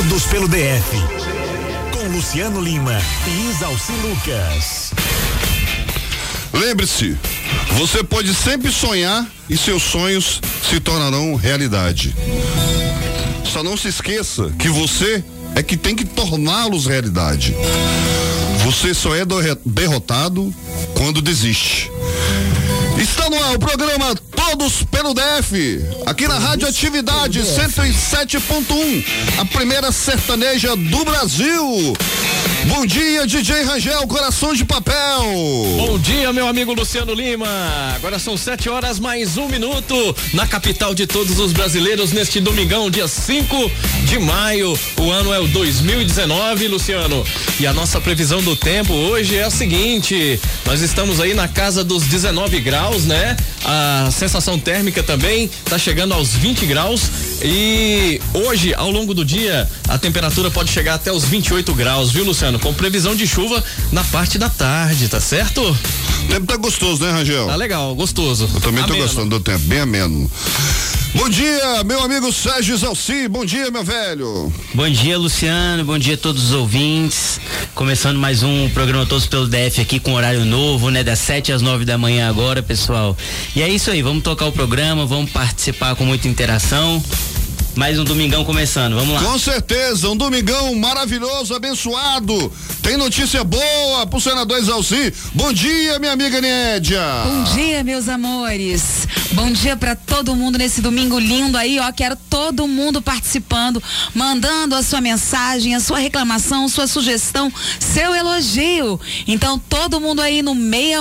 Todos pelo DF. Com Luciano Lima e Isalci Lucas. Lembre-se, você pode sempre sonhar e seus sonhos se tornarão realidade. Só não se esqueça que você é que tem que torná-los realidade. Você só é derrotado quando desiste. Está no ar o programa Todos pelo DF, aqui na Rádio Atividade 107.1, a primeira sertaneja do Brasil. Bom dia, DJ Rangel, coração de papel. Bom dia, meu amigo Luciano Lima. Agora são 7 horas mais 1 minuto na capital de todos os brasileiros neste domingão, dia 5 de maio. O ano é o 2019, Luciano. E a nossa previsão do tempo hoje é a seguinte: nós estamos aí na casa dos 19 graus, né? A sensação térmica também tá chegando aos 20 graus e hoje, ao longo do dia, a temperatura pode chegar até os 28 graus, viu, Luciano? Com previsão de chuva na parte da tarde, tá certo? O tempo tá gostoso, né, Rangel? Tá legal, gostoso. Eu também tô gostando do tempo, bem ameno. Bom dia, meu amigo Sérgio Isalci, bom dia, meu velho. Bom dia, Luciano, bom dia a todos os ouvintes. Começando mais um programa Todos pelo DF aqui com horário novo, né? Das 7 às 9 da manhã agora, pessoal. E é isso aí, vamos tocar o programa, vamos participar com muita interação. Mais um domingão começando, vamos lá. Com certeza, um domingão maravilhoso, abençoado. Tem notícia boa pro senador Isalci. Bom dia, minha amiga Nédia. Bom dia, meus amores. Bom dia pra todo mundo nesse domingo lindo aí, ó. Quero todo mundo participando, mandando a sua mensagem, a sua reclamação, sua sugestão, seu elogio. Então, todo mundo aí no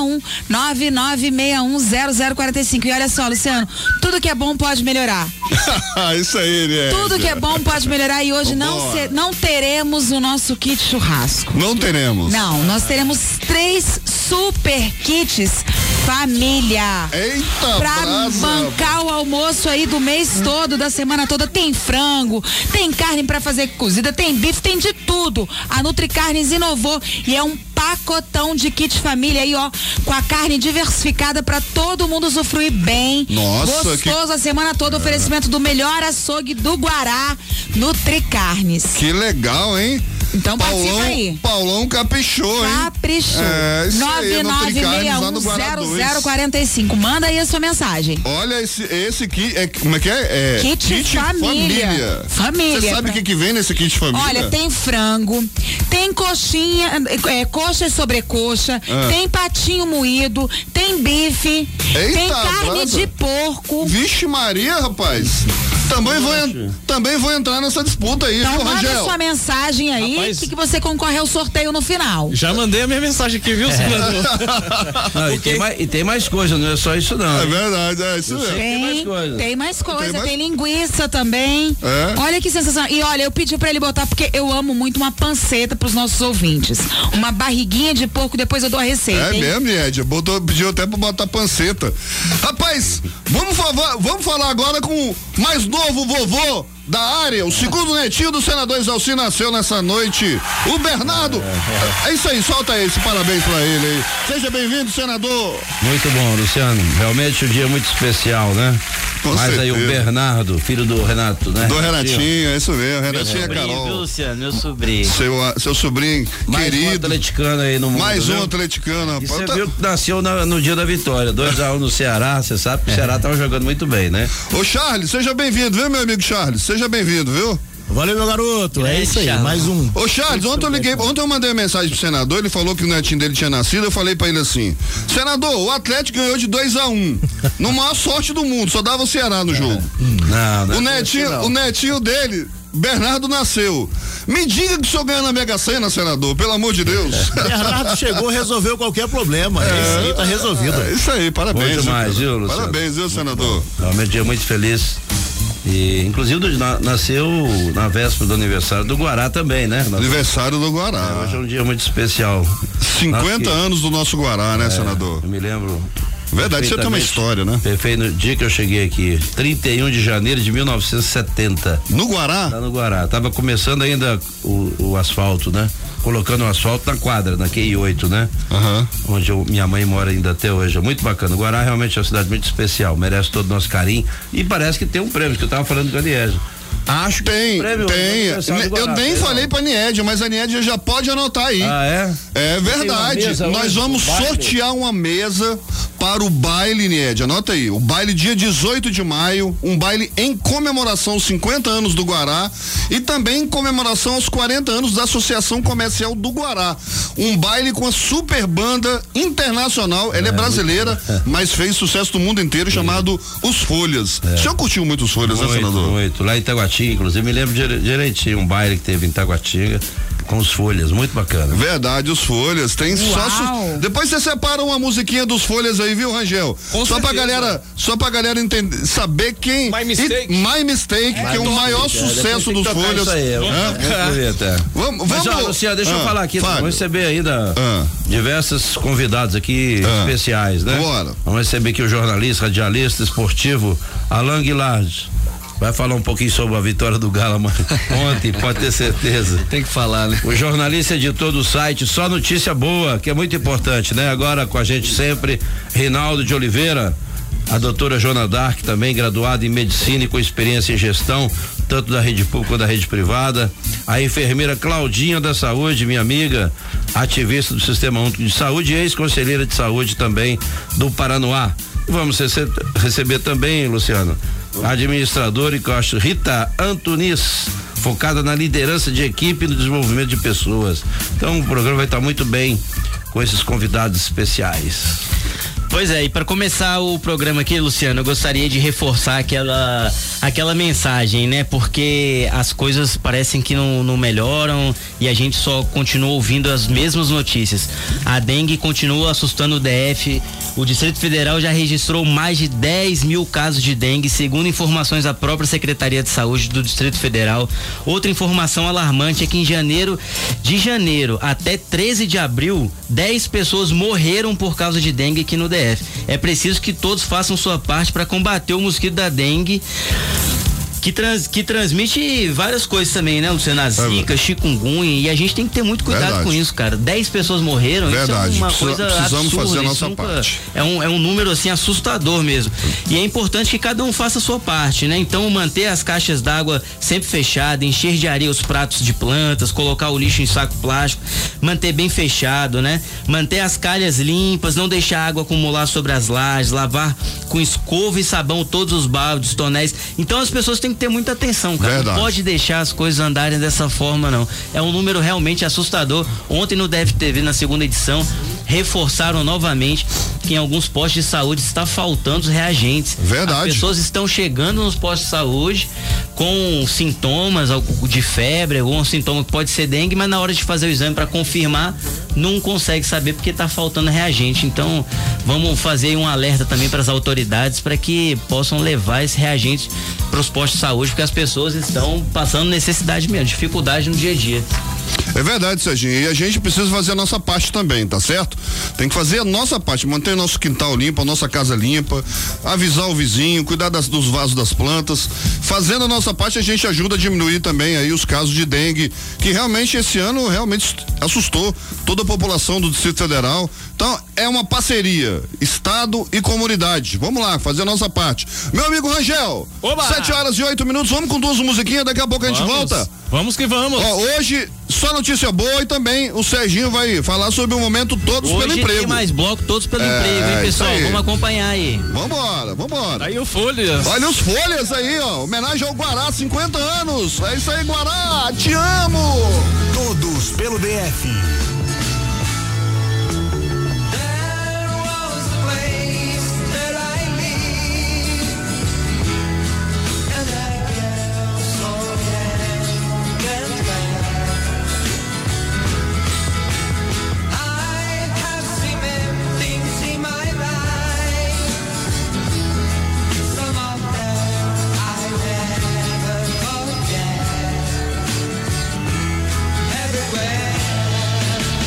61-9961-0045. E olha só, Luciano, tudo que é bom pode melhorar. Isso aí, né? Tudo que é bom pode melhorar e hoje não teremos o nosso kit churrasco. Não teremos. Não, nós teremos 3 super kits família. Eita, pra brasa. bancar o almoço aí do mês todo, da semana toda. Tem frango, tem carne pra fazer cozida, tem bife, tem de tudo. A Nutricarnes inovou e é um pacotão de kit família aí, ó, com a carne diversificada pra todo mundo usufruir bem. Nossa, gostoso a semana toda. Oferecimento do melhor açougue do Guará, Nutricarnes. Que legal, hein? Então participa aí. Paulão caprichou, hein? Caprichou. É, isso aí, 9961-0045. Manda aí a sua mensagem. Olha, esse kit, como é que é? Kit família. Você sabe o que vem nesse kit família? Olha, tem frango, tem coxinha, coxa e sobrecoxa, tem patinho moído, tem bife, tem carne de porco. Vixe Maria, rapaz. Também vou entrar nessa disputa aí, então, viu, manda Rangel? sua mensagem aí, que você concorre ao sorteio no final. Já mandei a minha mensagem aqui, viu, senador? Não, e tem mais coisa, não é só isso não. É verdade, é isso mesmo. Tem mais coisa, tem linguiça também. É? Olha que sensação. E olha, eu pedi pra ele botar, porque eu amo muito uma panceta pros nossos ouvintes. Uma barriguinha de porco, depois eu dou a receita. É mesmo, Ed, pediu até pra botar panceta. Rapaz, vamos falar agora com o mais novo vovô da área, o segundo netinho do senador Isalci nasceu nessa noite, o Bernardo. É isso aí, solta esse parabéns pra ele aí. Seja bem-vindo, senador. Muito bom, Luciano, realmente um dia muito especial, né? Com certeza. Aí o Bernardo, filho do Renato, né? Do Renatinho, é isso mesmo, Renatinho é Carol. Viu, Luciano, meu sobrinho. Seu sobrinho mais querido. Mais um atleticano aí no mundo. Mais um viu? Atleticano, rapaz. E você viu que nasceu no dia da vitória, 2-1 no Ceará, você sabe que o Ceará tava jogando muito bem, né? Ô Charles, seja bem-vindo, viu, meu amigo Charles? Seja bem-vindo, viu? Valeu, meu garoto. É isso aí, Charles. mais um. Ô Charles, ontem eu mandei uma mensagem pro senador, ele falou que o netinho dele tinha nascido, eu falei pra ele assim: senador, o Atlético ganhou de 2-1. No maior sorte do mundo, só dava o Ceará no jogo. Não, o netinho dele, Bernardo, nasceu. Me diga que o senhor ganha na Mega Sena, senador, pelo amor de Deus. Bernardo chegou, resolveu qualquer problema. Isso aí tá resolvido. É isso aí, parabéns. Bom demais, viu, Luciano? Parabéns, viu, senador? Realmente dia muito feliz. E inclusive nasceu na véspera do aniversário do Guará também, né? Aniversário do Guará. Hoje é um dia muito especial. 50 anos do nosso Guará, né, senador? Eu me lembro. Verdade, você tem uma história, né? Perfeito, no dia que eu cheguei aqui, 31 de janeiro de 1970. No Guará? Lá no Guará. Tava começando ainda o asfalto, né? Colocando o asfalto na quadra, na QI8, né? Onde minha mãe mora ainda até hoje. É muito bacana. O Guará realmente é uma cidade muito especial, merece todo o nosso carinho e parece que tem um prêmio, que eu tava falando com a Niege. Acho que tem. Eu nem falei pra Niédia, mas a Niédia já pode anotar aí. É verdade. Nós vamos sortear uma mesa para o baile, Niédia. Anota aí. O baile dia 18 de maio, um baile em comemoração aos 50 anos do Guará e também em comemoração aos 40 anos da Associação Comercial do Guará. Um baile com a super banda internacional. Ela é brasileira, mas fez sucesso no mundo inteiro, chamado Os Folhas. O senhor curtiu muito Os Folhas, né, senador? Muito. Lá em Taguatinga, inclusive, me lembro direitinho um baile que teve em Taguatinga com Os Folhas, muito bacana. Verdade, Os Folhas, tem só depois você separa uma musiquinha dos Folhas aí, viu, Rangel? Só pra galera entender, saber quem My Mistake, que é o maior sucesso dos Folhas. Mas ó, Luciano, deixa eu falar aqui, vamos receber ainda diversos convidados aqui especiais, né? Bora. Vamos receber aqui o jornalista, radialista, esportivo Alain Guilard. Vai falar um pouquinho sobre a vitória do Galo ontem, pode ter certeza. Tem que falar, né? O jornalista editor do site Só Notícia Boa, que é muito importante, né? Agora com a gente sempre, Reinaldo de Oliveira, a doutora Joana Dark, também graduada em medicina e com experiência em gestão, tanto da rede pública quanto da rede privada. A enfermeira Claudinha da Saúde, minha amiga, ativista do Sistema Único de Saúde e ex-conselheira de saúde também do Paranoá. Vamos receber também, Luciano, a administradora e coach Rita Antunis, focada na liderança de equipe e no desenvolvimento de pessoas. Então o programa vai estar muito bem com esses convidados especiais. Pois é, e para começar o programa aqui, Luciano, eu gostaria de reforçar aquela mensagem, né? Porque as coisas parecem que não melhoram e a gente só continua ouvindo as mesmas notícias. A dengue continua assustando o DF. O Distrito Federal já registrou mais de 10 mil casos de dengue, segundo informações da própria Secretaria de Saúde do Distrito Federal. Outra informação alarmante é que de janeiro até 13 de abril, 10 pessoas morreram por causa de dengue aqui no DF. É preciso que todos façam sua parte para combater o mosquito da dengue, que transmite várias coisas também, né, Luciano? A zika, chikungunya, e a gente tem que ter muito cuidado com isso, cara. 10 pessoas morreram, verdade. Isso é uma coisa precisamos absurda, fazer a nossa parte. É um número assim assustador mesmo. E é importante que cada um faça a sua parte, né? Então manter as caixas d'água sempre fechadas, encher de areia os pratos de plantas, colocar o lixo em saco plástico, manter bem fechado, né? Manter as calhas limpas, não deixar a água acumular sobre as lajes, lavar com escova e sabão todos os baldes, tonéis. Então as pessoas têm que ter muita atenção, cara. Verdade. Não pode deixar as coisas andarem dessa forma, não. É um número realmente assustador. Ontem no DFTV, na segunda edição, reforçaram novamente que em alguns postos de saúde está faltando os reagentes. Verdade. As pessoas estão chegando nos postos de saúde com sintomas de febre, algum sintoma que pode ser dengue, mas na hora de fazer o exame para confirmar, não consegue saber porque está faltando reagente. Então, vamos fazer um alerta também para as autoridades para que possam levar esse reagente para os postos de saúde, porque as pessoas estão passando necessidade mesmo, dificuldade no dia a dia. É verdade, Serginho, e a gente precisa fazer a nossa parte também, tá certo? Tem que fazer a nossa parte, manter nosso quintal limpo, a nossa casa limpa, avisar o vizinho, cuidar dos vasos das plantas. Fazendo a nossa parte, a gente ajuda a diminuir também aí os casos de dengue, que realmente esse ano realmente assustou toda a população do Distrito Federal. Então, é uma parceria, Estado e comunidade. Vamos lá, fazer a nossa parte. Meu amigo Rangel, 7h08, vamos com 2 musiquinhas, daqui a pouco a gente volta. Vamos que vamos. Ó, hoje, só notícia boa e também o Serginho vai falar sobre o momento Todos hoje pelo Emprego. Tem mais bloco, Todos pelo Emprego, hein, pessoal? Vamos acompanhar aí. Vambora. Aí o Folhas. Olha os Folhas aí, ó. Homenagem ao Guará, 50 anos. É isso aí, Guará. Te amo. Todos pelo DF. Everywhere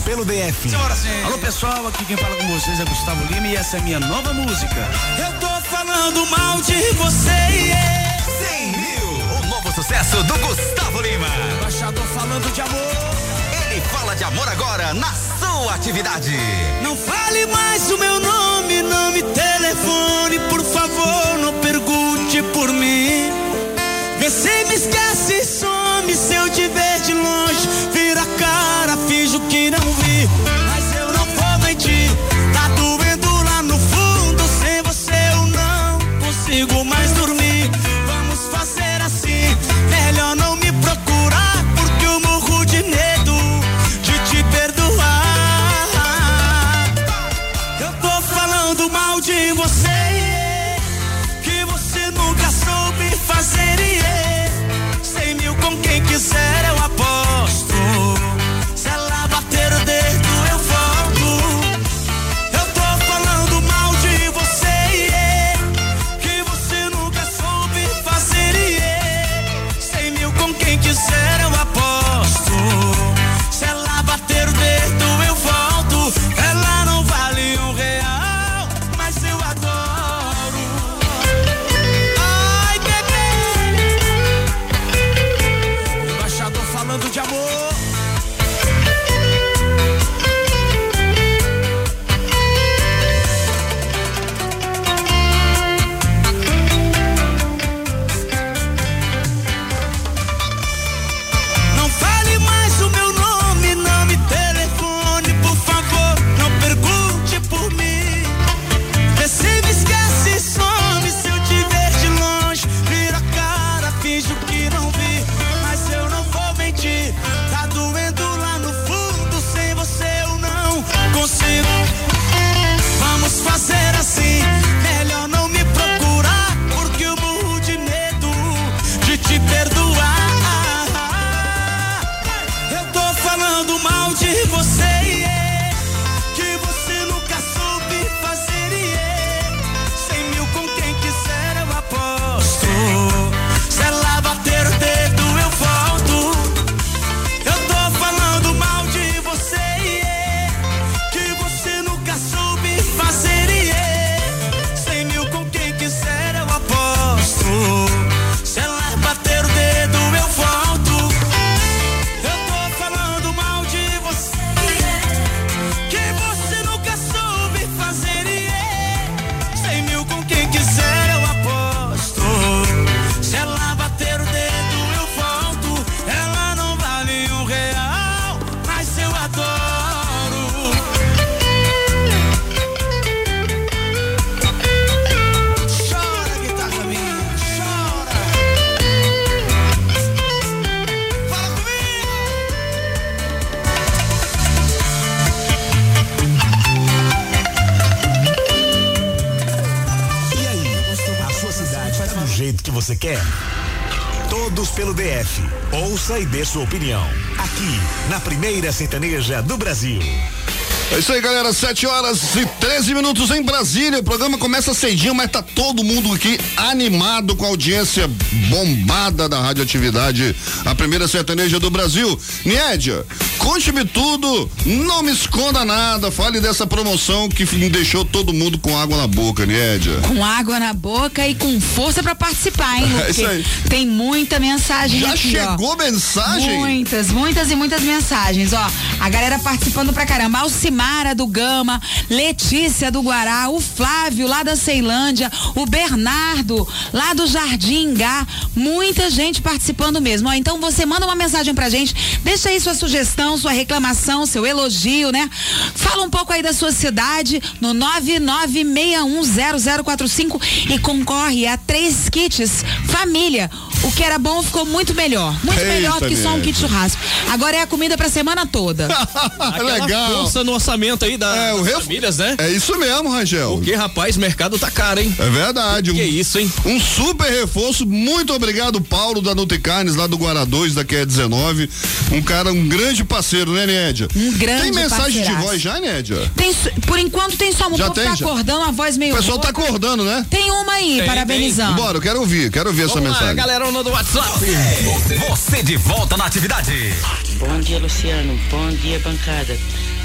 pelo DF. Alô pessoal, aqui quem fala com vocês é Gustavo Lima e essa é a minha nova música. Eu tô falando mal de você. 100 mil, o novo sucesso do Gustavo Lima. Embaixador falando de amor. Ele fala de amor agora na sua atividade. Não fale mais o meu nome, não me telefone, por favor, não pergunte por mim. Vê se me esquece e some, se eu te ver de longe, vira a cara, finjo que não vi. Mas eu não vou mentir, tá doendo lá no fundo, sem você eu não consigo mais dormir. Vamos fazer assim, melhor não me procurar, porque eu morro de medo de te perdoar. Eu tô falando mal de você, que você nunca soube fazer, e 100 mil com quem quiser eu aposto. Se ela bater o dedo eu volto. Eu tô falando mal de você, que você nunca soube fazer, e 100 mil com quem quiser eu aposto. Se ela bater o dedo eu volto. Ela não vale R$1, mas eu adoro. Ai, bebê, embaixador falando de amor. Não fale mais o meu nome, não me telefone, por favor, não pergunte por mim. Vê se me esquece e some, se eu te ver de longe, vira a cara, finjo que não vi. Mas eu não vou mentir, tá doendo lá no fundo, sem você eu não consigo. Vamos fazer assim, melhor não me procurar, porque eu morro de medo de te perdoar. Eu tô falando mal de você, que você nunca soube fazer, e 100 mil com quem quiser eu aposto. Se ela bater o dedo eu volto. Eu tô falando mal de você, que você nunca soube fazer, e 100 mil com quem quiser eu aposto. Se ela bater o dedo eu volto. Eu tô falando mal de você, que você nunca soube fazer, e 100 mil com quem quiser eu aposto. Se ela bater o dedo eu volto. Ela não vale R$1, mas eu adoro. Chora, guitarra minha, chora. Fala comigo. E aí, a sua cidade tá do jeito que você quer? Todos pelo DF. Ouça e dê sua opinião. Aqui, na primeira sertaneja do Brasil. É isso aí, galera, 7h13 em Brasília. O programa começa cedinho, mas tá todo mundo aqui animado com a audiência bombada da radioatividade, a primeira sertaneja do Brasil. Niédia, conte-me tudo, não me esconda nada, fale dessa promoção que deixou todo mundo com água na boca, Niédia. Com água na boca e com força pra participar, hein, Luque? É isso aí. Tem muita mensagem Já aqui, chegou ó. mensagem? Muitas mensagens, ó. A galera participando pra caramba. Alcimara do Gama, Letícia do Guará, o Flávio lá da Ceilândia, o Bernardo lá do Jardim Gá. Muita gente participando mesmo, ó. Então você manda uma mensagem pra gente, deixa aí sua sugestão, sua reclamação, seu elogio, né? Fala um pouco aí da sua cidade no 99610045 e concorre a 3 kits família. O que era bom ficou muito melhor. Muito melhor do que só um kit churrasco. Agora é a comida pra semana toda. Legal. Força no orçamento aí das famílias, né? É isso mesmo, Rangel. Porque, rapaz, mercado tá caro, hein? É verdade. Que isso, hein? Um super reforço. Muito obrigado, Paulo da Nutricarnes, lá do Guará 2, da QE19. Um grande parceiro, né, Nédia? Um grande Tem mensagem parceiraço. de voz já, Nédia? Por enquanto tem só um Já pouco tem, tá já? acordando, a voz meio O pessoal rouca. tá acordando, né? Tem uma aí, parabenizando. Bora, eu quero ouvir essa Vamos lá, mensagem. galera do WhatsApp. Você de volta na atividade. Bom dia, Luciano. Bom dia, bancada.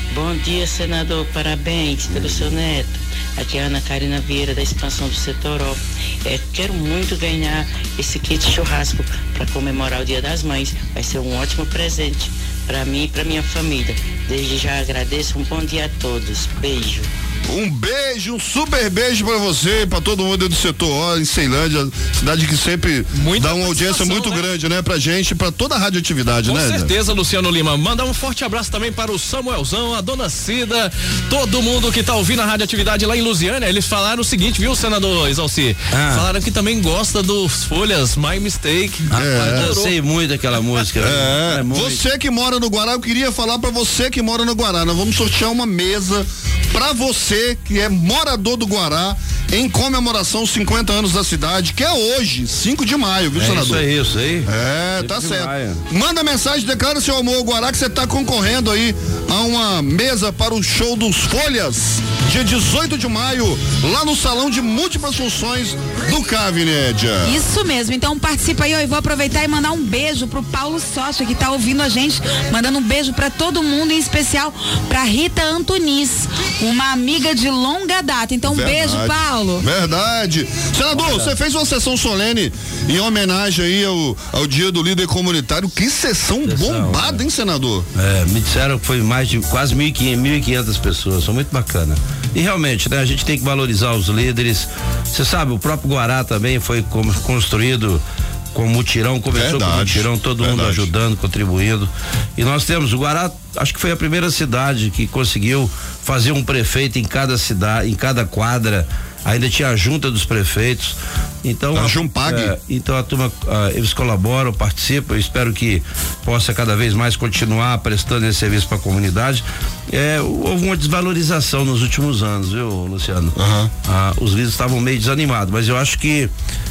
Bom dia, senador, parabéns pelo seu neto. Aqui é a Ana Karina Vieira, da expansão do Setoró. Quero muito ganhar esse kit churrasco para comemorar o Dia das Mães. Vai ser um ótimo presente para mim e para minha família. Desde já agradeço, um bom dia a todos. Beijo. Um beijo, um super beijo pra você, pra todo mundo do setor, em Ceilândia, cidade que sempre dá uma audiência muito grande, né, pra gente, pra toda a radioatividade, né? Com certeza, Luciano Lima. Mandar um forte abraço também para o Samuelzão, a dona Cida, todo mundo que tá ouvindo a radioatividade lá em Lusiânia. Eles falaram o seguinte, viu, senador Exalci? Falaram que também gosta dos Folhas, My Mistake. Eu sei muito daquela música. Você que mora no Guará, eu queria falar pra você que mora no Guará, nós vamos sortear uma mesa pra você que é morador do Guará em comemoração aos 50 anos da cidade, que é hoje, 5 de maio, viu, senador? Isso aí. Tá certo. Manda mensagem, declara seu amor ao Guará, que você tá concorrendo aí a uma mesa para o show dos Folhas, dia 18 de maio, lá no Salão de Múltiplas Funções do CAV, Nédia. Isso mesmo, então participa aí, eu vou aproveitar e mandar um beijo pro Paulo Sócia, que tá ouvindo a gente, mandando um beijo pra todo mundo, em especial pra Rita Antunis, uma amiga de longa data. Então, beijo, Paulo. Verdade. Senador, você fez uma sessão solene em homenagem aí ao Dia do Líder Comunitário. Que sessão bombada, hein, senador? Me disseram que foi mais de quase 1.500 pessoas. Foi muito bacana. E realmente, né, a gente tem que valorizar os líderes. Você sabe, o próprio Guará também foi construído com mutirão, começou com mutirão, todo mundo ajudando, contribuindo. E nós temos, o Guará, acho que foi a primeira cidade que conseguiu fazer um prefeito em cada cidade, em cada quadra. Ainda tinha a junta dos prefeitos. Então a Jumpag. Então a turma, eles colaboram, participam. Eu espero que possa cada vez mais continuar prestando esse serviço para a comunidade. Houve uma desvalorização nos últimos anos, viu, Luciano? Os líderes estavam meio desanimados, mas eu acho que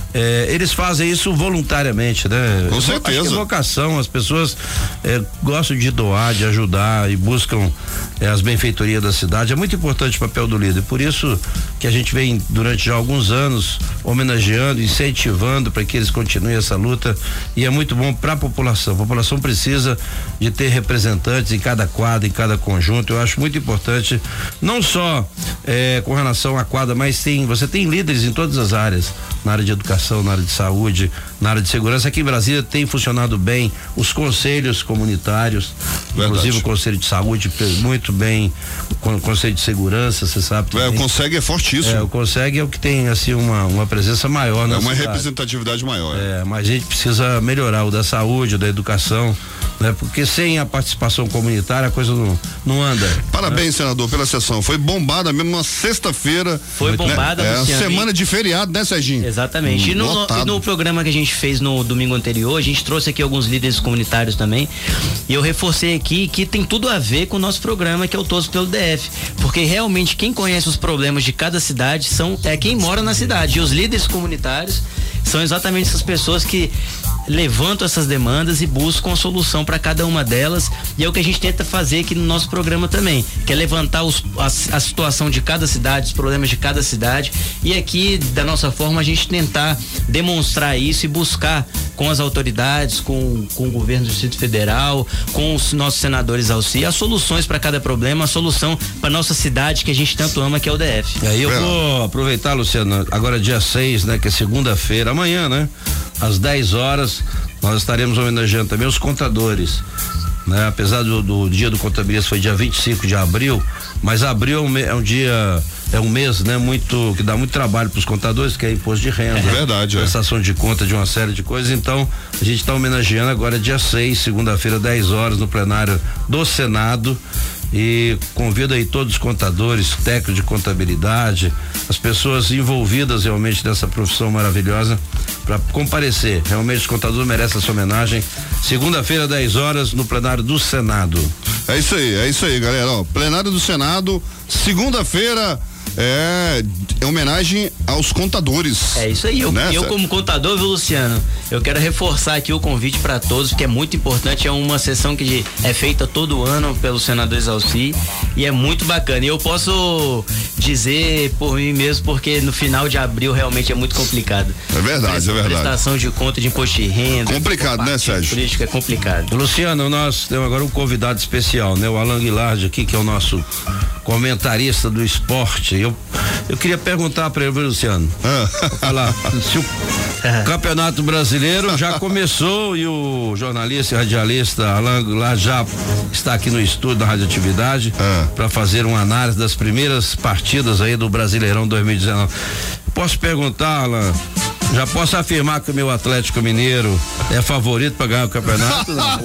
eles fazem isso voluntariamente, né? Com certeza. Acho que é vocação, as pessoas gostam de doar, de ajudar e buscam as benfeitorias da cidade. É muito importante o papel do líder, por isso que a gente vem durante já alguns anos homenageando, incentivando para que eles continuem essa luta, e é muito bom para a população. A população precisa de ter representantes em cada quadra, em cada conjunto. Eu acho muito importante, não só com relação à quadra, mas você tem líderes em todas as áreas, na área de educação, na área de saúde, na área de segurança. Aqui em Brasília tem funcionado bem os conselhos comunitários, inclusive o Conselho de Saúde muito bem, o Conselho de Segurança, você sabe. O Conseg é fortíssimo. O Conseg é o que tem assim uma presença maior na cidade. Representatividade maior. Mas a gente precisa melhorar o da saúde, o da educação, né? Porque sem a participação comunitária a coisa não anda. Parabéns, senador, pela sessão. Foi bombada mesmo, uma sexta-feira. Foi bombada, né? Semana de feriado, né, Serginho? Exatamente. E no programa que a gente fez no domingo anterior, a gente trouxe aqui alguns líderes comunitários também, e eu reforcei aqui que tem tudo a ver com o nosso programa, que é o Todos pelo DF, porque realmente quem conhece os problemas de cada cidade é quem mora na cidade, e os líderes comunitários são exatamente essas pessoas que levantam essas demandas e buscam a solução para cada uma delas, e é o que a gente tenta fazer aqui no nosso programa também, que é levantar a situação de cada cidade, os problemas de cada cidade, e aqui da nossa forma a gente tentar demonstrar isso e buscar com as autoridades, com o governo do Distrito Federal, com os nossos senadores auxílio, as soluções para cada problema, a solução para nossa cidade que a gente tanto ama, que é o DF. E aí eu vou aproveitar, Luciano, agora dia 6, né, que é segunda-feira, amanhã, né, às 10 horas, nós estaremos homenageando também os contadores, né? Apesar do dia do contabilista foi dia 25 de abril, mas abril é um mês, né, que dá muito trabalho para os contadores, que é imposto de renda, prestação de conta de uma série de coisas. Então a gente está homenageando agora dia 6, segunda-feira, 10 horas, no plenário do Senado. E convido aí todos os contadores, técnicos de contabilidade, as pessoas envolvidas realmente nessa profissão maravilhosa, para comparecer. Realmente os contadores merecem essa homenagem. Segunda-feira, 10 horas, no plenário do Senado. É isso aí, galera. Plenário do Senado, segunda-feira, é homenagem aos contadores. É isso aí. Eu como contador, viu, Luciano? Eu quero reforçar aqui o convite para todos, que é muito importante. É uma sessão que é feita todo ano pelo senador Exalci e é muito bacana. E eu posso dizer por mim mesmo, porque no final de abril realmente é muito complicado. É verdade, é verdade. Prestação de conta de imposto de renda. Complicado, né, Sérgio? Política é complicado. Luciano, nós temos agora um convidado especial, né? O Alan Guilard aqui, que é o nosso comentarista do esporte. Eu queria perguntar para ele, Luciano. Falar se o Campeonato Brasileiro já começou e o jornalista e radialista Alan Guilard já está aqui no estúdio da Radioatividade para fazer uma análise das primeiras partidas aí do Brasileirão 2019. Posso perguntar, Alan? Já posso afirmar que o meu Atlético Mineiro é favorito para ganhar o campeonato? Não.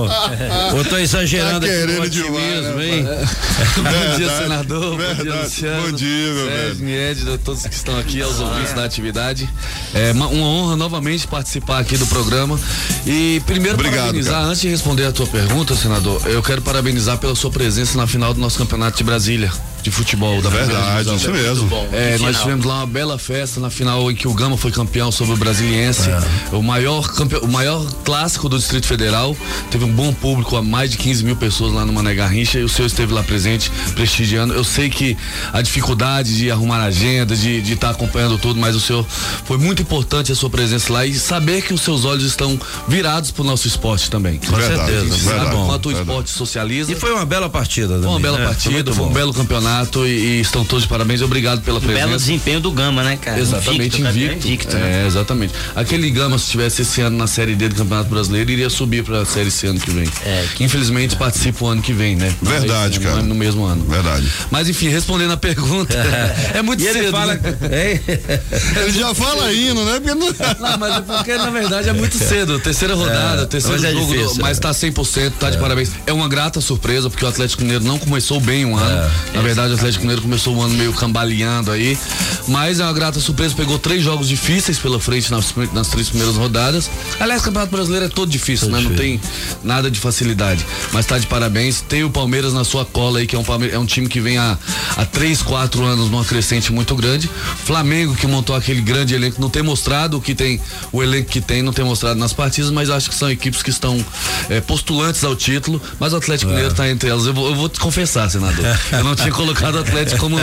Ou tô exagerando aqui no otimismo, hein? Bom dia, senador. Verdade. Bom dia, Luciano. Bom dia, meu Sérgio, Mied, todos que estão aqui, aos ouvintes da atividade. É uma honra novamente participar aqui do programa. E primeiro parabenizar, cara. Antes de responder a tua pergunta, senador, eu quero parabenizar pela sua presença na final do nosso campeonato de Brasília. De futebol, da verdade, isso mesmo. Nós tivemos lá uma bela festa na final em que o Gama foi campeão sobre o Brasiliense. O maior clássico do Distrito Federal. Teve um bom público, a mais de 15 mil pessoas lá no Mané Garrincha, e o senhor esteve lá presente, prestigiando. Eu sei que a dificuldade de arrumar agenda, de estar acompanhando tudo, mas o senhor foi muito importante a sua presença lá e saber que os seus olhos estão virados pro nosso esporte também. Com certeza. Sabe quanto o esporte socializa. E foi uma bela partida também. Foi uma bela partida, foi um belo campeonato. E estão todos de parabéns, obrigado pela presença. Belo desempenho do Gama, né, cara? Exatamente, invicto. Né? Exatamente. Aquele Gama, se estivesse esse ano na Série D do Campeonato Brasileiro, iria subir pra Série C ano que vem. Infelizmente participa o ano que vem, né? Verdade, cara. No mesmo ano. Verdade. Mas enfim, respondendo a pergunta, é muito cedo. Ele fala, né? Ele já fala indo, né? Não, mas é porque na verdade é muito cedo. Terceira rodada, terceiro jogo, difícil, mas tá 100%, tá de parabéns. É uma grata surpresa, porque o Atlético Mineiro não começou bem um ano. Na verdade, o Atlético Mineiro começou o ano meio cambaleando aí, mas é uma grata surpresa, pegou 3 jogos difíceis pela frente nas 3 primeiras rodadas. Aliás, o Campeonato Brasileiro é todo difícil, né? Não tem nada de facilidade, mas tá de parabéns. Tem o Palmeiras na sua cola aí, que é um time que vem há 3, 4 anos numa crescente muito grande. Flamengo, que montou aquele grande elenco, não tem mostrado o que tem, o elenco que tem, não tem mostrado nas partidas, mas acho que são equipes que estão postulantes ao título, mas o Atlético Mineiro tá entre elas. Eu vou te confessar, senador, eu não tinha colocado o Atlético como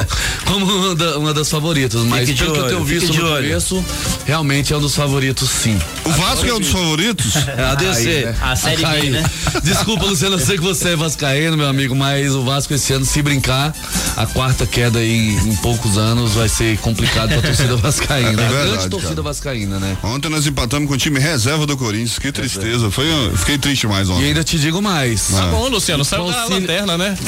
uma das favoritas, mas pelo que eu tenho visto no começo, realmente é um dos favoritos, sim. O Vasco é um dos favoritos? A DC. A Série B, né? Desculpa, Luciano, eu sei que você é vascaíno, meu amigo, mas o Vasco esse ano, se brincar, a 4ª queda aí em poucos anos vai ser complicado pra torcida vascaína. É verdade, grande torcida vascaína, né? Ontem nós empatamos com o time reserva do Corinthians, que tristeza. Fiquei triste mais ontem. E ainda te digo mais. Tá bom, Luciano, saiu da lanterna, né?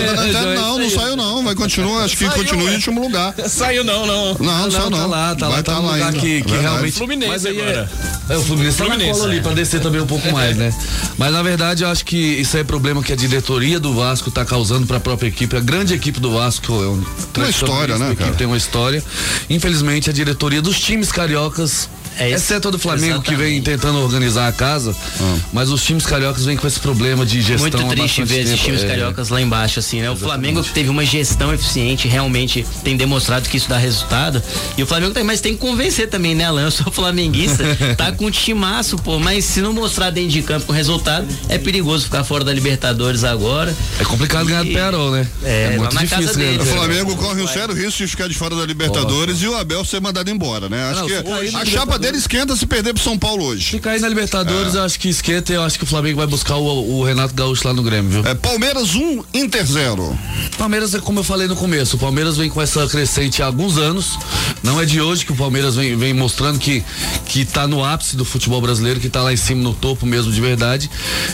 Não saiu não, vai continuar, acho que continua em último lugar. Saiu não. Não, saiu não. Tá lá, tá um lugar que realmente... Fluminense mas aí agora. O Fluminense tá na cola ali pra descer também um pouco mais, né? Mas na verdade eu acho que isso é problema que a diretoria do Vasco tá causando pra própria equipe. A grande equipe do Vasco é uma história, né, cara? Tem uma história. Infelizmente a diretoria dos times cariocas, exceto a do Flamengo, que vem tentando organizar a casa, mas os times cariocas vêm com esse problema de gestão. Muito triste ver esses times cariocas lá embaixo, assim, né? O Flamengo que teve uma gestão eficiente, realmente tem demonstrado que isso dá resultado. E o Flamengo mas tem que convencer também, né, Alan? Eu sou flamenguista, tá com um timaço, pô, mas se não mostrar dentro de campo com resultado, é perigoso ficar fora da Libertadores agora. É complicado ganhar do Pearol, né? É muito difícil ganhar. O Flamengo corre um sério risco de ficar de fora da Libertadores e o Abel ser mandado embora, né? Acho que a chapa dele esquenta se perder pro São Paulo hoje. Se cair na Libertadores, eu acho que esquenta, eu acho que o Flamengo vai buscar o Renato Gaúcho lá no Grêmio, viu? Palmeiras 1, Inter 0. Palmeiras é como eu falei no começo, o Palmeiras vem com essa crescente há alguns anos, não é de hoje que o Palmeiras vem mostrando que tá no ápice do futebol brasileiro, que tá lá em cima no topo mesmo de verdade,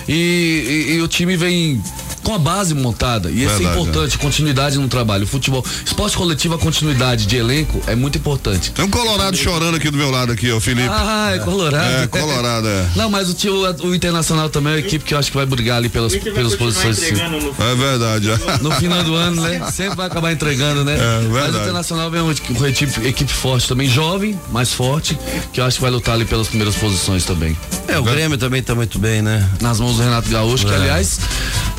e o time vem com a base montada, e isso é importante, continuidade no trabalho. O futebol, esporte coletivo, a continuidade de elenco é muito importante. Tem um colorado chorando aqui do meu lado aqui, ó, Felipe. É colorado. Colorado, Não, mas o Internacional também é uma equipe que eu acho que vai brigar ali pelas posições. É verdade. No final do ano, né? Sempre vai acabar entregando, né? Mas o Internacional vem uma equipe forte também, jovem, mais forte, que eu acho que vai lutar ali pelas primeiras posições também. O Grêmio também tá muito bem, né? Nas mãos do Renato Gaúcho, que aliás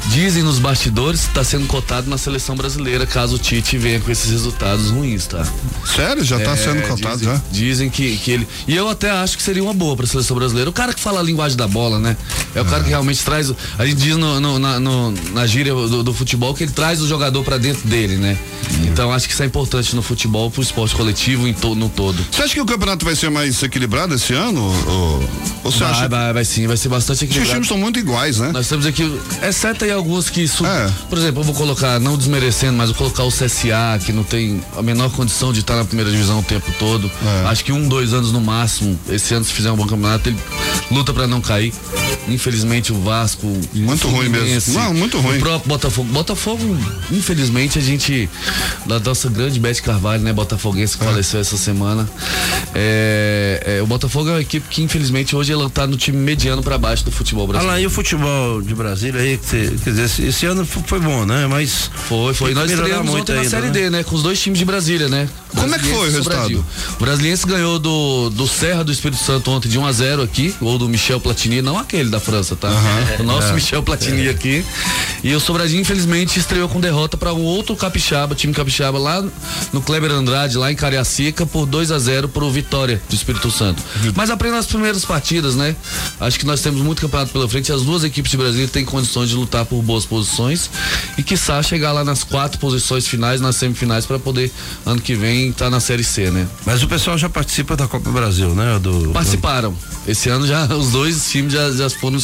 dizem nos bastidores, está sendo cotado na seleção brasileira, caso o Tite venha com esses resultados ruins, tá? Sério? Já tá sendo cotado, já? Dizem que ele... E eu até acho que seria uma boa pra seleção brasileira. O cara que fala a linguagem da bola, né? É o cara que realmente traz... A gente diz na gíria do futebol que ele traz o jogador pra dentro dele, né? Então acho que isso é importante no futebol, pro esporte coletivo no todo. Você acha que o campeonato vai ser mais equilibrado esse ano? Ou você acha? Vai sim, vai ser bastante equilibrado. Os times são muito iguais, né? Nós temos aqui, exceto aí alguns que... Por exemplo, eu vou colocar, não desmerecendo, mas vou colocar o CSA, que não tem a menor condição de estar na primeira divisão o tempo todo. Acho que 2 anos no máximo. Esse ano, se fizer um bom campeonato, ele luta pra não cair. Infelizmente, o Vasco... Muito ruim mesmo. Não, muito ruim. O próprio Botafogo. Botafogo, infelizmente, a gente... Da nossa grande Beth Carvalho, né? Botafoguense, que faleceu essa semana. O Botafogo é uma equipe que, infelizmente, hoje ela tá no time mediano pra baixo do futebol brasileiro. E o futebol de Brasília aí, quer dizer, esse ano foi bom, né? Mas... Foi. Nós estreamos ontem na Série D, né? Com os 2 times de Brasília, né? Como é que foi o resultado? O Brasiliense ganhou do Serra do Espírito Santo ontem de 1-0 aqui, gol do Michel Platini, não aquele da França, tá? O nosso Michel Platini aqui. E o Sobradinho, infelizmente, estreou com derrota para um outro capixaba, time capixaba lá no Kleber Andrade, lá em Cariacica, por 2-0 pro Vitória do Espírito Santo. Mas apenas nas primeiras partidas, né? Acho que nós temos muito campeonato pela frente. As 2 equipes de Brasília têm condições de lutar por boas posições e quiçá chegar lá nas 4 posições finais, nas semifinais, para poder ano que vem estar na Série C, né? Mas o pessoal já participa da Copa Brasil, né? Participaram. Esse ano já os 2 times já foram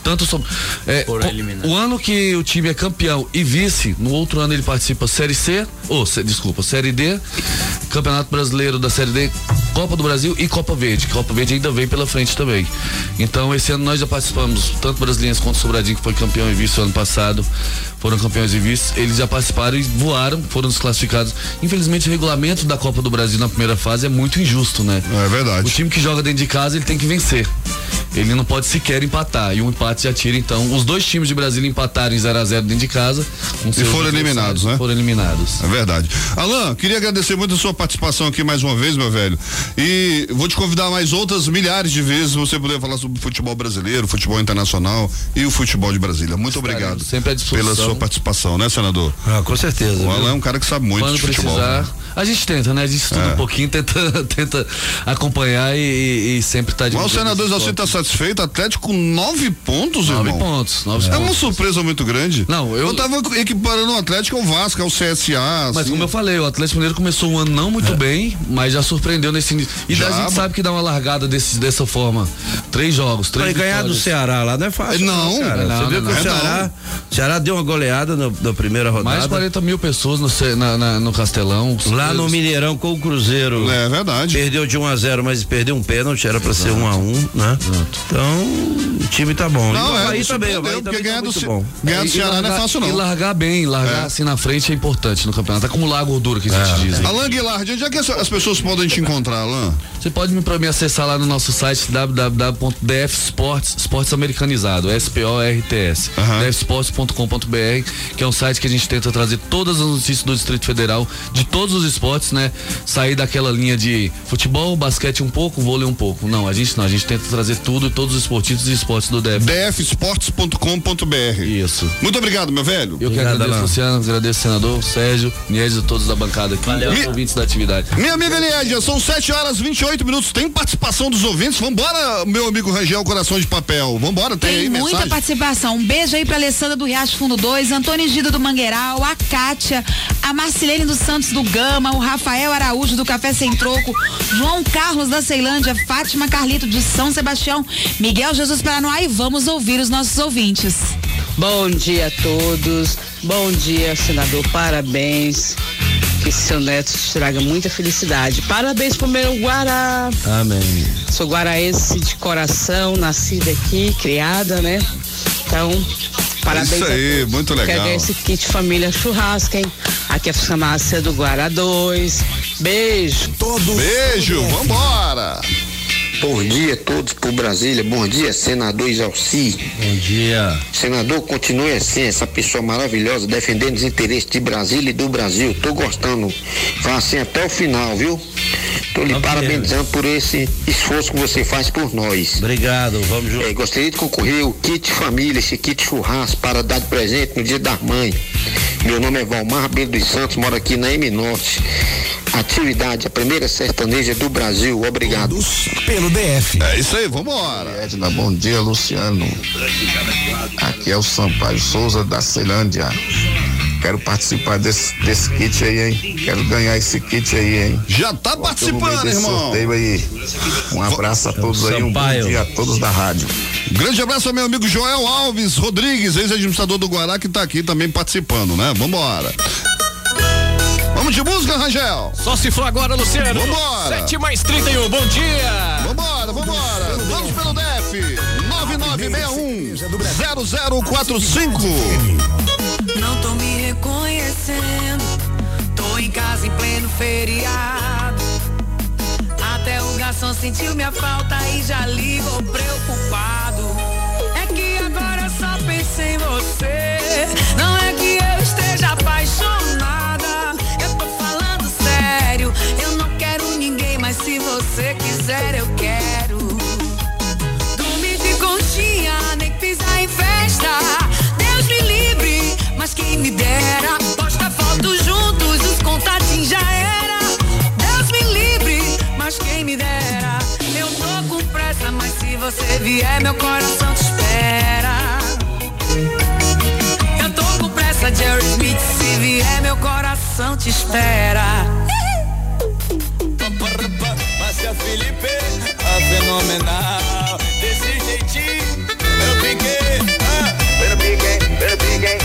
o ano que o time é campeão e vice, no outro ano ele participa Série C, Série D, Campeonato Brasileiro da Série D, Copa do Brasil e Copa Verde. Copa Verde ainda vem pela frente também. Então esse ano nós já participamos, tanto Brasiliense quanto Sobradinho, que foi campeão e vice o ano passado, foram campeões e vice, eles já participaram e voaram, foram desclassificados. Infelizmente o regulamento da Copa do Brasil na primeira fase é muito injusto, né? É verdade. O time que joga dentro de casa, ele tem que vencer. Ele não pode sequer empatar. E um empate já tira, então. Os 2 times de Brasília empataram em 0-0 dentro de casa. E foram eliminados, né? Foram eliminados. É verdade. Alan, queria agradecer muito a sua participação aqui mais uma vez, meu velho. E vou te convidar mais outras milhares de vezes você poder falar sobre o futebol brasileiro, futebol internacional e o futebol de Brasília. Muito obrigado. Sempre à disposição. Pela sua participação, né, senador? Com certeza. O Alan é um cara que sabe muito de futebol. Precisar, né? A gente tenta, né? A gente estuda um pouquinho, tenta acompanhar e sempre tá de. Mas o senador Zalci tá satisfeito? Atlético com 9 pontos, 9 irmão. pontos. É uma surpresa muito grande. Não, eu tava equiparando o Atlético ao Vasco, ao CSA. Mas como eu falei, o Atlético Mineiro começou o ano não muito bem, mas já surpreendeu nesse início. E a gente sabe que dá uma largada dessa forma. 3 jogos, 3 vitórias. Ganhar do Ceará lá não é fácil. Não, cara. Você viu que o Ceará deu uma goleada na primeira rodada. Mais de 40 mil pessoas no Castelão. Lá no Mineirão com o Cruzeiro. É verdade. Perdeu de 1-0, mas perdeu um pênalti, era pra ser 1-1, né? Então, o time tá bom. Não, o Havaí também, porque ganhar do bom. Ganhar do Ceará não é fácil, não. E largar bem, assim na frente é importante no campeonato. Acumular a gordura que a gente diz. Alan Guilard, onde é que as pessoas podem te encontrar, Alan? Você pode me acessar lá no nosso site www.dfsports, esportes americanizado, SPORTS, dfsports.com.br, que é um site que a gente tenta trazer todas as notícias do Distrito Federal, de todos os esportes, né? Sair daquela linha de futebol, basquete um pouco, vôlei um pouco. Não, a gente tenta trazer tudo, todos os esportistas e esportes do DF. dfsports.com.br. Isso. Muito obrigado, meu velho. Eu que agradeço, Luciano, agradeço o senador, Sérgio, Niedes e todos da bancada aqui. Valeu. Ouvintes da atividade. Minha amiga Niedes, são 7h28. Tem participação dos ouvintes. Vambora, meu amigo Rangel, coração de papel. Vambora, tem aí muita mensagem? Participação. Um beijo aí pra Alessandra do Riacho Fundo 2, Antônio Gida do Mangueiral, a Kátia, a Marcilene dos Santos do Gama, o Rafael Araújo do Café Sem Troco, João Carlos da Ceilândia, Fátima Carlito de São Sebastião, Miguel Jesus Paranoá, e vamos ouvir os nossos ouvintes. Bom dia a todos, bom dia, senador, parabéns, que seu neto te traga muita felicidade. Parabéns pro meu Guará. Amém. Sou guaraense de coração, nascida aqui, criada, né? Então, parabéns. Isso aí, muito legal. Quer ver esse kit família churrasco, hein? Aqui é a farmácia do Guará 2. Beijo. Beijo, vambora. Bom dia a todos por Brasília, bom dia, senador Zalci. Bom dia. Senador, continue assim, essa pessoa maravilhosa, defendendo os interesses de Brasília e do Brasil. Tô gostando. Vá assim até o final, viu? Estou lhe parabenizando por esse esforço que você faz por nós. Obrigado, vamos junto. Gostaria de concorrer o kit família, esse kit churrasco para dar de presente no Dia da Mãe. Meu nome é Valmar Bento dos Santos, moro aqui na M Norte. Atividade, a primeira sertaneja do Brasil. Obrigado. Pelo DF. É isso aí, vambora. Edna, bom dia, Luciano. Aqui é o Sampaio Souza da Ceilândia. Quero participar desse kit aí, hein? Quero ganhar esse kit aí, hein? Já tá participando, irmão. Sorteio aí. Um abraço a todos aí, um bom dia a todos da rádio. Grande abraço ao meu amigo Joel Alves Rodrigues, ex-administrador do Guará, que tá aqui também participando, né? Vambora. Vamos de música, Rangel? Só se for agora, Luciano. Vambora. 7+31, bom dia. Vambora. Vamos pelo DF. 9961-0045. Não tô me reconhecendo. Tô em casa em pleno feriado. Até o garçom sentiu minha falta e já ligou preocupado. É que agora eu só penso em você. Não é que eu esteja apaixonada. Eu tô falando sério. Eu não quero ninguém, mas se você quiser eu quero. Dormir de conchinha, nem pisar em festa. Deus me livre, mas quem me dera. Posta foto juntos, os contatinhos já era. Deus me livre, mas quem me dera. Eu tô com pressa, mas se você vier, meu coração te espera. Eu tô com pressa, Jerry Smith, se vier, meu coração te espera. Márcia Felipe, a fenomenal. Desse jeitinho, eu piquei. Pero piquei.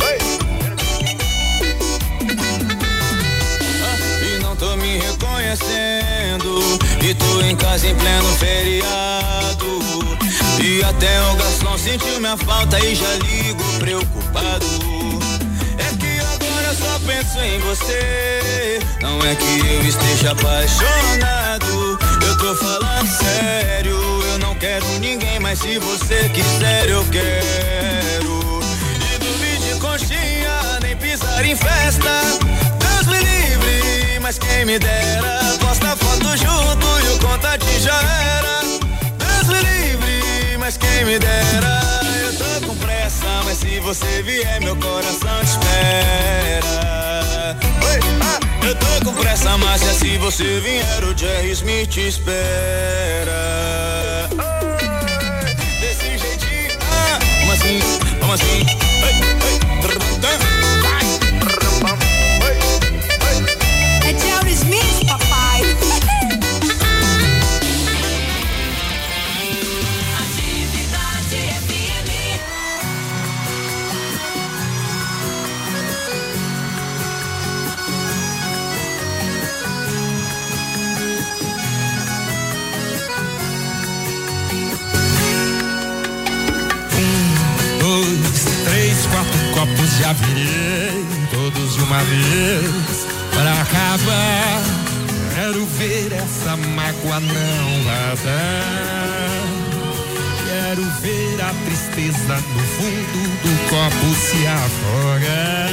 E não tô me reconhecendo. E tô em casa em pleno feriado. E até o garçom sentiu minha falta e já ligo preocupado. É que agora eu só penso em você. Não é que eu esteja apaixonado. Eu tô falando sério. Eu não quero ninguém, mas se você quiser eu quero. E dormir de conchinha, nem pisar em festa. Deus me livre, mas quem me dera. Posta foto junto e o contatinho já era. Deus me livre, mas quem me dera. Eu tô com pressa, mas se você vier, meu coração te espera. Eu tô com pressa, mas se você vier, o Jerry Smith te espera. Desse jeitinho, vamos assim, vamos assim. É Jerry Smith, papai. Copos já virei, todos de uma vez, pra acabar. Quero ver essa mágoa não vazar. Quero ver a tristeza no fundo do copo se afogar.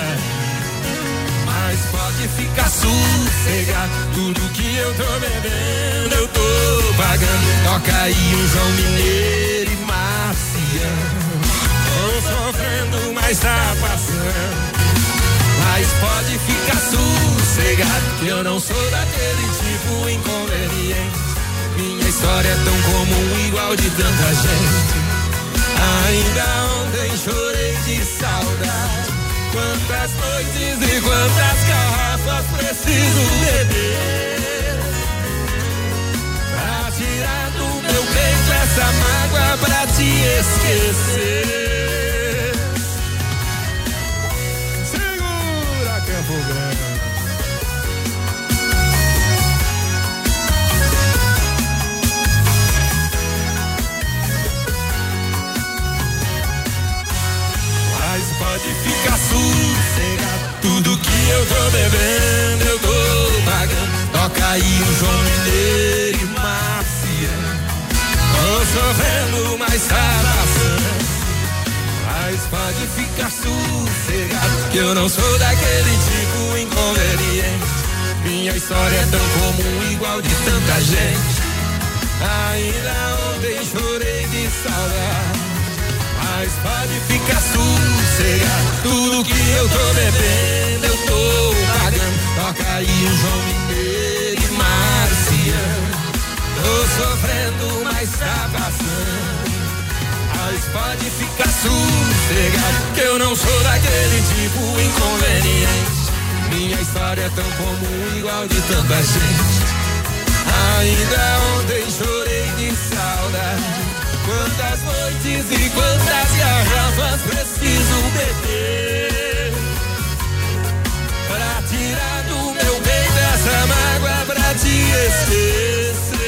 Mas pode ficar sossegado, tudo que eu tô bebendo eu tô pagando. Toca aí um João Mineiro e Marciano. Tô sofrendo, mas tá passando. Mas pode ficar sossegado, que eu não sou daquele tipo inconveniente. Minha história é tão comum, igual de tanta gente. Ainda ontem chorei de saudade. Quantas noites e quantas garrafas preciso beber pra tirar do meu peito essa mágoa pra te esquecer. Campo Grande. Mas pode ficar sossegado, tudo que eu tô bebendo eu tô pagando. Toca aí o João Mineiro e Marciano. Tô sofrendo, mas tá passando. Mas pode ficar sossegado, que eu não sou daquele tipo inconveniente. Minha história é tão comum, igual de tanta gente. Ainda ontem chorei de saudade, mas pode ficar sossegado. Tudo que eu tô bebendo, eu tô pagando. Toca aí o João Mineiro e Marciano. Tô sofrendo, mas tá passando. Mas pode ficar sossegado, que eu não sou daquele tipo inconveniente. Minha história é tão comum, igual de tanta gente. Ainda ontem chorei de saudade. Quantas noites e quantas garrafas preciso beber pra tirar do meu peito essa mágoa, pra te esquecer.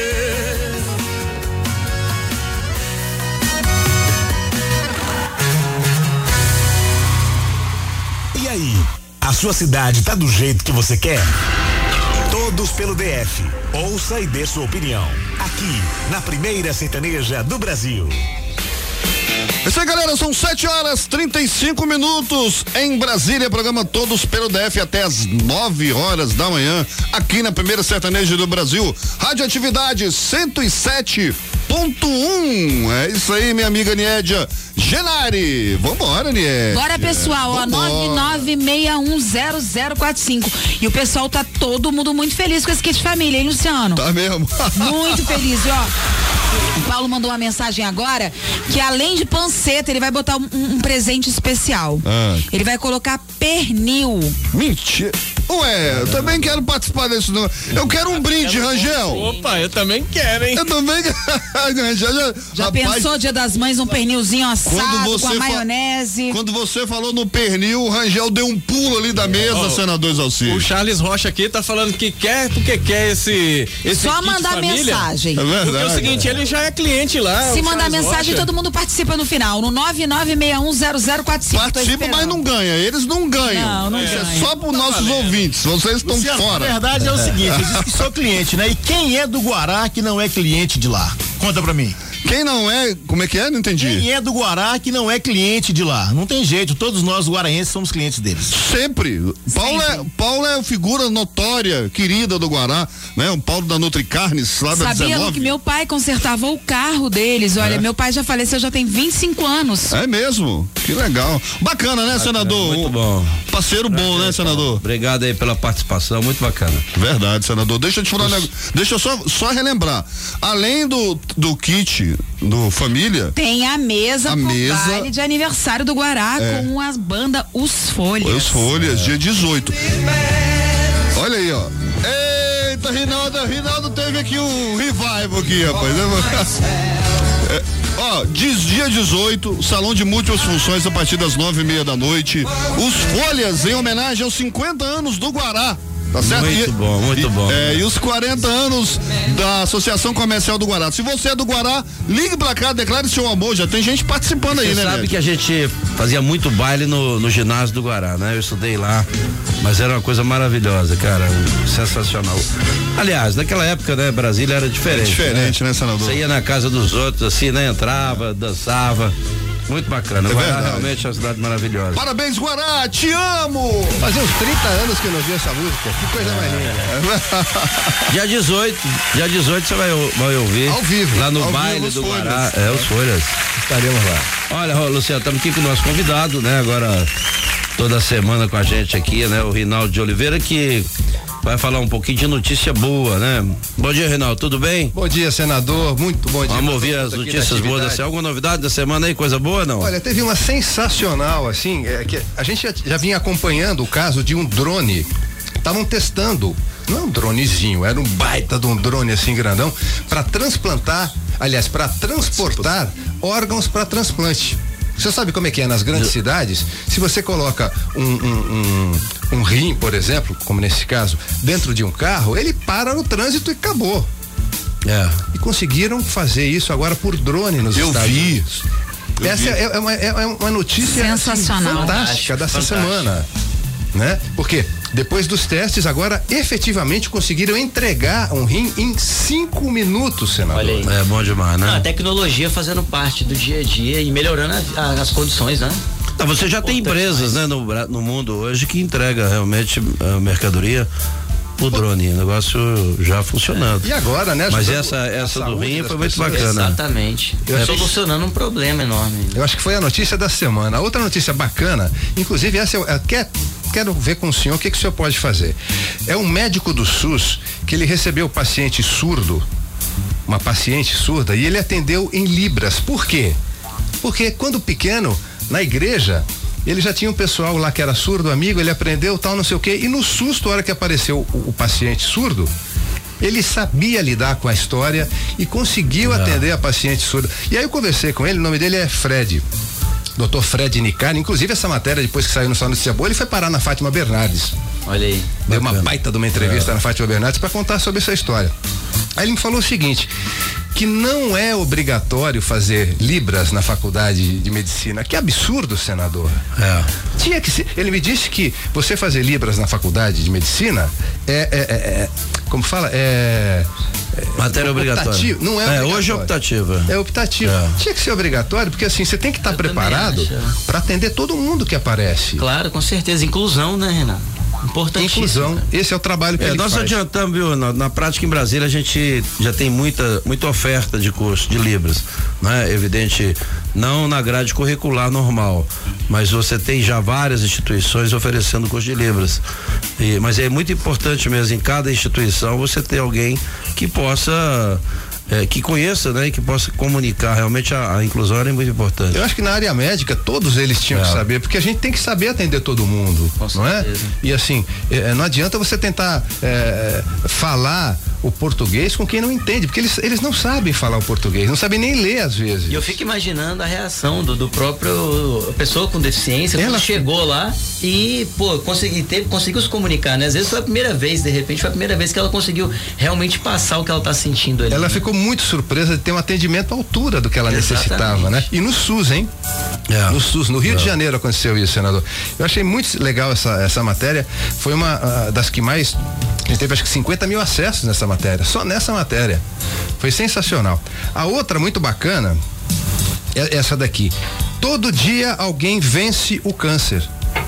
E aí, a sua cidade tá do jeito que você quer? Todos pelo DF. Ouça e dê sua opinião. Aqui, na primeira sertaneja do Brasil. É isso aí, galera, são 7h35 em Brasília, programa Todos pelo DF até as 9h da manhã, aqui na primeira sertaneja do Brasil, Radioatividade 107.1. É isso aí, minha amiga Niédia Genari. Vambora, Niédia. Bora, pessoal, ó, 99610045. E o pessoal tá todo mundo muito feliz com esse kit família, hein, Luciano? Tá mesmo? Muito feliz, ó. O Paulo mandou uma mensagem agora que além de panceta, ele vai botar um presente especial. Ele vai colocar pernil. Mentira. Ué, eu também quero participar disso. Eu quero um brinde, Rangel. Opa, eu também quero, hein? Eu também quero. Já rapaz, pensou Dia das Mães, um pernilzinho assado com a maionese? Quando você falou no pernil, o Rangel deu um pulo ali da mesa, senador Zalcir. O Charles Rocha aqui tá falando que quer, porque quer esse só mandar família. Mensagem. É verdade. Porque é o seguinte, ele já é cliente lá. Se mandar mensagem, todo mundo participa no final, no 99610045. Participa, mas não ganha. Eles não ganham. Não Isso ganha. é só pros nossos ouvintes. Vocês estão fora. A verdade é o seguinte, eu disse que sou cliente, né? E quem é do Guará que não é cliente de lá? Conta pra mim. Quem não é, como é que é? Não entendi. Quem é do Guará que não é cliente de lá? Não tem jeito, todos nós guaraenses somos clientes deles. Sempre. Paulo é figura notória, querida do Guará, né? O Paulo da Nutricarnes, lá da 19. Sabia que meu pai consertava o carro deles, olha, meu pai já faleceu, já tem 25 anos. É mesmo? Que legal. Bacana, né, senador? Muito bom. Parceiro bom, né, senador? Obrigado aí pela participação, muito bacana. Verdade, senador. Deixa eu te falar um negócio. Deixa eu só relembrar. Além do kit do família, tem a mesa pro baile de aniversário do Guará com a banda Os Folhas. Os Folhas, dia 18. Olha aí, ó. Eita, Rinaldo teve aqui um revival aqui, rapaz. Ó, dia 18, salão de múltiplas funções a partir das 9h30 da noite. Os Folhas em homenagem aos 50 anos do Guará. Tá certo? Muito bom. E os 40 anos da Associação Comercial do Guará. Se você é do Guará, ligue pra cá, declare seu amor. Já tem gente participando aí, né? Você sabe que a gente fazia muito baile no ginásio do Guará, né? Eu estudei lá, mas era uma coisa maravilhosa, cara, sensacional. Aliás, naquela época, né, Brasília era diferente. Diferente, né, senador? Você ia na casa dos outros, assim, né? Entrava, dançava. Muito bacana. Guará realmente é uma cidade maravilhosa. Parabéns, Guará, te amo! Fazia uns 30 anos que eu não vi essa música. Que coisa mais linda. Dia 18 você vai ouvir. Ao vivo. Lá no baile do Guará. Os Folhas. Estaremos lá. Olha, Luciano, estamos aqui com o nosso convidado, né? Agora, toda semana com a gente aqui, né? O Rinaldo de Oliveira, que vai falar um pouquinho de notícia boa, né? Bom dia, Rinaldo, tudo bem? Bom dia, senador, muito bom dia. Vamos ouvir as notícias boas. Alguma novidade da semana aí, coisa boa, não? Olha, teve uma sensacional, assim, que a gente já vinha acompanhando o caso de um drone. Estavam testando, não é um dronezinho, era um baita de um drone assim grandão, para transportar órgãos para transplante. Você sabe como é que é nas grandes cidades? Se você coloca um rim, por exemplo, como nesse caso, dentro de um carro, ele para no trânsito e acabou. E conseguiram fazer isso agora por drone nos Estados Unidos. Essa é uma notícia sensacional, assim, fantástica dessa semana, né? Porque depois dos testes, agora efetivamente conseguiram entregar um rim em 5 minutos, senador. Olha aí. É bom demais, né? A tecnologia fazendo parte do dia a dia e melhorando as condições, né? Você já tem empresas, né, no mundo hoje que entrega realmente a mercadoria o drone, o negócio já funcionando. E agora, né? Mas essa do rim foi muito bacana. Exatamente. Solucionando um problema enorme. Eu acho que foi a notícia da semana. A outra notícia bacana, inclusive essa quero ver com o senhor o que o senhor pode fazer. É um médico do SUS que ele recebeu paciente surdo, uma paciente surda, e ele atendeu em libras. Por quê? Porque quando pequeno, na igreja, ele já tinha um pessoal lá que era surdo, amigo, ele aprendeu tal, não sei o quê, e no susto, a hora que apareceu o paciente surdo, ele sabia lidar com a história e conseguiu atender a paciente surda. E aí eu conversei com ele, o nome dele é Fred, Dr. Fred Nicari. Inclusive essa matéria, depois que saiu no Só Notícia Boa, ele foi parar na Fátima Bernardes. Olha aí. Deu uma baita de uma entrevista na Fátima Bernardes para contar sobre essa história. Aí ele me falou o seguinte, que não é obrigatório fazer libras na faculdade de medicina. Que absurdo, senador. Tinha que ser. Ele me disse que você fazer libras na faculdade de medicina como fala? Matéria obrigatória. Não é obrigatório. Hoje é optativa. É optativo. Tinha que ser obrigatório, porque assim, você tem que estar preparado para atender todo mundo que aparece. Claro, com certeza. Inclusão, né, Renato? Importantíssimo. Inclusão, esse é o trabalho que ele nós faz. Adiantamos, viu? Na prática em Brasília a gente já tem muita oferta de curso de libras, né? Evidente, não na grade curricular normal, mas você tem já várias instituições oferecendo curso de libras, mas é muito importante mesmo em cada instituição você ter alguém que possa que conheça, né, e que possa comunicar. Realmente a inclusão é muito importante. Eu acho que na área médica todos eles tinham que saber, porque a gente tem que saber atender todo mundo, não é? E assim, não adianta você tentar falar o português com quem não entende, porque eles não sabem falar o português, não sabem nem ler às vezes. E eu fico imaginando a reação do próprio pessoa com deficiência, quando chegou lá e, conseguiu se comunicar, né? Às vezes foi a primeira vez, de repente foi a primeira vez que ela conseguiu realmente passar o que ela tá sentindo ali. Ela ficou muito surpresa de ter um atendimento à altura do que ela necessitava, né? E no SUS, hein? No SUS, no Rio de Janeiro aconteceu isso, senador. Eu achei muito legal essa matéria, foi uma das que mais, a gente teve acho que 50 mil acessos nessa matéria, só nessa matéria. Foi sensacional. A outra muito bacana é essa daqui. Todo dia alguém vence o câncer.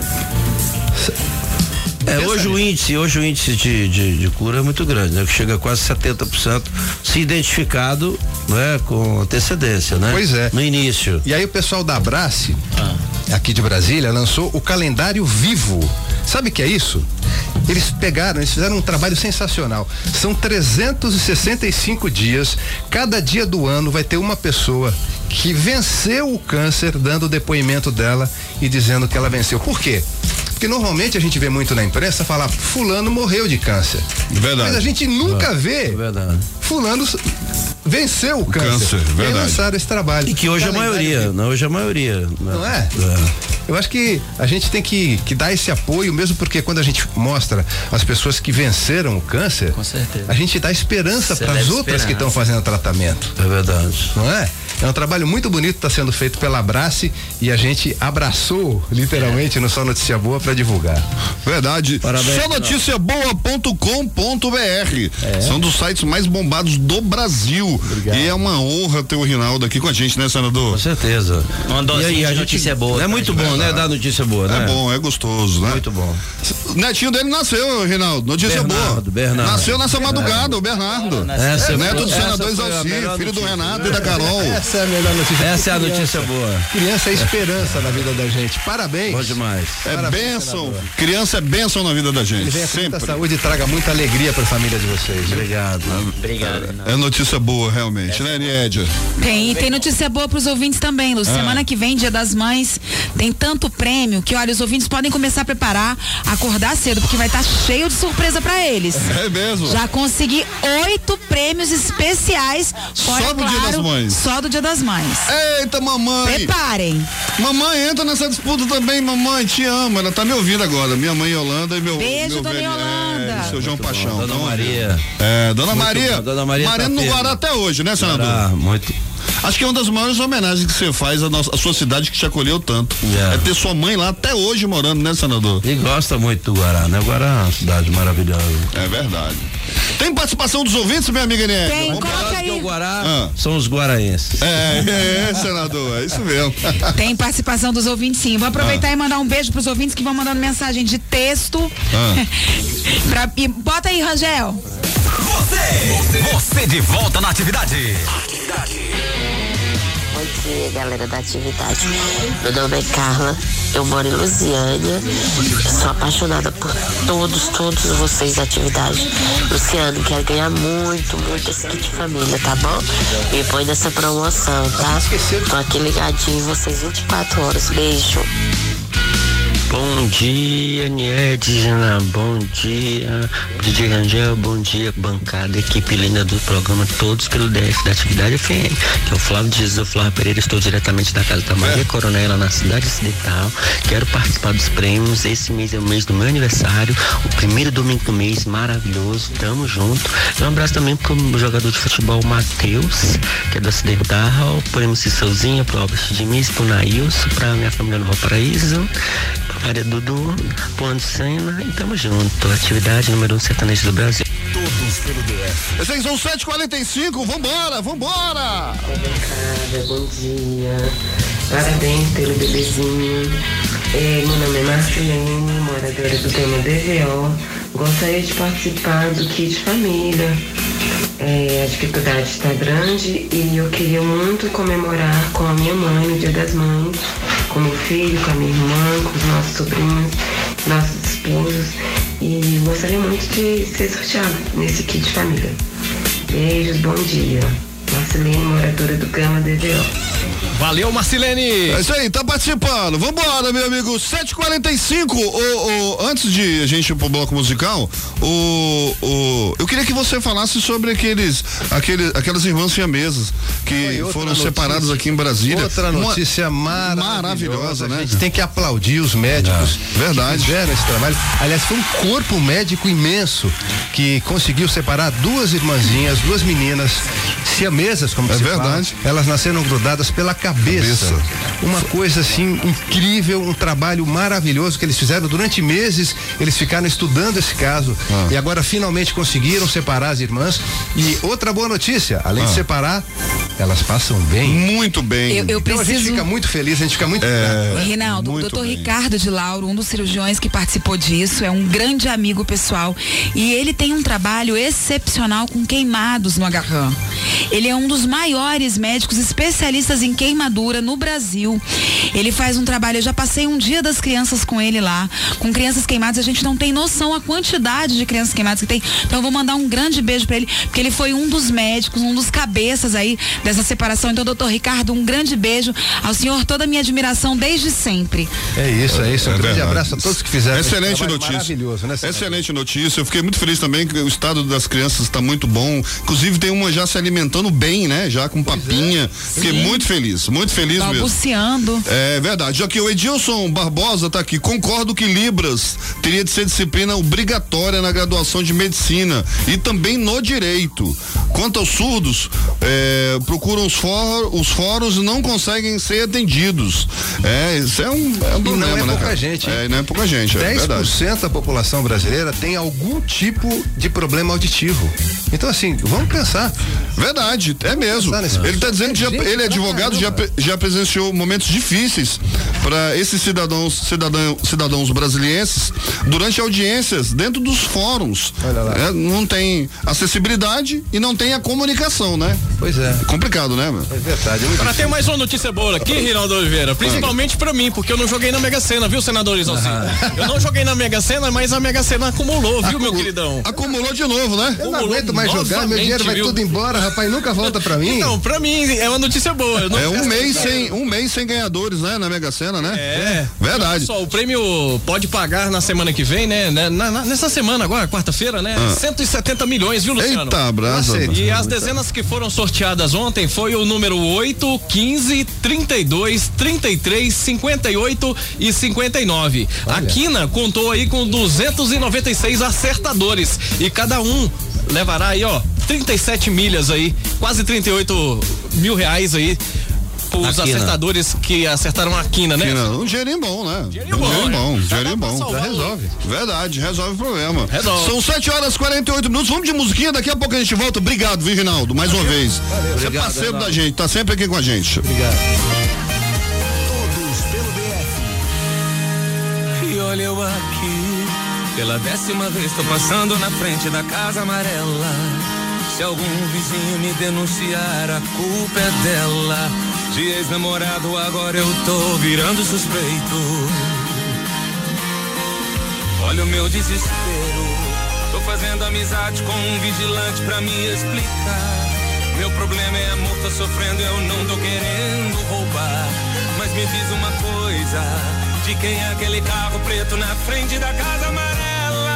Hoje o índice de cura é muito grande, né? Que chega a quase 70% se identificado, né, com antecedência, né? Pois é. No início. E aí o pessoal da Abrace, aqui de Brasília, lançou o calendário vivo. Sabe o que é isso? Eles fizeram um trabalho sensacional. São 365 dias, cada dia do ano vai ter uma pessoa que venceu o câncer, dando o depoimento dela e dizendo que ela venceu. Por quê? Porque normalmente a gente vê muito na imprensa falar fulano morreu de câncer. Verdade. Mas a gente nunca vê fulano venceu o câncer. Verdade. Lançaram esse trabalho. E que hoje hoje é a maioria. Não é? Eu acho que a gente tem que dar esse apoio, mesmo porque quando a gente mostra as pessoas que venceram o câncer, com certeza, a gente dá esperança para as outras que estão fazendo tratamento. É verdade. Não é? É um trabalho muito bonito que está sendo feito pela Abrace e a gente abraçou literalmente no Só Notícia Boa para divulgar. Verdade. Parabéns. Sonoticiaboa.com.br. São dos sites mais bombados do Brasil. Obrigado. E é uma honra ter o Rinaldo aqui com a gente, né, senador? Com certeza. Uma dosinha de notícia boa. É muito bom, né? Dar notícia boa, né? É bom, é gostoso, né? Muito bom. O netinho dele nasceu, Rinaldo. Notícia boa. Bernardo. Nasceu nessa madrugada, o Bernardo. Neto do senador Exalci, filho do Renato e da Carol. Essa é a melhor notícia. Essa é a notícia boa. Criança é esperança na vida da gente. Parabéns. Bom demais. É bênção. Criança é bênção na vida da gente. Ele venha com muita sempre. saúde e traga muita alegria para a família de vocês. Obrigado. É notícia boa, realmente, né, Niédia? Tem notícia boa pros ouvintes também, Lu. Semana que vem, Dia das Mães, tem tanto prêmio que, olha, os ouvintes podem começar a preparar, acordar cedo, porque vai estar cheio de surpresa pra eles. É mesmo? Já consegui 8 prêmios especiais. Fora, Só do Dia das Mães? Só do Dia das Mães. Eita, mamãe! Preparem. Mamãe entra nessa disputa também, mamãe, te amo. Ela tá me ouvindo agora. Minha mãe Yolanda e meu Beijo, meu dona velho, Yolanda. seu João Paixão. Dona Maria. Dona Maria. Dona Maria Mariano no Guará até hoje, né, senador? Muito. Acho que é uma das maiores homenagens que você faz à sua cidade que te acolheu tanto. É ter sua mãe lá até hoje morando, né, senador? E gosta muito do Guará, né? O Guará é uma cidade maravilhosa. É verdade. Tem participação dos ouvintes, minha amiga Niel? Tem, coloca aí. O Guará são os guaraenses. Senador, é isso mesmo. Tem participação dos ouvintes, sim. Vou aproveitar e mandar um beijo pros ouvintes que vão mandando mensagem de texto. Bota aí, Rangel. Você de volta na atividade. Bom dia, galera da atividade. Meu nome é Carla, eu moro em Lusiânia. Sou apaixonada por todos vocês da atividade. Luciano, quero ganhar muito esse kit família, tá bom? Me põe nessa promoção, tá? Tô aqui ligadinho em vocês 24 horas. Beijo. Bom dia, Niedna, bom dia, DJ Rangel, bom dia, bancada, equipe linda do programa, todos pelo DF da Atividade FM, que é o Flávio de Jesus, Flávio Pereira, estou diretamente da casa da Maria Coronela, na cidade ocidental, quero participar dos prêmios, esse mês é o mês do meu aniversário, o primeiro domingo do mês, maravilhoso, tamo junto, um abraço também pro jogador de futebol Matheus, que é da Ocidental, pro MC Souzinha, pro Albert Diniz, pro Nailson, pra minha família no Valparaíso, Área Dudu, Ponte Sena e tamo junto. Atividade número 1 sertanejo do Brasil. Todos pelo DF. Vocês são 7h45, vambora! Bom dia, parabéns pelo bebezinho. Meu nome é Marcelene, moradora do Gama DVO. Gostaria de participar do Kit Família. A dificuldade está grande e eu queria muito comemorar com a minha mãe no Dia das Mães, com meu filho, com a minha irmã, com os nossos sobrinhos, nossos esposos, e gostaria muito de ser sorteado nesse Kit Família. Beijos, bom dia. Marcelene, moradora do Gama DVO. Valeu, Marcelene. É isso aí, tá participando. Vambora, meu amigo. 7h45. Antes de a gente ir pro bloco musical, eu queria que você falasse sobre aquelas irmãs siamesas que foram separadas aqui em Brasília. Outra notícia maravilhosa, né? A gente tem que aplaudir os médicos. Verdade. Que fizeram esse trabalho. Aliás, foi um corpo médico imenso que conseguiu separar duas irmãzinhas, duas meninas siamesas, como se fala. Elas nasceram grudadas pela cabeça. Uma coisa assim incrível, um trabalho maravilhoso que eles fizeram durante meses. Eles ficaram estudando esse caso e agora finalmente conseguiram separar as irmãs. E outra boa notícia, além de separar, elas passam bem. Muito bem. Eu então a gente fica muito feliz, a gente fica muito grato. Rinaldo, o doutor Ricardo de Lauro, um dos cirurgiões que participou disso, é um grande amigo pessoal e ele tem um trabalho excepcional com queimados no agarrão. Ele é um dos maiores médicos especialistas em queimadura no Brasil. Ele faz um trabalho, eu já passei um dia das crianças com ele lá, com crianças queimadas, a gente não tem noção a quantidade de crianças queimadas que tem, então eu vou mandar um grande beijo pra ele, porque ele foi um dos médicos, um dos cabeças aí dessa separação. Então, doutor Ricardo, um grande beijo ao senhor, toda a minha admiração desde sempre. É isso, um grande abraço a todos que fizeram excelente esse notícia. Maravilhoso, né? Excelente notícia, eu fiquei muito feliz também que o estado das crianças está muito bom, inclusive tem uma já se alimentando bem, né? Já com papinha, fiquei muito feliz mesmo. Balbuciando. É verdade, já que o Edilson Barbosa tá aqui, concordo que Libras teria de ser disciplina obrigatória na graduação de medicina e também no direito. Quanto aos surdos, procuram os fóruns e não conseguem ser atendidos. Isso é um problema, não é né, pouca gente. Não é pouca gente, 10% da população brasileira tem algum tipo de problema auditivo. Então, assim, vamos pensar. Verdade, é mesmo. Ele está dizendo que ele é advogado, já presenciou momentos difíceis para esses cidadãos brasilienses durante audiências dentro dos fóruns. Não tem acessibilidade e não tem a comunicação, né? Pois é. Complicado, né, meu? É verdade. Agora tem mais uma notícia boa aqui, Rinaldo Oliveira, principalmente pra mim, porque eu não joguei na Mega Sena, viu, senador Isalcinho? Eu não joguei na Mega Sena, mas a Mega Sena acumulou, viu, meu queridão? Acumulou de novo, né? Eu não aguento mais jogar, meu dinheiro vai tudo embora, rapaz, nunca volta pra mim. Não, pra mim é uma notícia boa. É um mês sem ganhadores, né, na Mega Sena, né? Verdade. Só, o prêmio pode pagar na semana que vem, né? Nessa semana agora, quarta-feira, né? 170 milhões, viu, Luciano? Eita, brasa. E as dezenas que foram sorteadas ontem foi o número 8, 15, 32, 33, 58 e 59. Olha. A Quina contou aí com 296 acertadores e cada um levará aí, 37 milhas aí, quase 38 mil reais aí os acertadores que acertaram a quina, né? Um dinheirinho bom, né? Dinheirinho bom. Já resolve. Verdade, resolve o problema. Resolve. São 7h48. Vamos de musiquinha, daqui a pouco a gente volta. Obrigado, Virginaldo, mais uma vez. Você é parceiro da gente, tá sempre aqui com a gente. Obrigado. Todos pelo DF. E olha eu aqui, pela 10ª vez tô passando na frente da Casa Amarela. Se algum vizinho me denunciar, a culpa é dela. De ex-namorado agora eu tô virando suspeito. Olha o meu desespero, tô fazendo amizade com um vigilante pra me explicar. Meu problema é amor, tô sofrendo, eu não tô querendo roubar. Mas me diz uma coisa, de quem é aquele carro preto na frente da Casa Amarela?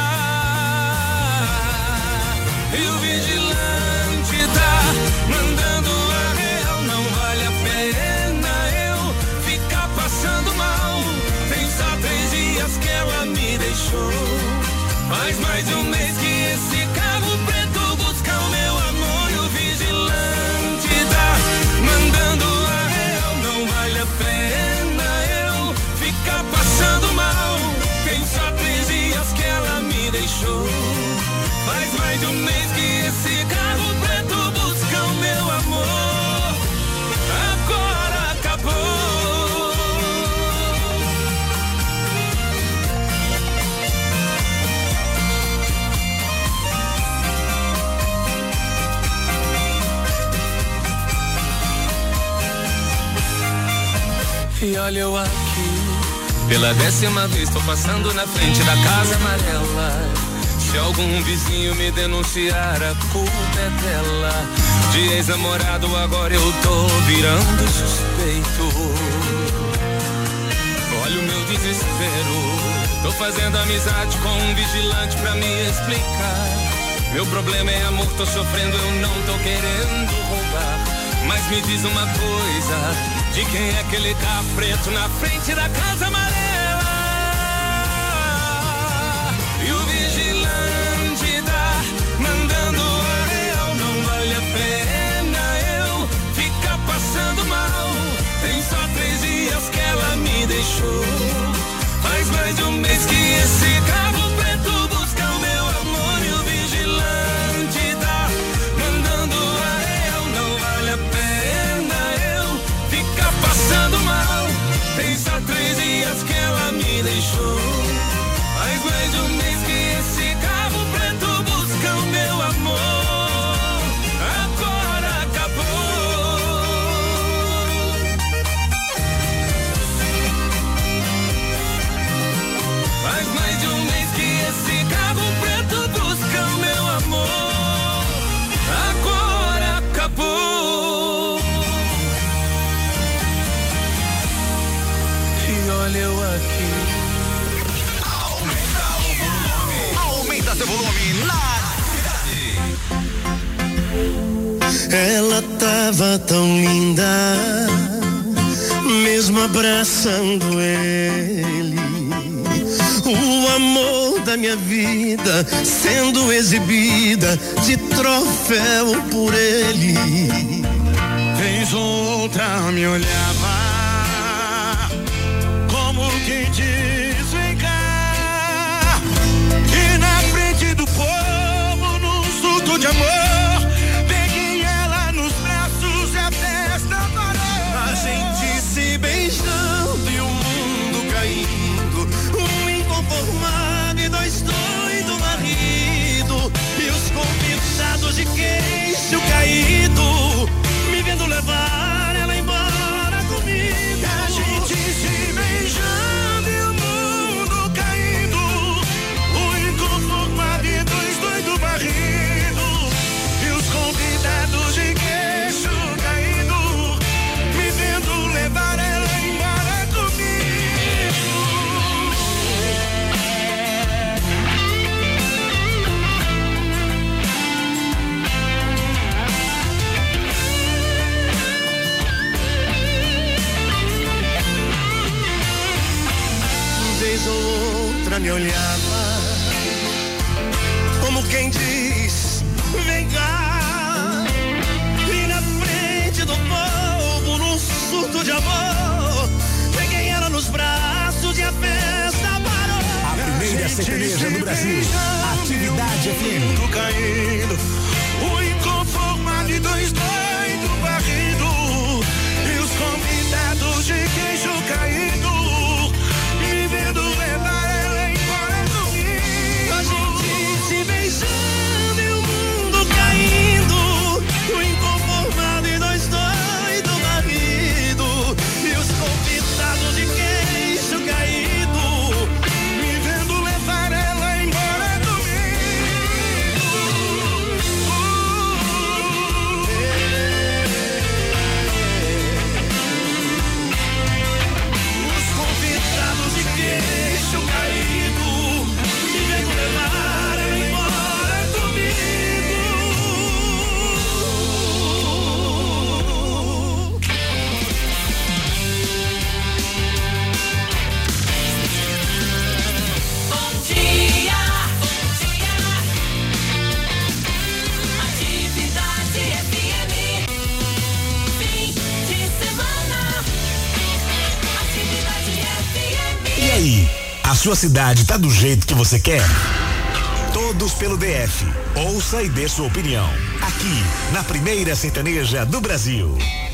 E o vigilante tá mandando a real, não vale a pena eu ficar passando mal. Tem só 3 dias que ela me deixou, faz mais de um mês que esse carro preto busca o meu amor. E o vigilante tá mandando a real, não vale a pena eu ficar passando mal. Tem só 3 dias que ela me deixou, faz mais de um mês que esse carro preto busca o meu amor. Agora acabou. E olha eu aqui, pela 10ª vez tô passando na frente da Casa Amarela. Se algum vizinho me denunciar, a culpa é dela. De ex-namorado agora eu tô virando suspeito. Olha o meu desespero, tô fazendo amizade com um vigilante pra me explicar. Meu problema é amor, tô sofrendo, eu não tô querendo roubar. Mas me diz uma coisa, de quem é aquele carro preto na frente da Casa Amarela? E o vigilante tá mandando a real, não vale a pena eu ficar passando mal. Tem só 3 dias que ela me deixou, faz mais de um mês que esse carro preto busca o meu amor. E o vigilante tá mandando a real, não vale a pena eu ficar passando mal. Tem só 3 dias que ela me deixou, faz mais de um mês que esse carro preto busca o meu amor. Agora acabou. Faz mais de um mês que esse carro preto busca o meu amor. Agora acabou. E olha eu aqui. Aumenta seu volume na Ela tava tão linda, mesmo abraçando ele. O amor da minha vida sendo exibida de troféu por ele. Vez ou outra me olhava como quem diz vem cá. E na frente do povo, num surto de amor, peguei ela nos braços e a festa parou. A gente se beijando e o mundo caindo, um inconformado e 2 doido marido. E os convidados de queixo caído, me vendo levar ela embora comigo. A gente se beijando e o mundo caindo, um inconformado e 2 doido marido. E os convidados de queixo caído, me vendo levar ela embora comigo. amor. Peguei ela nos braços e a festa parou. A primeira sertaneja do Brasil, Atividade FM. Caindo, o inconformado e dois doidos varridos. E os convidados de queixo caído, me vendo levar ela embora comigo. A gente se beijando e o mundo caindo. O inconformado e dois doidos varridos. E os convidados de queixo caído, me vendo levar ela embora comigo. Os convidados de queixo caído, me vendo levar ela embora comigo. Bom dia, Atividade FM. Fim de semana. Atividade FM. E aí, a sua cidade tá do jeito que você quer? Todos pelo DF. Ouça e dê sua opinião. Aqui, na primeira sertaneja do Brasil.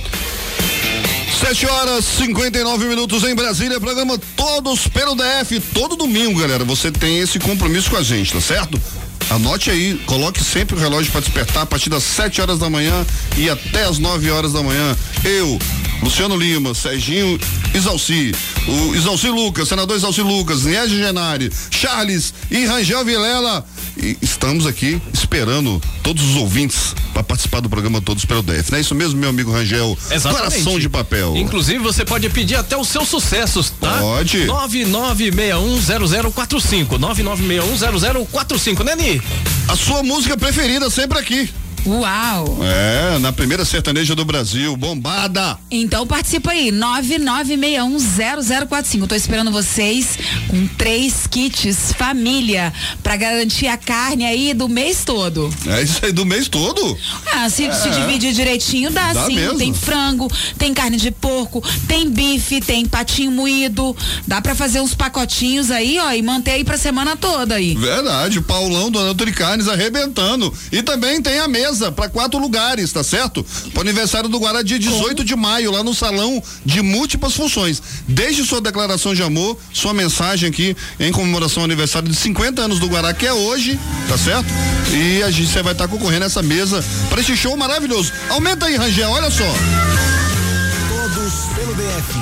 7h59 em Brasília, programa Todos pelo DF, todo domingo, galera, você tem esse compromisso com a gente, tá certo? Anote aí, coloque sempre o relógio para despertar a partir das 7 horas da manhã e até as 9 horas da manhã. Eu, Luciano Lima, Serginho Isalci, o Isalci Lucas, senador Isalci Lucas, Niege Genari, Charles e Rangel Vilela. E estamos aqui esperando todos os ouvintes para participar do programa Todos pelo DF. Não é isso mesmo, meu amigo Rangel? Exatamente. Coração de papel. Inclusive, você pode pedir até os seus sucessos, tá? Pode. 99610045. 99610045, né, Ni? A sua música preferida sempre aqui. Uau! É, na primeira sertaneja do Brasil, bombada! Então participa aí, 99610045. Tô esperando vocês com 3 kits família pra garantir a carne aí do mês todo. É isso aí, do mês todo? Ah, se dividir direitinho, dá sim. Mesmo. Tem frango, tem carne de porco, tem bife, tem patinho moído. Dá pra fazer uns pacotinhos aí, ó, e manter aí pra semana toda aí. Verdade, o Paulão do Nutricarnes arrebentando. E também tem a mesa para 4 lugares, tá certo? Pro aniversário do Guará, dia 18 de maio, lá no salão de múltiplas funções. Desde sua declaração de amor, sua mensagem aqui em comemoração ao aniversário de 50 anos do Guará, que é hoje, tá certo? E a gente vai estar concorrendo a essa mesa para esse show maravilhoso. Aumenta aí, Rangel, olha só. Todos pelo DF.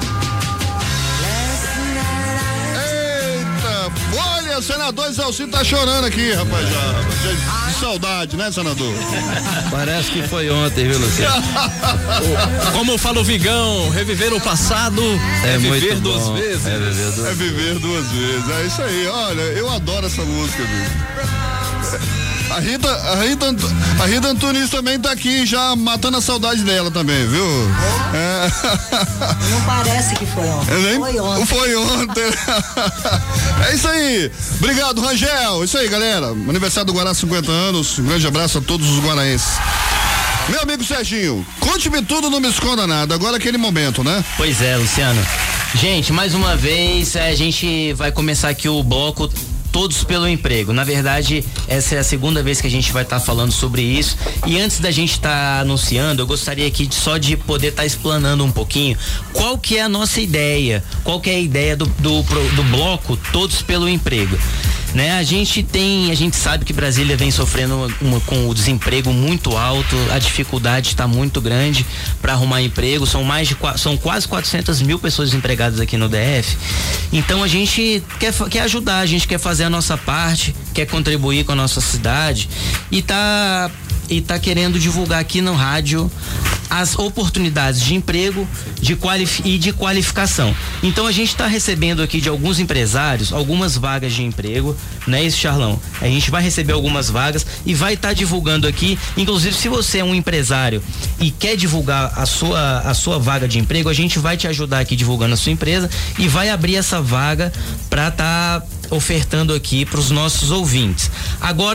Olha, o senador Isalci tá chorando aqui, rapaziada. De saudade, né, senador? Parece que foi ontem, viu, Luciano? Como fala o Vigão, reviver o passado é viver duas vezes. É viver duas vezes. É isso aí, olha, eu adoro essa música, viu? A Rita Antunes também tá aqui já matando a saudade dela também, viu? É. Não parece que foi ontem. Foi ontem. Foi ontem. É isso aí. Obrigado, Rangel. Isso aí, galera. Aniversário do Guará, 50 anos. Um grande abraço a todos os guaraenses. Meu amigo Serginho, conte-me tudo, não me esconda nada. Agora é aquele momento, né? Pois é, Luciano. Gente, mais uma vez, a gente vai começar aqui o bloco Todos pelo Emprego. Na verdade, essa é a segunda vez que a gente vai estar falando sobre isso. E antes da gente estar anunciando, eu gostaria aqui só de poder estar explanando um pouquinho qual que é a nossa ideia, qual que é a ideia do bloco Todos pelo Emprego. Né? A gente sabe que Brasília vem sofrendo com o desemprego muito alto, a dificuldade está muito grande para arrumar emprego, são quase 400 mil pessoas desempregadas aqui no DF. Então a gente quer ajudar, a gente quer fazer a nossa parte, quer contribuir com a nossa cidade e tá querendo divulgar aqui no rádio as oportunidades de emprego e de qualificação. Então a gente está recebendo aqui de alguns empresários algumas vagas de emprego, não é isso, Charlão? A gente vai receber algumas vagas e vai estar divulgando aqui. Inclusive, se você é um empresário e quer divulgar a sua vaga de emprego, a gente vai te ajudar aqui divulgando a sua empresa e vai abrir essa vaga para estar ofertando aqui para os nossos ouvintes. Agora,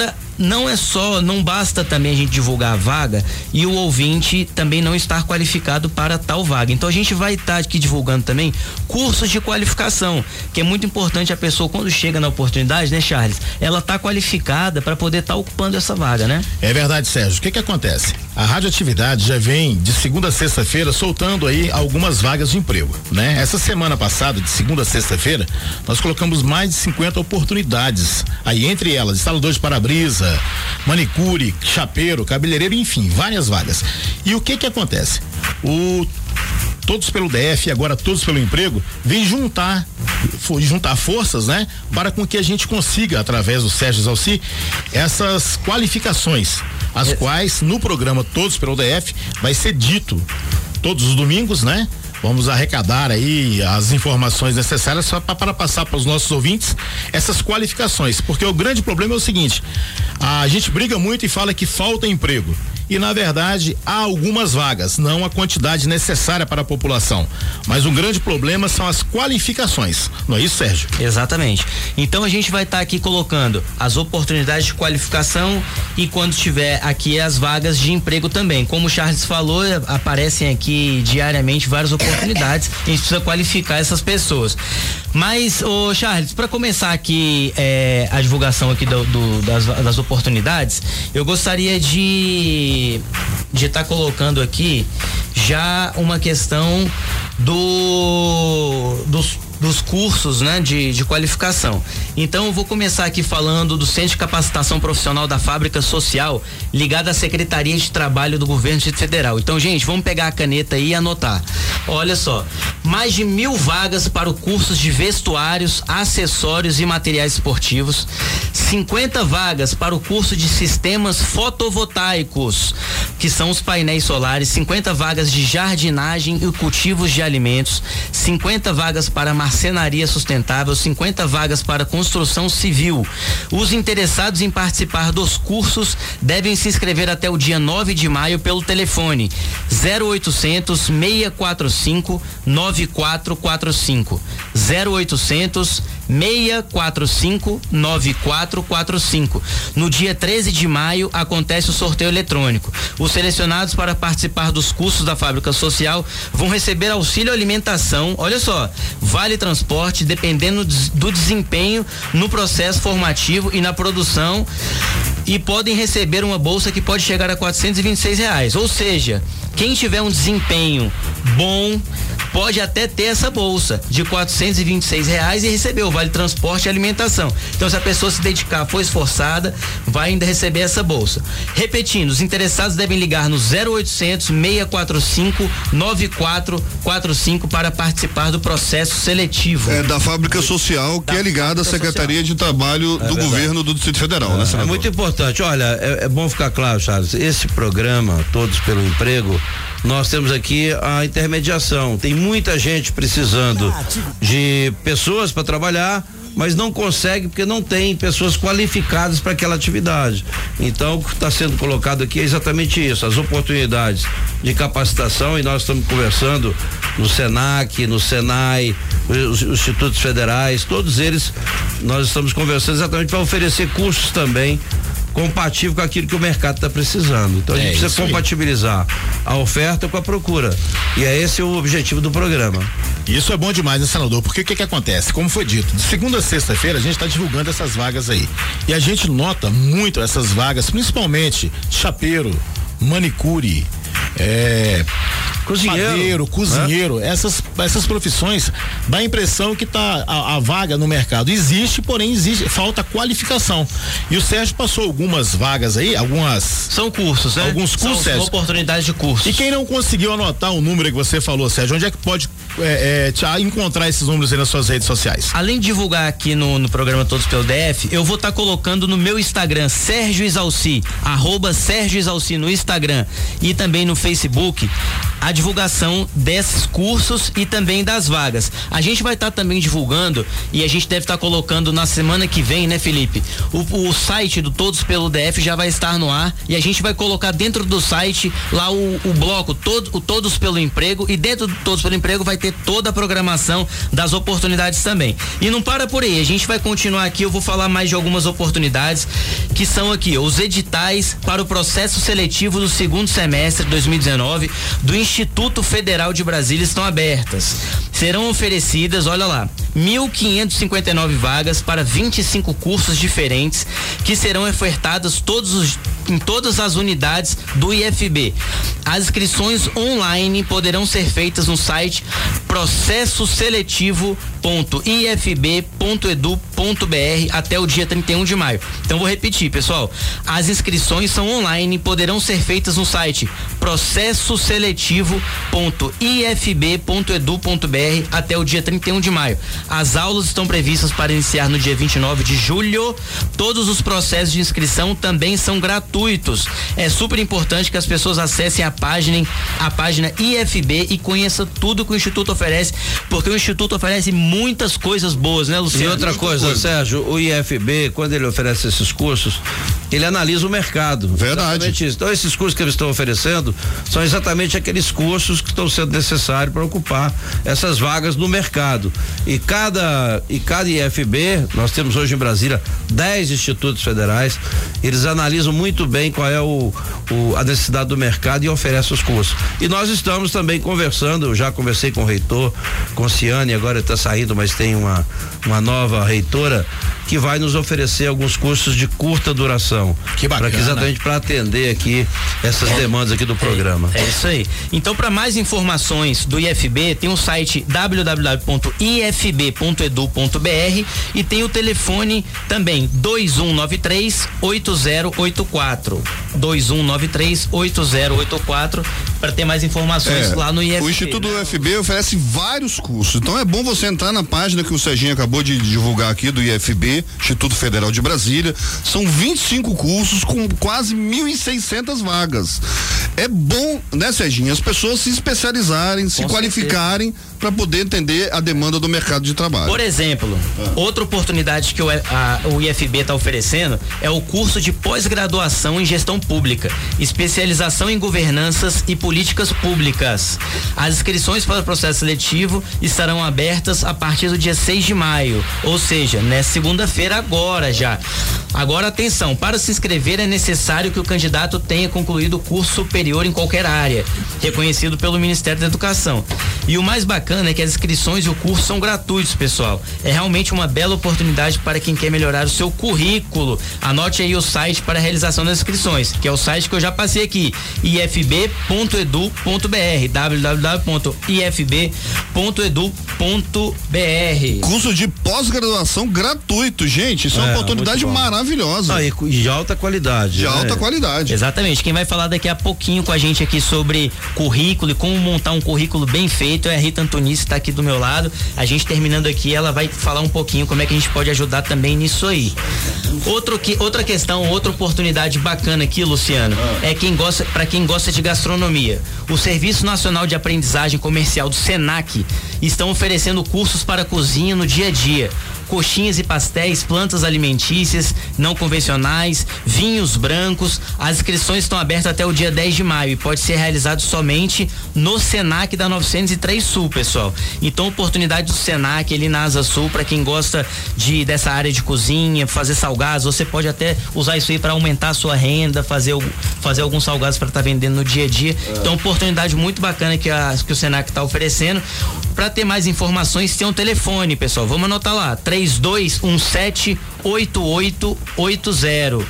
não basta também a gente divulgar a vaga e o ouvinte também não estar qualificado para tal vaga. Então a gente vai estar aqui divulgando também cursos de qualificação, que é muito importante a pessoa quando chega na oportunidade, né, Charles? Ela tá qualificada para poder estar ocupando essa vaga, né? É verdade, Sérgio. O que acontece? A Radioatividade já vem de segunda a sexta-feira soltando aí algumas vagas de emprego, né? Essa semana passada, de segunda a sexta-feira, nós colocamos mais de 50 oportunidades. Aí entre elas, instalador de para-brisa, manicure, chapeiro, cabeleireiro, enfim, várias vagas. E o que acontece? Todos pelo DF, agora Todos pelo Emprego, vem juntar forças, né? Para com que a gente consiga, através do Sérgio Zalci, essas qualificações, as quais no programa Todos pelo DF vai ser dito todos os domingos, né? Vamos arrecadar aí as informações necessárias para passar para os nossos ouvintes essas qualificações, porque o grande problema é o seguinte: a gente briga muito e fala que falta emprego. E na verdade há algumas vagas, não a quantidade necessária para a população, mas um grande problema são as qualificações, não é isso, Sérgio? Exatamente. Então a gente vai estar aqui colocando as oportunidades de qualificação e quando tiver aqui as vagas de emprego também. Como o Charles falou, aparecem aqui diariamente várias oportunidades, a gente precisa qualificar essas pessoas. Mas, ô Charles, para começar aqui a divulgação aqui das oportunidades, eu gostaria de estar colocando aqui já uma questão dos cursos, né, de qualificação. Então eu vou começar aqui falando do Centro de Capacitação Profissional da Fábrica Social, ligado à Secretaria de Trabalho do Governo do Distrito Federal. Então, gente, vamos pegar a caneta aí e anotar. Olha só, mais de 1.000 vagas para o curso de vestuários, acessórios e materiais esportivos, 50 vagas para o curso de sistemas fotovoltaicos, que são os painéis solares, 50 vagas de jardinagem e cultivos de alimentos, 50 vagas para marcenaria sustentável, 50 vagas para construção civil. Os interessados em participar dos cursos devem se inscrever até o dia 9 de maio pelo telefone 0800 645 9445 0800 645 9445. No dia 13 de maio acontece o sorteio eletrônico. Os selecionados para participar dos cursos da Fábrica Social vão receber auxílio alimentação, olha só, vale transporte, dependendo do desempenho no processo formativo e na produção, e podem receber uma bolsa que pode chegar a R$426. Ou seja, quem tiver um desempenho bom pode até ter essa bolsa de R$426 e receber o vale transporte e alimentação. Então, se a pessoa se dedicar, for esforçada, vai ainda receber essa bolsa. Repetindo, os interessados devem ligar no 0800 645 9445 para participar do processo seletivo. É da Fábrica Social, que é ligada à Secretaria de Trabalho do Governo do Distrito Federal, né, senador? É muito importante. Olha, é bom ficar claro, Charles, esse programa, Todos pelo Emprego, nós temos aqui a intermediação. Tem muita gente precisando de pessoas para trabalhar, mas não consegue porque não tem pessoas qualificadas para aquela atividade. Então, o que está sendo colocado aqui é exatamente isso, as oportunidades de capacitação, e nós estamos conversando no Senac, no Senai, os institutos federais, todos eles, nós estamos conversando exatamente para oferecer cursos também compatível com aquilo que o mercado está precisando. Então a gente precisa compatibilizar a oferta com a procura. E esse é o objetivo do programa. Isso é bom demais, né, senador? Porque o que acontece? Como foi dito, de segunda a sexta-feira a gente está divulgando essas vagas aí. E a gente nota muito essas vagas, principalmente chapeiro, manicure, cozinheiro, essas profissões, dá a impressão que a vaga no mercado existe, porém falta qualificação. E o Sérgio passou algumas vagas aí, são cursos, né? Alguns cursos, Sérgio. Oportunidades de cursos. E quem não conseguiu anotar o número que você falou, Sérgio, onde é que pode encontrar esses números aí nas suas redes sociais? Além de divulgar aqui no programa Todos pelo DF, eu vou estar colocando no meu Instagram, Sérgio Zalci, @Sérgio Zalci no Instagram e também no Facebook, a divulgação desses cursos e também das vagas. A gente vai estar também divulgando e a gente deve estar colocando na semana que vem, né, Felipe? O site do Todos pelo DF já vai estar no ar e a gente vai colocar dentro do site lá o bloco Todos pelo Emprego, e dentro do Todos pelo Emprego vai ter toda a programação das oportunidades também. E não para por aí, a gente vai continuar aqui, eu vou falar mais de algumas oportunidades que são aqui, os editais para o processo seletivo do segundo semestre de 2019 do Instituto Federal de Brasília estão abertas. Serão oferecidas, olha lá, 1.559 vagas para 25 cursos diferentes que serão ofertadas em todas as unidades do IFB. As inscrições online poderão ser feitas no site processoseletivo.ifb.edu.br até o dia 31 de maio. Então vou repetir, pessoal. As inscrições são online, poderão ser feitas no site processoseletivo.ifb.edu.br até o dia 31 de maio. As aulas estão previstas para iniciar no dia 29 de julho. Todos os processos de inscrição também são gratuitos. É super importante que as pessoas acessem a página IFB e conheçam tudo que o Instituto oferece, porque o Instituto oferece muitas coisas boas, né, Luciano? E outra coisa, Sérgio, o IFB, quando ele oferece esses cursos, ele analisa o mercado. Verdade. Então, esses cursos que eles estão oferecendo são exatamente aqueles cursos que estão sendo necessários para ocupar essas vagas no mercado. E cada IFB, nós temos hoje em Brasília 10 institutos federais, eles analisam muito bem qual é a necessidade do mercado e oferecem os cursos. E nós estamos também conversando, eu já conversei com o reitor, com Ciane, agora está saindo, mas tem uma nova reitora que vai nos oferecer alguns cursos de curta duração. Que bacana. Exatamente para atender aqui essas demandas aqui do programa. É isso aí. Então, para mais informações do IFB, tem o site www.ifb.edu.br e tem o telefone também 2193-8084. 2193-8084 para ter mais informações lá no IFB. O Instituto do IFB oferece vários cursos, então é bom você entrar na página que o Serginho acabou de divulgar aqui do IFB, Instituto Federal de Brasília. São 25 cursos com quase 1.600 vagas. É bom, né, Serginho, as pessoas se especializarem, se qualificarem para poder entender a demanda do mercado de trabalho. Por exemplo, outra oportunidade que o IFB está oferecendo é o curso de pós-graduação em gestão pública, especialização em governanças e políticas públicas. As inscrições para o processo seletivo estarão abertas a partir do dia 6 de maio, ou seja, nesta segunda-feira agora já. Agora atenção, para se inscrever é necessário que o candidato tenha concluído o curso superior em qualquer área, reconhecido pelo Ministério da Educação. E o mais bacana é que as inscrições e o curso são gratuitos, pessoal. É realmente uma bela oportunidade para quem quer melhorar o seu currículo. Anote aí o site para a realização das inscrições, que é o site que eu já passei aqui, ifb.edu.br, www.ifb.edu.br. Curso de pós-graduação gratuito, gente, isso é uma oportunidade maravilhosa. E de alta qualidade. De alta qualidade. Exatamente, quem vai falar daqui a pouquinho com a gente aqui sobre currículo e como montar um currículo bem feito é a Rita Antonice, está aqui do meu lado. A gente terminando aqui, ela vai falar um pouquinho como é que a gente pode ajudar também nisso aí. Outra questão, outra oportunidade bacana aqui, Luciano, é para quem gosta de gastronomia. O Serviço Nacional de Aprendizagem Comercial do SENAC estão oferecendo cursos para cozinha no dia a dia. Coxinhas e pastéis, plantas alimentícias não convencionais, vinhos brancos. As inscrições estão abertas até o dia 10 de maio e pode ser realizado somente no SENAC da 903 Sul, pessoal. Então, oportunidade do SENAC ali na Asa Sul para quem gosta dessa área de cozinha, fazer salgados. Você pode até usar isso aí para aumentar a sua renda, fazer alguns salgados para estar vendendo no dia a dia. Então, oportunidade muito bacana que o SENAC está oferecendo. Para ter mais informações, tem um telefone, pessoal. Vamos anotar lá: 3217-8880.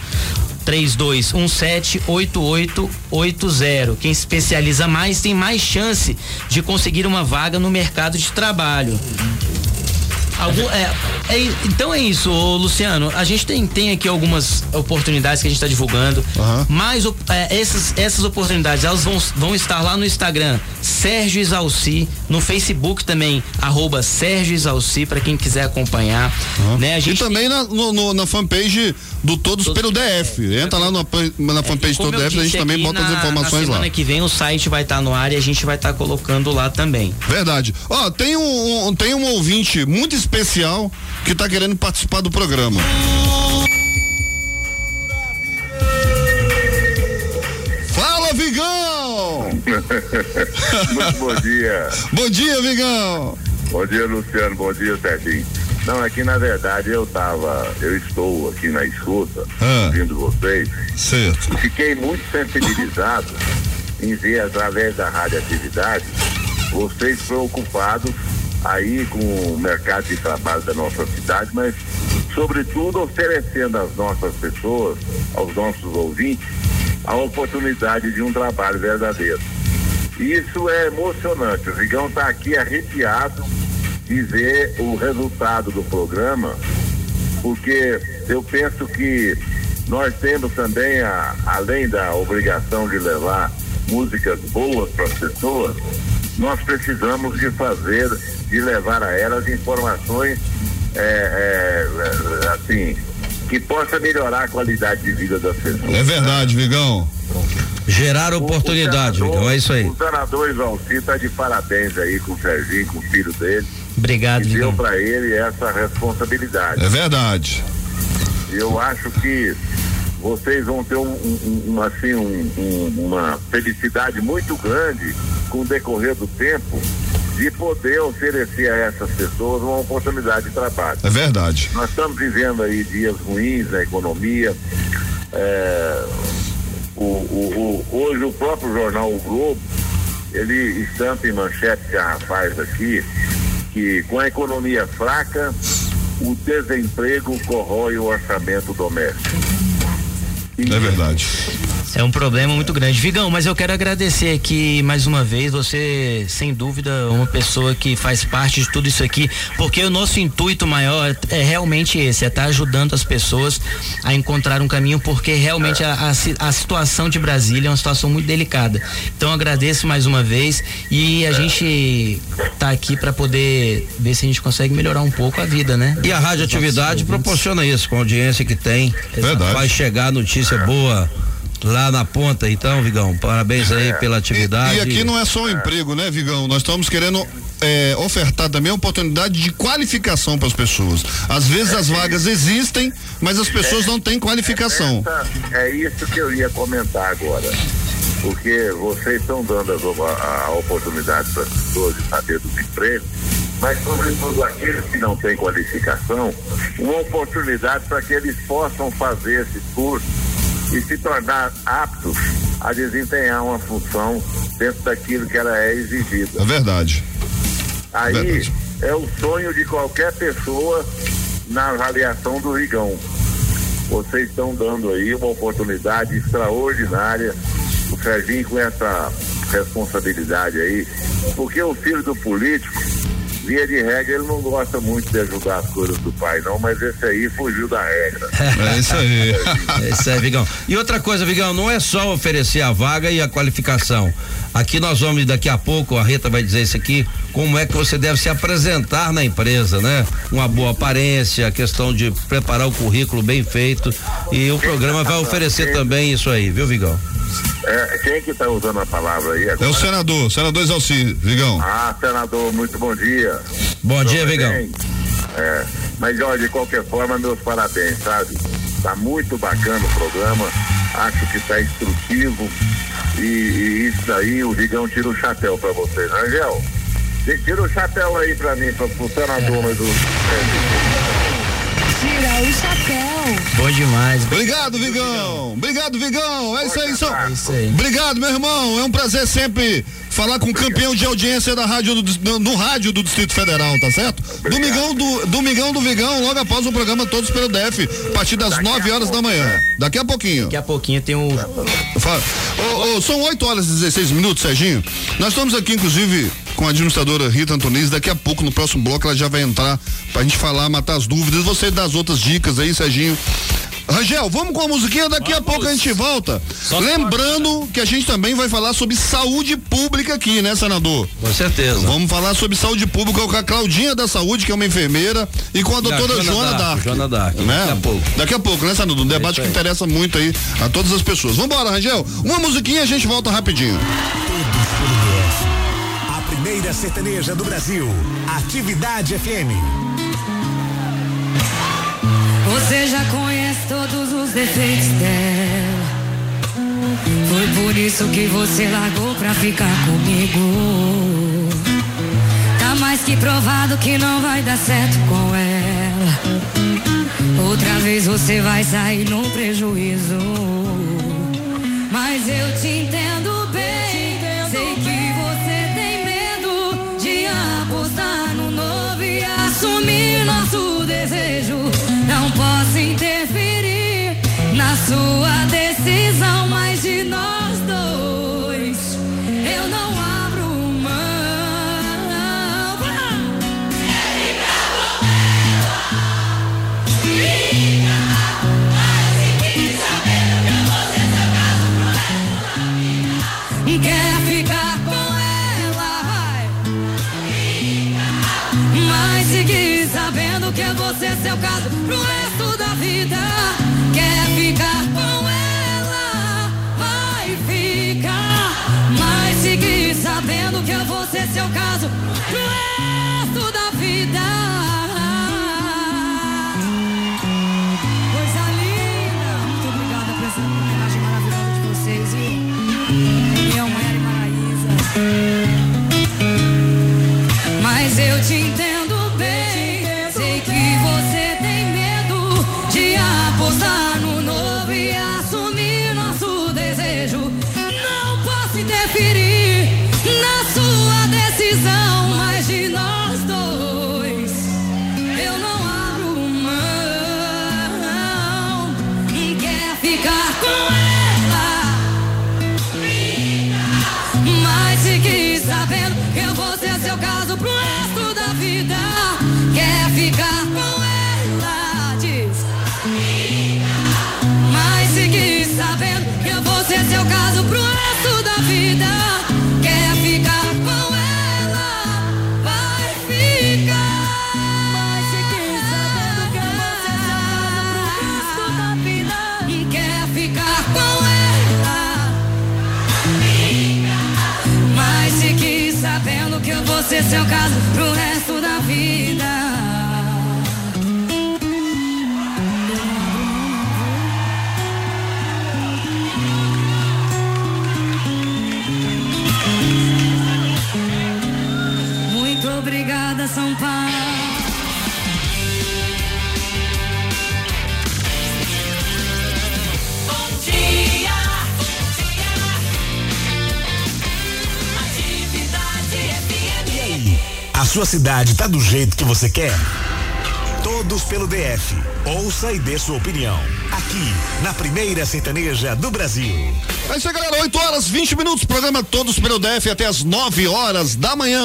3217-8880. Quem especializa mais tem mais chance de conseguir uma vaga no mercado de trabalho. Então é isso, Luciano. A gente tem aqui algumas oportunidades que a gente está divulgando, mas essas oportunidades elas vão estar lá no Instagram Sérgio Isalci, no Facebook também @Sérgio Isalci, para quem quiser acompanhar, né? E também na fanpage do Todos pelo DF. Entra lá na fanpage do DF, a gente também bota as informações lá. Semana que vem o site vai estar no ar e a gente vai estar colocando lá também. Verdade. Tem um ouvinte muito especial que tá querendo participar do programa. Fala, Vigão! Muito bom dia. Bom dia, Vigão. Bom dia, Luciano. Bom dia, Serginho. Não, aqui na verdade eu estou aqui na escuta, ouvindo vocês. Certo. E fiquei muito sensibilizado em ver através da radioatividade vocês preocupados aí com o mercado de trabalho da nossa cidade, mas sobretudo oferecendo às nossas pessoas, aos nossos ouvintes, a oportunidade de um trabalho verdadeiro. E isso é emocionante. O Vigão está aqui arrepiado de ver o resultado do programa, porque eu penso que nós temos também, além da obrigação de levar músicas boas para as pessoas, nós precisamos de levar a elas informações assim, que possa melhorar a qualidade de vida das pessoas. É verdade, Vigão. Gerar oportunidade, Vigão, é isso aí. O senador Isalci está de parabéns aí com o Serginho, com o filho dele. Obrigado, Vigão. Deu para ele essa responsabilidade. É verdade. Eu acho que vocês vão ter uma felicidade muito grande com o decorrer do tempo de poder oferecer a essas pessoas uma oportunidade de trabalho. É verdade. Nós estamos vivendo aí dias ruins na economia. Hoje o próprio jornal O Globo, ele estampa em manchetes garrafais aqui que com a economia fraca, o desemprego corrói o orçamento doméstico. É verdade. É um problema muito grande. Vigão, mas eu quero agradecer aqui mais uma vez, você, sem dúvida, uma pessoa que faz parte de tudo isso aqui, porque o nosso intuito maior é realmente esse, é estar ajudando as pessoas a encontrar um caminho, porque realmente a situação de Brasília é uma situação muito delicada. Então agradeço mais uma vez e a gente tá aqui para poder ver se a gente consegue melhorar um pouco a vida, né? E a radioatividade proporciona isso, com a audiência que tem. Verdade. Vai chegar notícia boa lá na ponta, então, Vigão, parabéns aí pela atividade. E aqui não é só um emprego, né, Vigão? Nós estamos querendo ofertar também a oportunidade de qualificação para as pessoas. Às vezes as vagas existem, mas as pessoas não têm qualificação. É isso que eu ia comentar agora, porque vocês estão dando a oportunidade para as pessoas de saber dos empregos, mas sobretudo aqueles que não têm qualificação, uma oportunidade para que eles possam fazer esse curso e se tornar aptos a desempenhar uma função dentro daquilo que ela é exigida. É verdade. Aí é o sonho de qualquer pessoa na avaliação do Vigão. Vocês estão dando aí uma oportunidade extraordinária, o Serginho com essa responsabilidade aí, porque o filho do político, via de regra, ele não gosta muito de ajudar as coisas do pai, não, mas esse aí fugiu da regra. É isso aí. É isso aí, Vigão. E outra coisa, Vigão, não é só oferecer a vaga e a qualificação. Aqui nós vamos, daqui a pouco, a Rita vai dizer isso aqui, como é que você deve se apresentar na empresa, né? Uma boa aparência, a questão de preparar o currículo bem feito, e o programa vai oferecer também isso aí, viu, Vigão? Quem que tá usando a palavra aí agora? É o senador Isalci, Vigão. Ah, senador, muito bom dia. Bom dia, Vigão. Mas olha, de qualquer forma, meus parabéns, sabe? Tá muito bacana o programa, acho que tá instrutivo e isso aí, o Vigão tira o chapéu pra vocês, né, Angel? Tira o chapéu aí pra mim, pro senador, mas Tira o chapéu. Bom demais. Obrigado, Vigão. Obrigado, Vigão. É isso aí, Obrigado, meu irmão. É um prazer sempre falar com o campeão de audiência da rádio no rádio do Distrito Federal, tá certo? Domingão do Vigão, logo após o programa Todos pelo DF, a partir das 9 horas da manhã. Daqui a pouquinho. Daqui a pouquinho tem um. São 8 horas e 16 minutos, Serginho. Nós estamos aqui, inclusive, com a administradora Rita Antonis. Daqui a pouco, no próximo bloco, ela já vai entrar pra gente falar, matar as dúvidas. Você dá as outras dicas aí, Serginho. Rangel, vamos com a musiquinha, daqui a pouco a gente volta. Lembrando que a gente também vai falar sobre saúde pública aqui, né, senador? Com certeza. Vamos falar sobre saúde pública com a Claudinha da Saúde, que é uma enfermeira, e com a doutora Joana Dark. Joana Dark, né? Daqui a pouco, né, senador? Um debate que interessa muito aí a todas as pessoas. Vambora, Rangel. Uma musiquinha e a gente volta rapidinho. A primeira sertaneja do Brasil, Atividade FM. Você já conhece todos os defeitos dela. Foi por isso que você largou pra ficar comigo. Tá mais que provado que não vai dar certo com ela. Outra vez você vai sair num prejuízo. Mas eu te entendo bem. Sei que você tem medo de apostar no novo e assumir nosso desejo. Não posso interferir na sua decisão, mas de nós dois eu não abro mão. Quer ficar com ela, vai. Mas seguir sabendo que é você seu caso pro resto da vida. Quer ficar com ela, vai ficar. Mas seguir sabendo que é você seu caso pro resto da vida. Coisa linda. Muito obrigada por essa homenagem maravilhosa de vocês, viu? Mas eu te entendo bem. Sei que você tem medo de apostar no novo e assumir nosso desejo. Não posso interferir na sua decisão, mas de nós dois eu não abro mão. Quer ficar com ela, mas seguir sabendo que eu vou ser seu caso pro resto da vida. Quer ficar com ela, diz. Mas seguir sabendo que eu vou ser seu caso pro resto da vida. Quer ficar com ela, vai ficar. Mas seguir sabendo que eu vou ser seu caso pro resto da vida. Quer ficar com ela, mas seguir sabendo que eu vou ser seu caso pro resto da vida. Muito obrigada, São Paulo. Bom dia. A sua cidade tá do jeito que você quer? Todos pelo DF. Ouça e dê sua opinião. Aqui, na primeira sertaneja do Brasil. É isso aí, galera. 8h20. Programa Todos pelo DF até as 9 horas da manhã.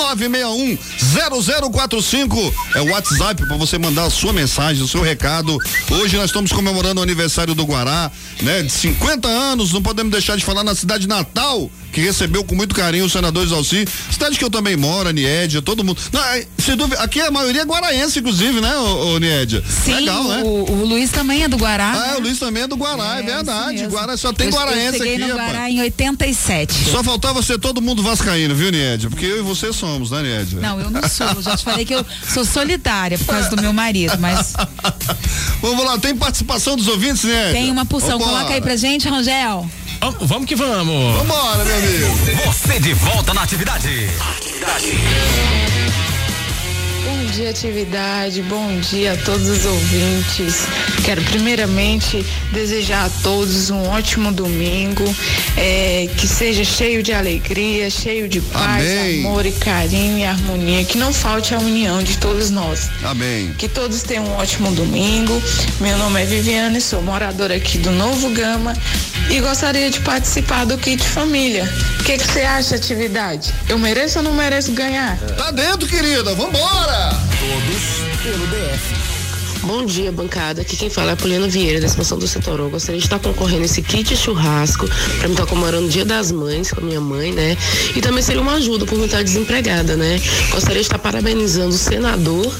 9961-0045 é o WhatsApp para você mandar a sua mensagem, o seu recado. Hoje nós estamos comemorando o aniversário do Guará, né? De 50 anos. Não podemos deixar de falar na cidade natal, que recebeu com muito carinho o senador Isalci. Cidade que eu também moro, Niédia, todo mundo. Não, sem dúvida, aqui a maioria é guaraense, inclusive, né, ô Niédia? Sim, legal, né? O Luiz também é do Guará. Ah, o Luiz também é do Guará, é verdade. Guará só tem guaraense aqui. Eu cheguei no Guará em 87. Só faltava ser todo mundo vascaíno, viu, Niédia? Porque eu e você somos, né, Niédia? Não, eu não sou. Eu já te falei que eu sou solitária por causa do meu marido, mas... Vamos lá, tem participação dos ouvintes, Niédia? Tem uma porção. Coloca aí pra gente, Rangel. Vamos que vamos. Vambora, meu amigo. Você de volta na atividade. Bom dia, atividade. Bom dia a todos os ouvintes. Quero primeiramente desejar a todos um ótimo domingo. que seja cheio de alegria, cheio de paz, amém. Amor e carinho e harmonia, que não falte a união de todos nós. Amém. Que todos tenham um ótimo domingo. Meu nome é Viviane, sou moradora aqui do Novo Gama e gostaria de participar do Kit Família. O que você acha, atividade? Eu mereço ou não mereço ganhar? Tá dentro, querida, vambora! Todos pelo DF. Bom dia, bancada. Aqui quem fala é a Poliana Vieira, da expansão do Setoró. Gostaria de estar concorrendo esse kit churrasco para me estar comemorando o Dia das Mães com a minha mãe, né? E também seria uma ajuda por me estar desempregada, né? Gostaria de estar parabenizando o senador,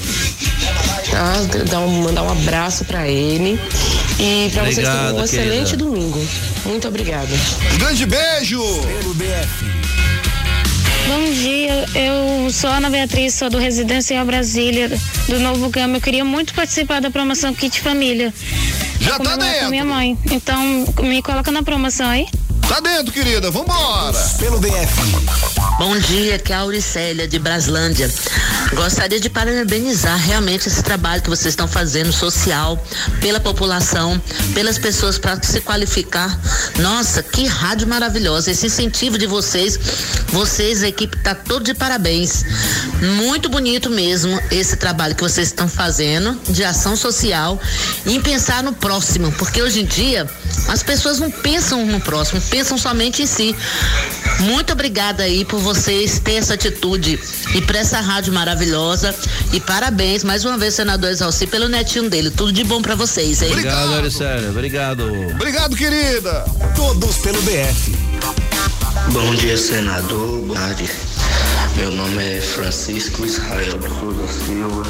tá? Mandar um abraço para ele. E para vocês terem um excelente domingo. Muito obrigada. Grande beijo! Pelo DF. Bom dia, eu sou a Ana Beatriz, sou do Residencial Brasília, do Novo Gama. Eu queria muito participar da promoção Kit Família. Já tá dentro. Com minha mãe. Então, me coloca na promoção aí. Tá dentro, querida, vambora! Pelo DF. Bom dia, aqui é a Auricélia de Braslândia. Gostaria de parabenizar realmente esse trabalho que vocês estão fazendo social pela população, pelas pessoas para se qualificar. Nossa, que rádio maravilhosa, esse incentivo de vocês, a equipe tá toda de parabéns. Muito bonito mesmo esse trabalho que vocês estão fazendo de ação social e em pensar no próximo, porque hoje em dia as pessoas não pensam no próximo, pensam somente em si. Muito obrigada aí por vocês terem essa atitude e por essa rádio maravilhosa e parabéns mais uma vez, senador Exalci, pelo netinho dele. Tudo de bom pra vocês, hein? Obrigado, Auricélia. Obrigado. Obrigado, querida. Todos pelo DF. Bom dia, senador. Boa tarde. Meu nome é Francisco Israel de Souza Silva.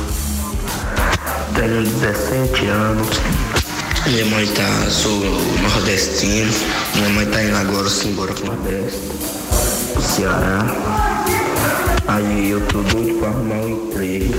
Tenho 17 anos. Minha mãe sou nordestino. Minha mãe tá indo agora embora pro Nordeste, pro Ceará. Aí eu tô doido pra arrumar um emprego.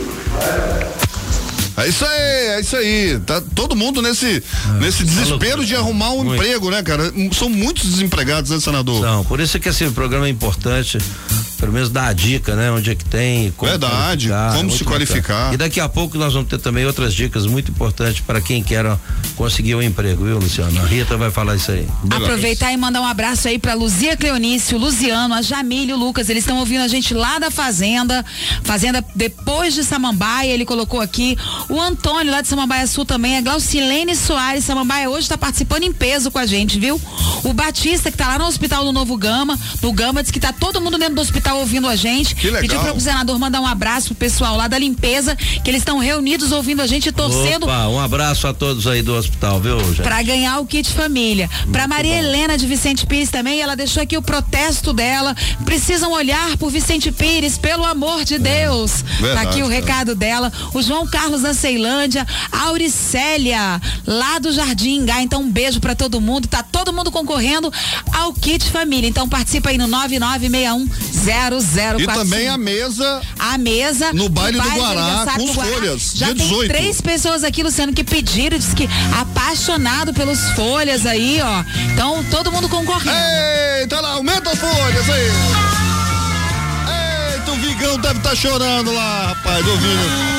É isso aí. Tá todo mundo nesse desespero de arrumar um emprego, né, cara? São muitos desempregados, né, senador? Não, por isso que esse programa é importante, pelo menos dar a dica, né? Onde é que tem, como verdade, como se qualificar. E daqui a pouco nós vamos ter também outras dicas muito importantes para quem quer conseguir um emprego, viu, Luciano? A Rita vai falar isso aí. Aproveitar e mandar um abraço aí pra Luzia Cleonice, o Luciano, a Jamília e o Lucas, eles estão ouvindo a gente lá da Fazenda depois de Samambaia, ele colocou aqui. O Antônio lá de Samambaia Sul também, a Glaucilene Soares, Samambaia hoje tá participando em peso com a gente, viu? O Batista que tá lá no hospital do Novo Gama, no Gama, diz que tá todo mundo dentro do hospital ouvindo a gente. Que legal. Pediu pro senador mandar um abraço pro pessoal lá da limpeza, que eles estão reunidos ouvindo a gente e torcendo. Opa, um abraço a todos aí do hospital, viu, gente? Pra ganhar o kit família. Pra Maria Helena de Vicente Pires também, ela deixou aqui o protesto dela. Precisam olhar por Vicente Pires, pelo amor de Deus. Verdade, tá aqui o recado dela. O João Carlos da Ceilândia, a Auricélia, lá do Jardim Gá. Então, um beijo pra todo mundo. Tá todo mundo concorrendo ao kit família. Então, participa aí no 99610045. E também a mesa no baile do Guará, com os folhas. Já dia tem 18. 3 pessoas aqui, Luciano, que pediram, diz que apaixonado pelos folhas aí, ó. Então, todo mundo concorrendo. Eita lá, aumenta as folhas aí. Eita, o Vigão deve estar chorando lá, rapaz, ouvindo.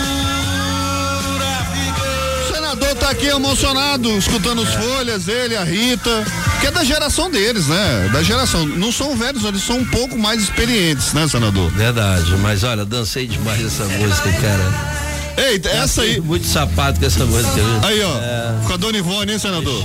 O senador tá aqui emocionado, escutando os folhas, ele, a Rita, que é da geração deles, né? Da geração. Não são velhos, eles são um pouco mais experientes, né, senador? Verdade, mas olha, dancei demais essa música, cara. Eita, essa aí. Muito sapato com essa música, viu? Aí, ó. Com a Dona Ivone, hein, senador?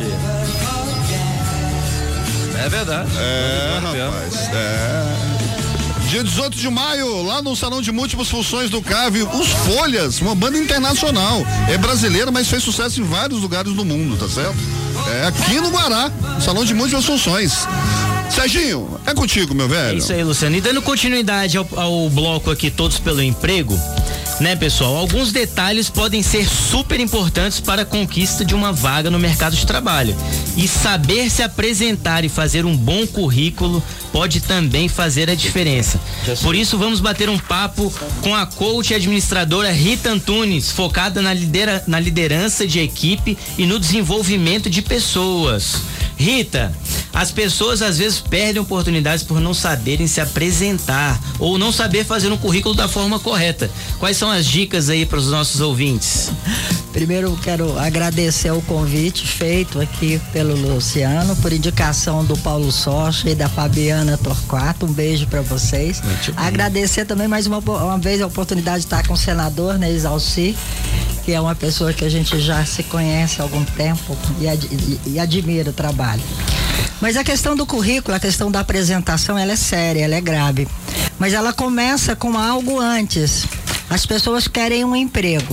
É verdade. Rapaz. Dia 18 de maio, lá no Salão de Múltiplas Funções do CAV, os Folhas, uma banda internacional. É brasileira, mas fez sucesso em vários lugares do mundo, tá certo? É aqui no Guará, Salão de Múltiplas Funções. Serginho, é contigo, meu velho. É isso aí, Luciano. E dando continuidade ao bloco aqui, Todos pelo Emprego, né, pessoal? Alguns detalhes podem ser super importantes para a conquista de uma vaga no mercado de trabalho. E saber se apresentar e fazer um bom currículo pode também fazer a diferença. Por isso, vamos bater um papo com a coach e administradora Rita Antunes, focada na liderança de equipe e no desenvolvimento de pessoas. Rita, as pessoas às vezes perdem oportunidades por não saberem se apresentar ou não saber fazer um currículo da forma correta. Quais são as dicas aí para os nossos ouvintes? Primeiro quero agradecer o convite feito aqui pelo Luciano, por indicação do Paulo Socha e da Fabiana Torquato. Um beijo para vocês. Agradecer também mais uma vez a oportunidade de estar com o senador, né, Exalci, que é uma pessoa que a gente já se conhece há algum tempo e admira o trabalho. Mas a questão do currículo, a questão da apresentação, ela é séria, ela é grave. Mas ela começa com algo antes. As pessoas querem um emprego.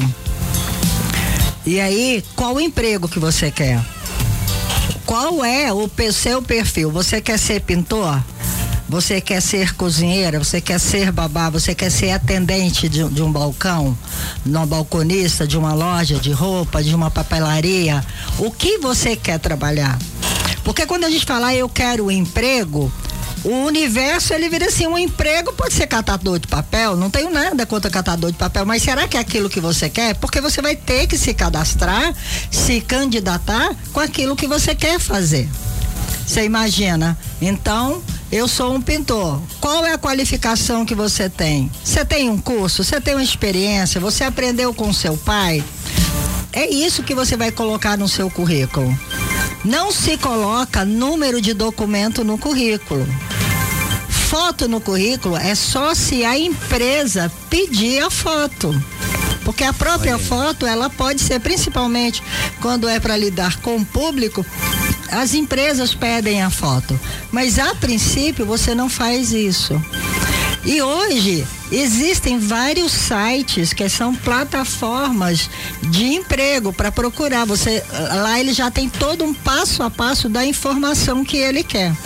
E aí, qual o emprego que você quer? Qual é o seu perfil? Você quer ser pintor? Você quer ser cozinheira? Você quer ser babá? Você quer ser atendente de um balcão? Uma balconista de uma loja de roupa, de uma papelaria? O que você quer trabalhar? Porque quando a gente fala, eu quero um emprego, o universo, ele vira assim, um emprego pode ser catador de papel, não tenho nada contra catador de papel, mas será que é aquilo que você quer? Porque você vai ter que se cadastrar, se candidatar com aquilo que você quer fazer. Você imagina? Então, eu sou um pintor. Qual é a qualificação que você tem? Você tem um curso? Você tem uma experiência? Você aprendeu com seu pai? É isso que você vai colocar no seu currículo. Não se coloca número de documento no currículo. Foto no currículo é só se a empresa pedir a foto. Porque a própria foto, ela pode ser, principalmente quando é para lidar com o público, as empresas pedem a foto. Mas a princípio você não faz isso. E hoje existem vários sites que são plataformas de emprego para procurar. Lá ele já tem todo um passo a passo da informação que ele quer.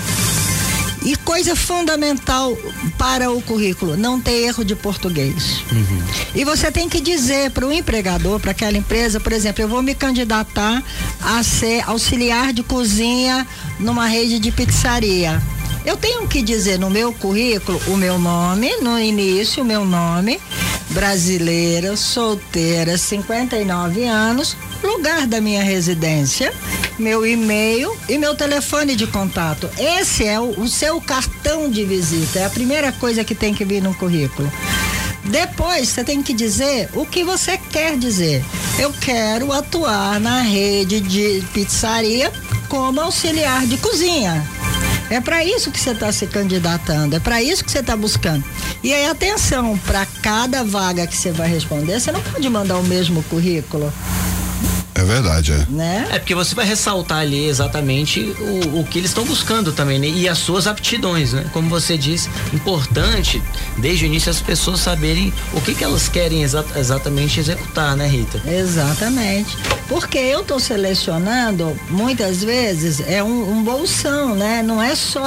E coisa fundamental para o currículo, não ter erro de português. E você tem que dizer para o empregador, para aquela empresa, por exemplo, eu vou me candidatar a ser auxiliar de cozinha numa rede de pizzaria. Eu tenho que dizer no meu currículo o meu nome, no início, o meu nome, brasileira, solteira, 59 anos, lugar da minha residência, meu e-mail e meu telefone de contato. Esse é o seu cartão de visita, é a primeira coisa que tem que vir no currículo. Depois você tem que dizer o que você quer dizer. Eu quero atuar na rede de pizzaria como auxiliar de cozinha. É para isso que você está se candidatando, é para isso que você está buscando. E aí, atenção, para cada vaga que você vai responder, você não pode mandar o mesmo currículo. É verdade, é. Né? É porque você vai ressaltar ali exatamente o que eles estão buscando também, né? E as suas aptidões, né? Como você disse, importante desde o início as pessoas saberem o que elas querem exatamente executar, né, Rita? Exatamente. Porque eu tô selecionando, muitas vezes, é um bolsão, né? Não é só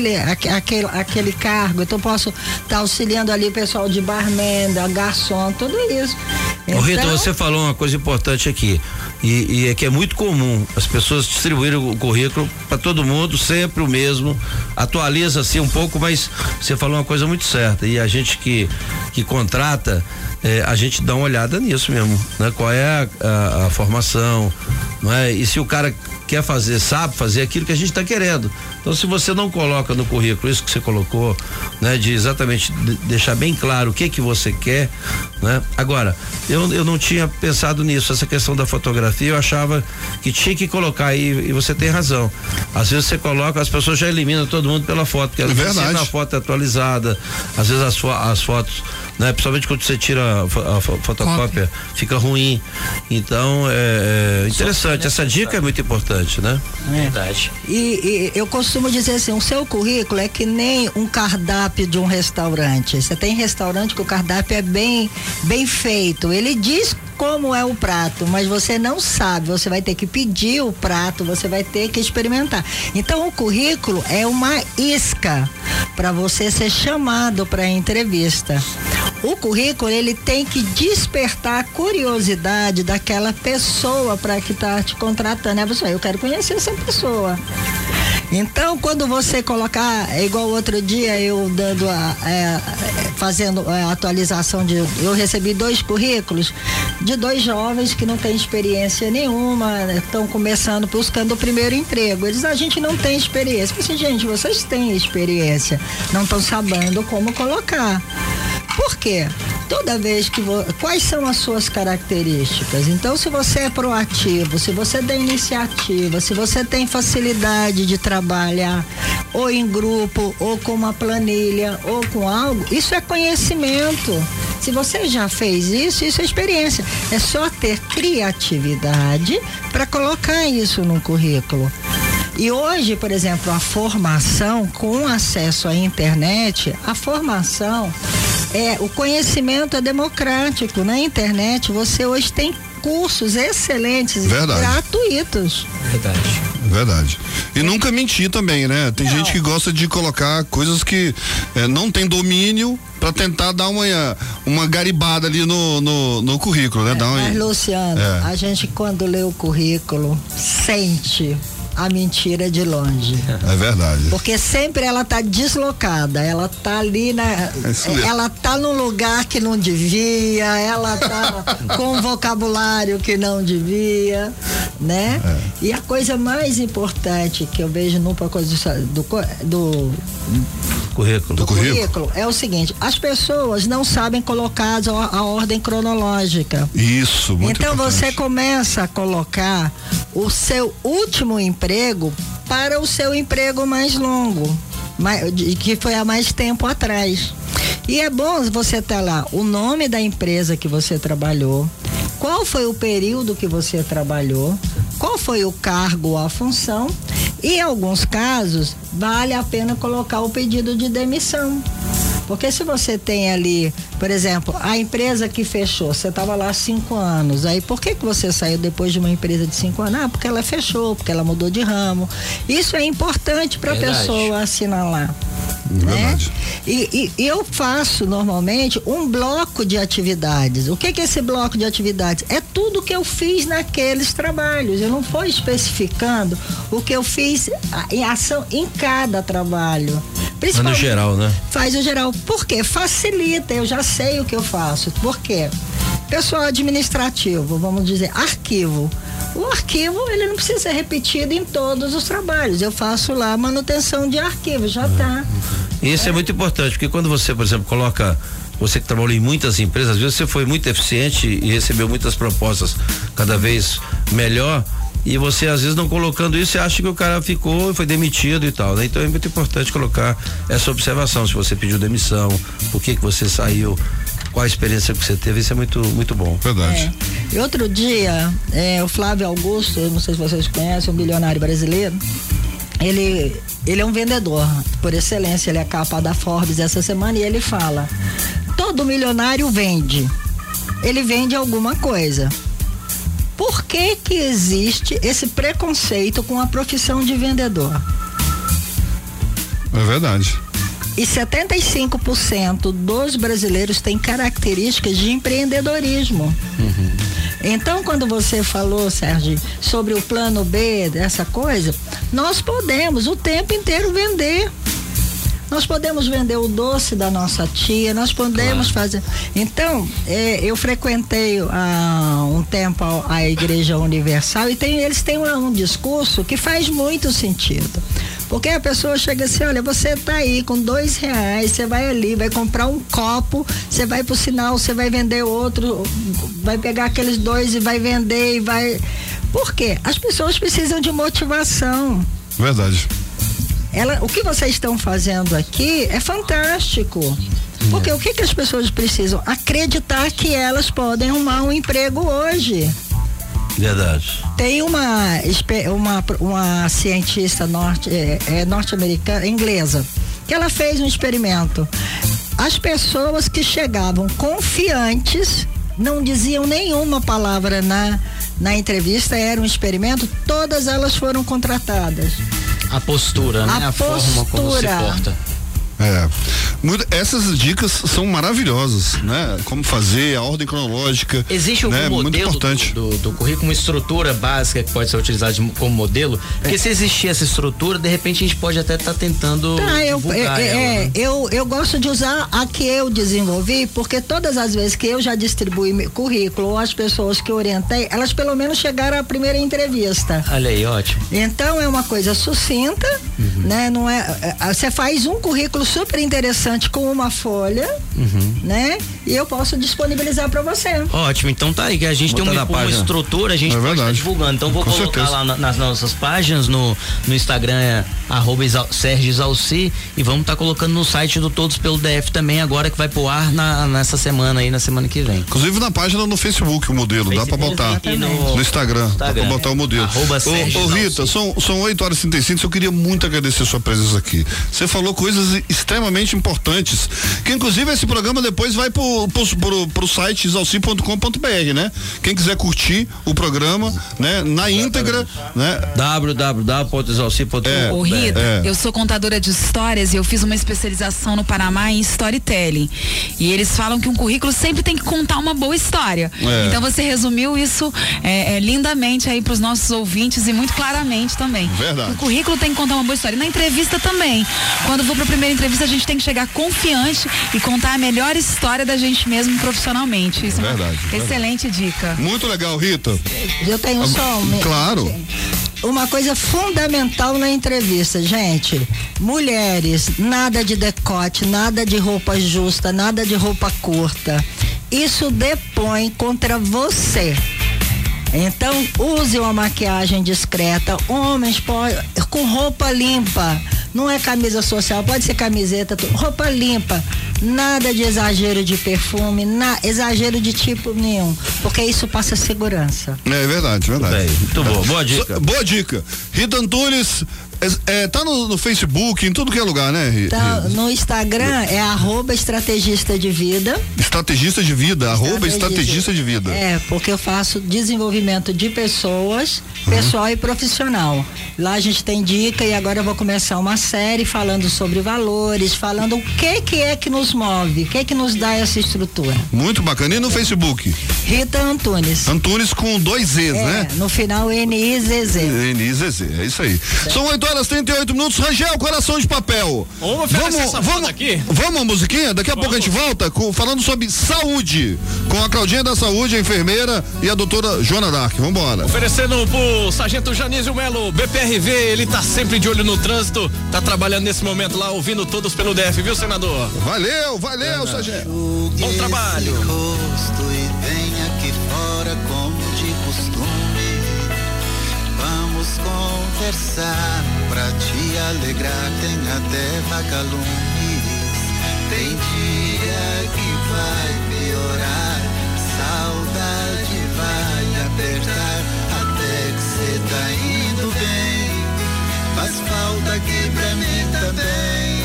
aquele cargo. Então posso estar auxiliando ali o pessoal de barman, garçom, tudo isso. Então, Rita, você falou uma coisa importante aqui. E é que é muito comum as pessoas distribuírem o currículo para todo mundo, sempre o mesmo, atualiza assim um pouco, mas você falou uma coisa muito certa, e a gente que contrata, a gente dá uma olhada nisso mesmo, né? Qual é a formação, não é? E se o cara quer fazer, sabe fazer aquilo que a gente está querendo. Então, se você não coloca no currículo isso que você colocou, né, de exatamente deixar bem claro o que você quer, né? Agora, eu não tinha pensado nisso, essa questão da fotografia, eu achava que tinha que colocar aí, e você tem razão. Às vezes você coloca, as pessoas já eliminam todo mundo pela foto, porque às vezes a foto é atualizada, às vezes as fotos, né, principalmente quando você tira a fotocópia, fica ruim. Então, é interessante, essa dica é muito importante, né? Verdade. E eu costumo dizer assim, o seu currículo é que nem um cardápio de um restaurante. Você tem restaurante que o cardápio é bem feito, ele diz como é o prato, mas você não sabe, você vai ter que pedir o prato, você vai ter que experimentar. Então o currículo é uma isca para você ser chamado para a entrevista. O currículo, ele tem que despertar a curiosidade daquela pessoa para que tá te contratando. Eu quero conhecer essa pessoa. Então, quando você colocar, é igual outro dia eu fazendo a atualização eu recebi 2 currículos de 2 jovens que não têm experiência nenhuma, estão começando, buscando o primeiro emprego. Eles, a gente não tem experiência. Eu falei assim, gente, vocês têm experiência, não estão sabendo como colocar. Por quê? toda vez que quais são as suas características? Então, se você é proativo, se você tem iniciativa, se você tem facilidade de trabalhar ou em grupo, ou com uma planilha, ou com algo, isso é conhecimento. Se você já fez isso é experiência. É só ter criatividade para colocar isso no currículo. E hoje, por exemplo, a formação com acesso à internet, a formação o conhecimento é democrático. Na internet você hoje tem cursos excelentes, gratuitos. Verdade. E nunca mentir também, né? Tem gente que gosta de colocar coisas que não tem domínio para tentar dar uma garibada ali no currículo, né? Mas, Luciano, a gente quando lê o currículo sente a mentira de longe. É verdade. Porque sempre ela tá deslocada, ela tá ali ela tá num lugar que não devia, ela tá com um vocabulário que não devia, né? E a coisa mais importante que eu vejo no pacote do currículo é o seguinte: as pessoas não sabem colocar a ordem cronológica. Isso, muito Então importante. você começa a colocar o seu último emprego para o seu emprego mais longo, que foi há mais tempo atrás. E é bom você ter lá o nome da empresa que você trabalhou, qual foi o período que você trabalhou, qual foi o cargo ou a função, e em alguns casos vale a pena colocar o pedido de demissão. Porque se você tem ali, por exemplo, a empresa que fechou, você estava lá há 5 anos, aí por que você saiu depois de uma empresa de 5 anos? Porque ela fechou, porque ela mudou de ramo. Isso é importante para a pessoa assinalar. Verdade. E eu faço normalmente um bloco de atividades. O que é esse bloco de atividades? É tudo que eu fiz naqueles trabalhos. Eu não vou especificando o que eu fiz em ação em cada trabalho. Mas no geral, né? Faz o geral. Por quê? Facilita, eu já sei o que eu faço. Por quê? Pessoal administrativo, vamos dizer, arquivo. O arquivo, ele não precisa ser repetido em todos os trabalhos. Eu faço lá manutenção de arquivo, já tá. Isso é muito importante, porque quando você, por exemplo, coloca, você que trabalhou em muitas empresas, às vezes você foi muito eficiente e recebeu muitas propostas cada vez melhor, e você às vezes não colocando isso, você acha que o cara ficou e foi demitido e tal, né? Então é muito importante colocar essa observação, se você pediu demissão, por que você saiu, qual a experiência que você teve, isso é muito, muito bom. Verdade. E outro dia, o Flávio Augusto, eu não sei se vocês conhecem, um bilionário brasileiro, ele é um vendedor por excelência, ele é a capa da Forbes essa semana, e ele fala: todo milionário vende, ele vende alguma coisa. Por que existe esse preconceito com a profissão de vendedor? É verdade. E 75% dos brasileiros têm características de empreendedorismo. Então, quando você falou, Sérgio, sobre o plano B, dessa coisa, nós podemos o tempo inteiro vender. Nós podemos vender o doce da nossa tia, nós podemos fazer. Então, eu frequentei há um tempo a Igreja Universal e eles têm um discurso que faz muito sentido. Porque a pessoa chega assim: olha, você tá aí com R$2, você vai ali, vai comprar um copo, você vai pro sinal, você vai vender outro, vai pegar aqueles 2 e vai vender e vai. Por quê? As pessoas precisam de motivação. Verdade. O que vocês estão fazendo aqui é fantástico. Porque o que as pessoas precisam? Acreditar que elas podem arrumar um emprego hoje. Verdade. Tem uma cientista norte-americana, inglesa, que ela fez um experimento. As pessoas que chegavam confiantes, não diziam nenhuma palavra na entrevista, era um experimento, todas elas foram contratadas. A postura, né? A forma como se porta. Essas dicas são maravilhosas, né? Como fazer, a ordem cronológica. Existe algum modelo muito importante. Do currículo, uma estrutura básica que pode ser utilizada como modelo? Porque se existir essa estrutura, de repente a gente pode até estar tentando divulgar ela, né? Eu gosto de usar a que eu desenvolvi, porque todas as vezes que eu já distribuí currículo ou as pessoas que orientei, elas pelo menos chegaram à primeira entrevista. Olha aí, ótimo. Então é uma coisa sucinta, né? Não é, você faz um currículo super interessante com uma folha, né? e eu posso disponibilizar para você. Ótimo, então tá aí, que a gente tem uma estrutura, a gente pode estar divulgando. Então vou colocar lá nas nossas páginas, no Instagram, @Sérgio Zalci, e vamos estar colocando no site do Todos pelo DF também, agora que vai pro ar nessa semana aí, na semana que vem. Inclusive na página no Facebook o modelo, dá pra botar. No Instagram, dá pra botar o modelo. Ô Rita, são 8h35, eu queria muito agradecer a sua presença aqui. Você falou coisas extremamente importantes, que inclusive esse programa depois vai pro site zalci.com.br, né? Quem quiser curtir o programa, né? Na íntegra, né? www.zalci.com.br. Ô Rita, eu sou contadora de histórias e eu fiz uma especialização no Panamá em storytelling. E eles falam que um currículo sempre tem que contar uma boa história. Então você resumiu isso lindamente aí pros nossos ouvintes e muito claramente também. Verdade. O currículo tem que contar uma boa história. E na entrevista também. Quando vou pra primeira entrevista, a gente tem que chegar confiante e contar a melhor história da gente mesmo profissionalmente. Isso é uma excelente dica. Muito legal, Rita. Eu tenho só claro. Uma coisa fundamental na entrevista, gente. Mulheres, nada de decote, nada de roupa justa, nada de roupa curta. Isso depõe contra você. Então, use uma maquiagem discreta. Homens com roupa limpa. Não é camisa social, pode ser camiseta, roupa limpa. Nada de exagero de perfume, exagero de tipo nenhum, porque isso passa segurança. É verdade. Muito bom, boa dica. Boa dica. Rita Antunes, tá no Facebook, em tudo que é lugar, né, Rita? Tá, no Instagram é @estrategista de vida. Estrategista de vida, @estrategista de vida. Porque eu faço desenvolvimento de pessoas, pessoal e profissional. Lá a gente tem dica e agora eu vou começar uma série falando sobre valores, falando o que é que nos move, o que nos dá essa estrutura. Muito bacana. E no Facebook? Rita Antunes. Antunes com 2 Z's, né? No final NIZZ. NIZZ, é isso aí. São 8h38. Rangel, Coração de Papel. Vamos uma musiquinha? Daqui a pouco a gente volta falando sobre saúde, com a Claudinha da Saúde, a enfermeira, e a doutora Joana Dark. Vambora. Oferecendo pro Sargento Janísio Melo, BPRV, ele tá sempre de olho no trânsito, tá trabalhando nesse momento lá, ouvindo Todos pelo DF, viu, senador? Valeu, Sargento. Bom trabalho. Rosto e vem aqui fora como de costume. Vamos conversar pra te alegrar, tem até vagalumes. Tem dia que vai piorar, saudade vai apertar, até que cê tá indo bem. Faz falta aqui pra mim também.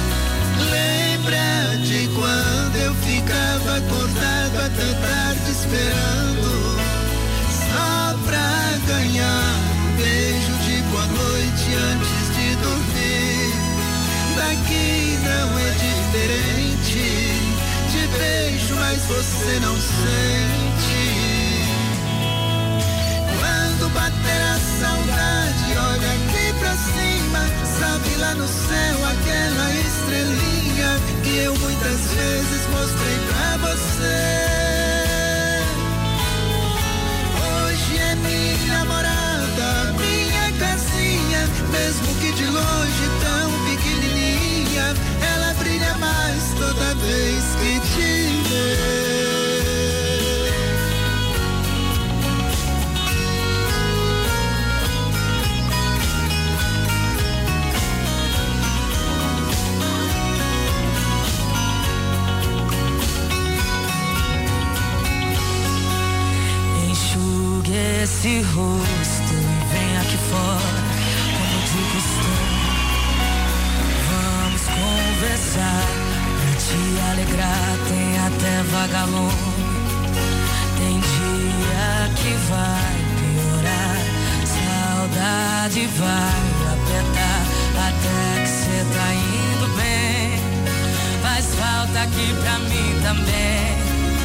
Lembra de quando eu ficava acordado até tarde esperando, só pra ganhar um beijo de boa noite antes de dormir. Daqui não é diferente, te beijo mas você não sente. Quando bater a saudade, olha aqui pra cima, sabe lá no céu aquela estrelinha que eu muitas vezes mostrei pra você. Hoje é minha morada, minha casinha, mesmo que de longe tão pequenininha, ela brilha mais toda vez que te vê. Esse rosto e vem aqui fora como de costume. Vamos conversar pra te alegrar, tem até vagalume. Tem dia que vai piorar, saudade vai apertar, até que cê tá indo bem. Faz falta aqui pra mim também.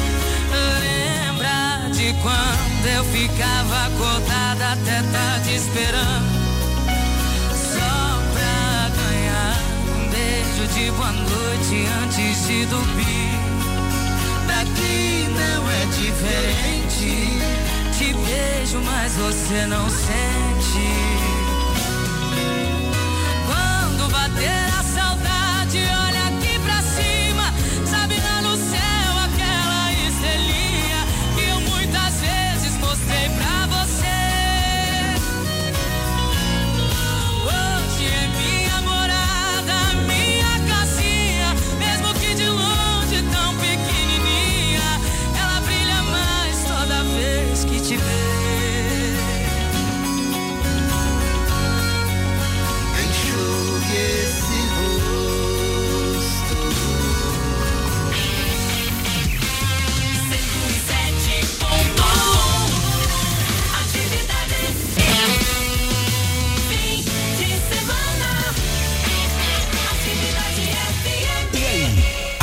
Lembra de quando eu ficava acordada até tarde esperando, só pra ganhar um beijo de boa noite antes de dormir. Daqui não é diferente, te beijo mas você não sente. Quando bater a saudade, olha aqui pra cima, sabe lá no céu aquela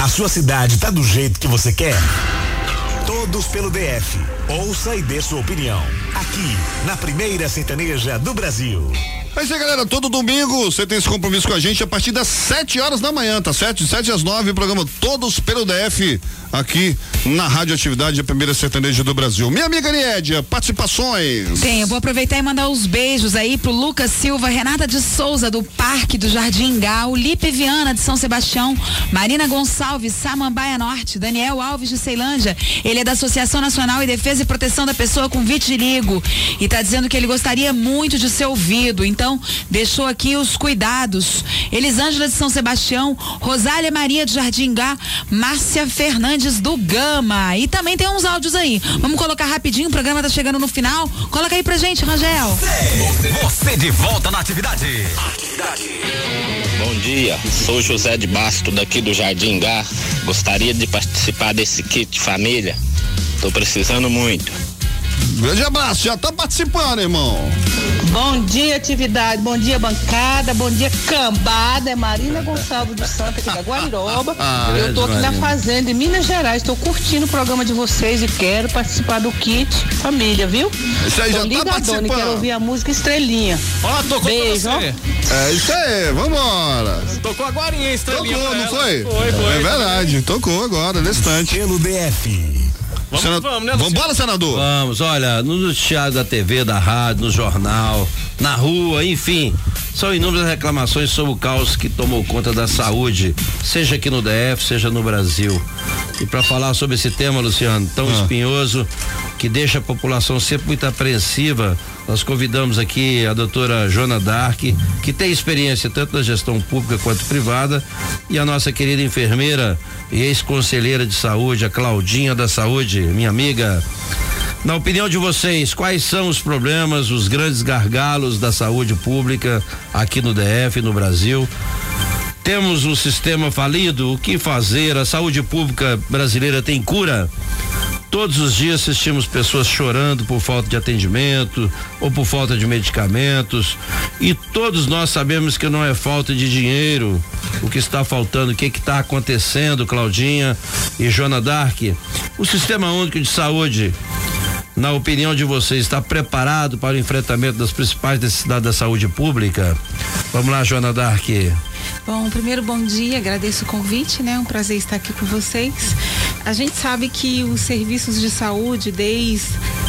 A sua cidade tá do jeito que você quer? Todos pelo DF. Ouça e dê sua opinião. Aqui, na primeira sertaneja do Brasil. É isso aí, galera. Todo domingo você tem esse compromisso com a gente a partir das 7 horas da manhã, tá certo? De 7 às 9, o programa Todos pelo DF, aqui na Rádio Atividade, a primeira sertaneja do Brasil. Minha amiga Niédia, participações. Tem, eu vou aproveitar e mandar os beijos aí pro Lucas Silva, Renata de Souza, do Parque do Jardim Gal, Lipe Viana de São Sebastião, Marina Gonçalves, Samambaia Norte, Daniel Alves de Ceilândia. Ele é da Associação Nacional em Defesa e Proteção da Pessoa com Vitiligo e tá dizendo que ele gostaria muito de ser ouvido. Então, deixou aqui os cuidados. Elisângela de São Sebastião, Rosália Maria de Jardim Gá, Márcia Fernandes do Gama. E também tem uns áudios aí. Vamos colocar rapidinho, o programa tá chegando no final. Coloca aí pra gente, Rangel. Você de volta na atividade. Bom dia, sou José de Basto, daqui do Jardim Gá. Gostaria de participar desse kit família. Tô precisando muito. Grande abraço, já tá participando, irmão. Bom dia, atividade, bom dia, bancada, bom dia, cambada. É Marina Gonçalves do Santo, aqui da Guariroba. Eu tô aqui na fazenda em Minas Gerais, tô curtindo o programa de vocês e quero participar do kit família, viu? Isso aí, tô já tá participando. E quero ouvir a música Estrelinha. Ó, tocou beijo, pra você. É isso aí, vambora. Tocou agora em Estrelinha. Tocou, não foi? Foi. É verdade, tocou agora, nesse instante. Pelo DF. Vamos, né, Vambora, senador? Vamos, olha, no noticiário da TV, da rádio, no jornal, na rua, enfim, são inúmeras reclamações sobre o caos que tomou conta da saúde, seja aqui no DF, seja no Brasil. E para falar sobre esse tema, Luciano, tão espinhoso, que deixa a população sempre muito apreensiva, nós convidamos aqui a doutora Joana Dark, que tem experiência tanto na gestão pública quanto privada, e a nossa querida enfermeira e ex-conselheira de saúde, a Claudinha da Saúde, minha amiga. Na opinião de vocês, quais são os problemas, os grandes gargalos da saúde pública aqui no DF, no Brasil? Temos um sistema falido? O que fazer? A saúde pública brasileira tem cura? Todos os dias assistimos pessoas chorando por falta de atendimento ou por falta de medicamentos, e todos nós sabemos que não é falta de dinheiro o que está faltando. O que está acontecendo, Claudinha e Joana Dark? O Sistema Único de Saúde, na opinião de vocês, está preparado para o enfrentamento das principais necessidades da saúde pública? Vamos lá, Joana Dark. Bom, primeiro, bom dia, agradeço o convite, né? Um prazer estar aqui com vocês. A gente sabe que os serviços de saúde, desde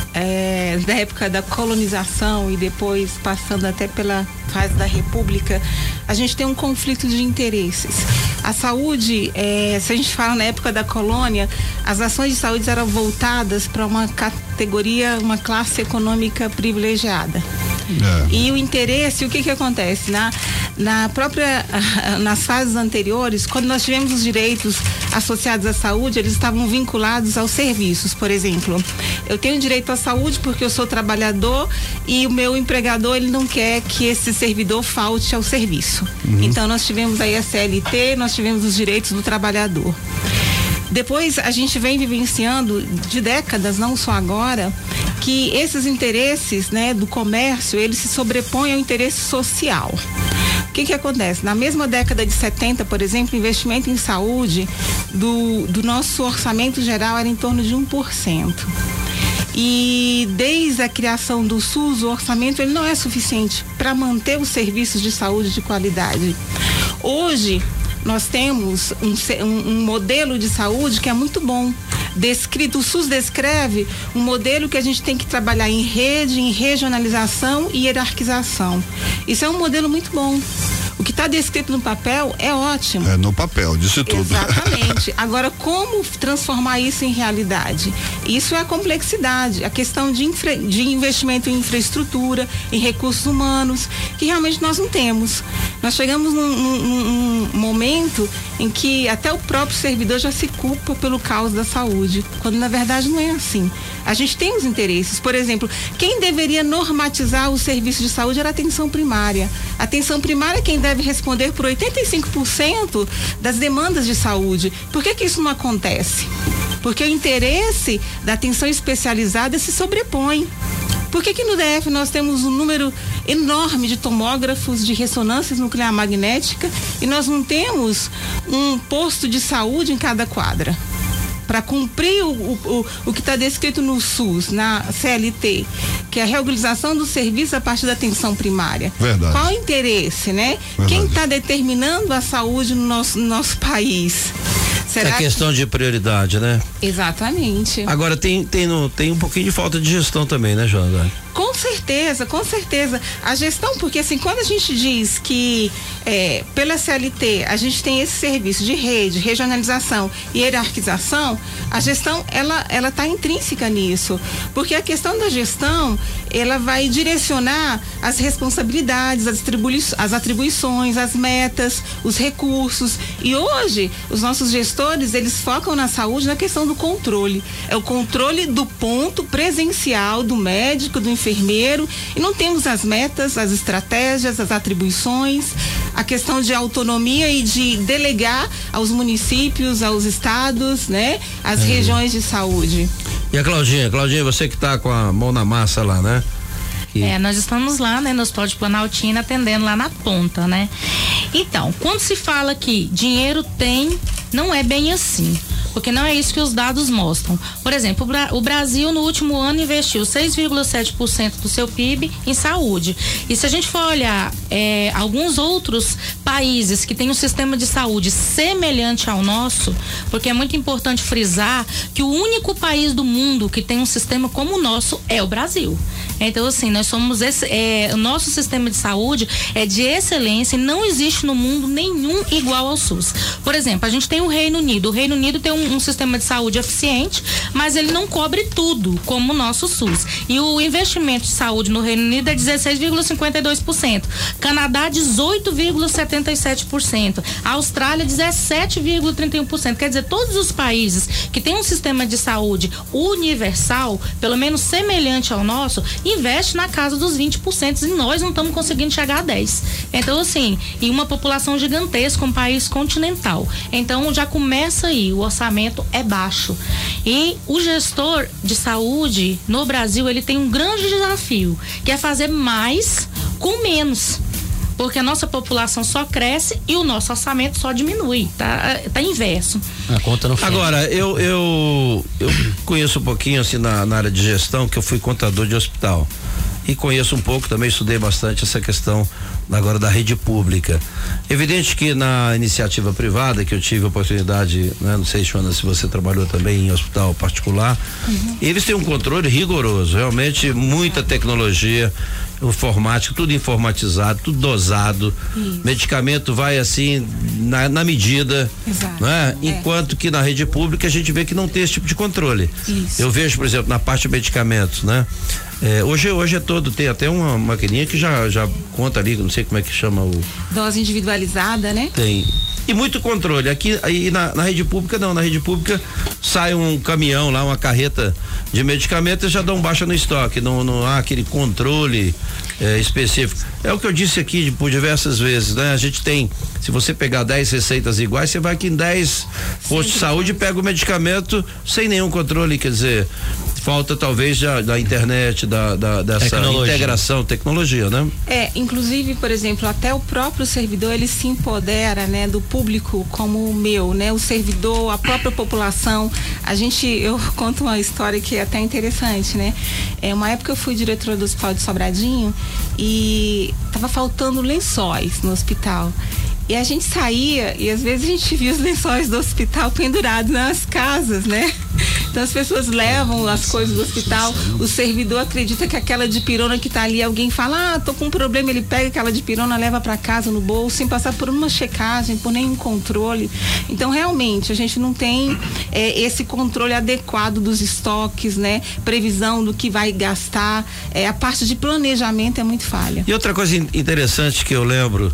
da época da colonização e depois passando até pela fase da República, a gente tem um conflito de interesses. A saúde, se a gente fala na época da colônia, as ações de saúde eram voltadas para uma categoria, uma classe econômica privilegiada. E o interesse, o que acontece? Nas fases anteriores, quando nós tivemos os direitos associados à saúde, eles estavam vinculados aos serviços. Por exemplo, eu tenho direito à saúde porque eu sou trabalhador e o meu empregador, ele não quer que esse servidor falte ao serviço. Então nós tivemos aí a CLT, nós tivemos os direitos do trabalhador. Depois a gente vem vivenciando de décadas, não só agora, que esses interesses, né, do comércio, eles se sobrepõem ao interesse social. O que acontece? Na mesma década de 70, por exemplo, o investimento em saúde do nosso orçamento geral era em torno de 1%. E desde a criação do SUS, o orçamento ele não é suficiente para manter os serviços de saúde de qualidade. Hoje, nós temos um modelo de saúde que é muito bom. O SUS descreve um modelo que a gente tem que trabalhar em rede, em regionalização e hierarquização. Isso é um modelo muito bom. O que está descrito no papel é ótimo. É no papel, disse tudo. Exatamente. Agora, como transformar isso em realidade? Isso é a complexidade, a questão de investimento em infraestrutura, em recursos humanos, que realmente nós não temos. Nós chegamos num momento em que até o próprio servidor já se culpa pelo caos da saúde, quando na verdade não é assim. A gente tem os interesses. Por exemplo, quem deveria normatizar o serviço de saúde era a atenção primária. A atenção primária é quem deve responder por 85% das demandas de saúde. Por que isso não acontece? Porque o interesse da atenção especializada se sobrepõe. Por que no DF nós temos um número enorme de tomógrafos, de ressonâncias nuclear magnética, e nós não temos um posto de saúde em cada quadra para cumprir o que está descrito no SUS, na CLT, que é a regularização do serviço a partir da atenção primária. Verdade. Qual o interesse, né? Verdade. Quem está determinando a saúde no nosso país? Será é questão de prioridade, né? Exatamente. Agora tem um pouquinho de falta de gestão também, né, Joana? Com certeza, com certeza. A gestão, porque assim, quando a gente diz que pela CLT a gente tem esse serviço de rede, regionalização e hierarquização, a gestão ela está intrínseca nisso, porque a questão da gestão ela vai direcionar as responsabilidades, as atribuições, as metas, os recursos, e hoje os nossos gestores eles focam na saúde na questão do controle, é o controle do ponto presencial do médico, do enfermeiro, e não temos as metas, as estratégias, as atribuições, a questão de autonomia e de delegar aos municípios, aos estados, né, as regiões de saúde. E a Claudinha, você que está com a mão na massa lá, né? Nós estamos lá, né, no Hospital de Planaltina, atendendo lá na ponta, né? Então, quando se fala que dinheiro tem, não é bem assim, porque não é isso que os dados mostram. Por exemplo, o Brasil no último ano investiu 6,7% do seu PIB em saúde. E se a gente for olhar alguns outros países que têm um sistema de saúde semelhante ao nosso, porque é muito importante frisar que o único país do mundo que tem um sistema como o nosso é o Brasil. Então, assim, nós somos o nosso sistema de saúde é de excelência e não existe no mundo nenhum igual ao SUS. Por exemplo, a gente tem o Reino Unido. O Reino Unido tem um sistema de saúde eficiente, mas ele não cobre tudo, como o nosso SUS. E o investimento de saúde no Reino Unido é 16,52%. Canadá, 18,77%. A Austrália, 17,31%. Quer dizer, todos os países que têm um sistema de saúde universal, pelo menos semelhante ao nosso, investe na casa dos 20% e nós não estamos conseguindo chegar a 10%. Então, assim, e uma população gigantesca, um país continental. Então, já começa aí, o orçamento é baixo. E o gestor de saúde no Brasil, ele tem um grande desafio, que é fazer mais com menos. Porque a nossa população só cresce e o nosso orçamento só diminui, tá inverso. A conta não fecha. Agora, eu conheço um pouquinho assim na área de gestão, que eu fui contador de hospital. E conheço um pouco, também estudei bastante essa questão agora da rede pública. Evidente que na iniciativa privada, que eu tive a oportunidade, né, não sei, Joana, se você trabalhou também em hospital particular, eles têm um controle rigoroso, realmente muita tecnologia, informática, tudo informatizado, tudo dosado. Isso. Medicamento vai assim na medida. Exato. Né? Enquanto que na rede pública a gente vê que não tem esse tipo de controle. Isso. Eu vejo, por exemplo, na parte de medicamentos, né? Hoje é todo, tem até uma maquininha que já conta ali, não sei como é que chama o... Dose individualizada, né? Tem. E muito controle. Aqui aí na rede pública não, na rede pública sai um caminhão lá, uma carreta de medicamentos e já dão baixa no estoque, não há aquele controle específico. É o que eu disse aqui por diversas vezes, né? A gente tem, se você pegar 10 receitas iguais, você vai aqui em 10 postos de saúde e pega o medicamento sem nenhum controle, quer dizer, falta talvez da internet, dessa integração, tecnologia, né? Inclusive, por exemplo, até o próprio servidor, ele se empodera, né, do público como o meu, né? O servidor, a própria população. Eu conto uma história que é até interessante, né? Uma época eu fui diretora do Hospital de Sobradinho e tava faltando lençóis no hospital. E a gente saía e às vezes a gente via os lençóis do hospital pendurados nas casas, né? Então as pessoas levam as coisas do hospital, o servidor acredita que aquela dipirona que tá ali, alguém fala, tô com um problema, ele pega aquela dipirona, leva para casa no bolso, sem passar por uma checagem, por nenhum controle. Então realmente a gente não tem esse controle adequado dos estoques, né? Previsão do que vai gastar, a parte de planejamento é muito falha. E outra coisa interessante que eu lembro,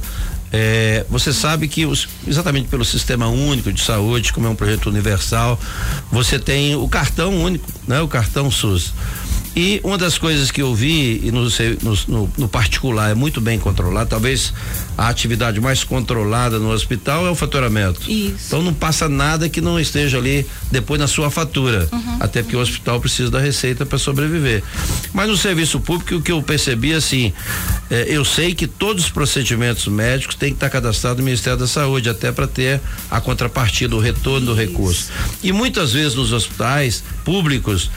você sabe que exatamente pelo Sistema Único de Saúde, como é um projeto universal, você tem o cartão único, né? O cartão SUS. E uma das coisas que eu vi e no particular é muito bem controlado, talvez a atividade mais controlada no hospital é o faturamento. Isso. Então não passa nada que não esteja ali depois na sua fatura, até porque o hospital precisa da receita para sobreviver. Mas no serviço público, o que eu percebi assim, eu sei que todos os procedimentos médicos têm que estar cadastrados no Ministério da Saúde, até para ter a contrapartida, o retorno do recurso. E muitas vezes nos hospitais públicos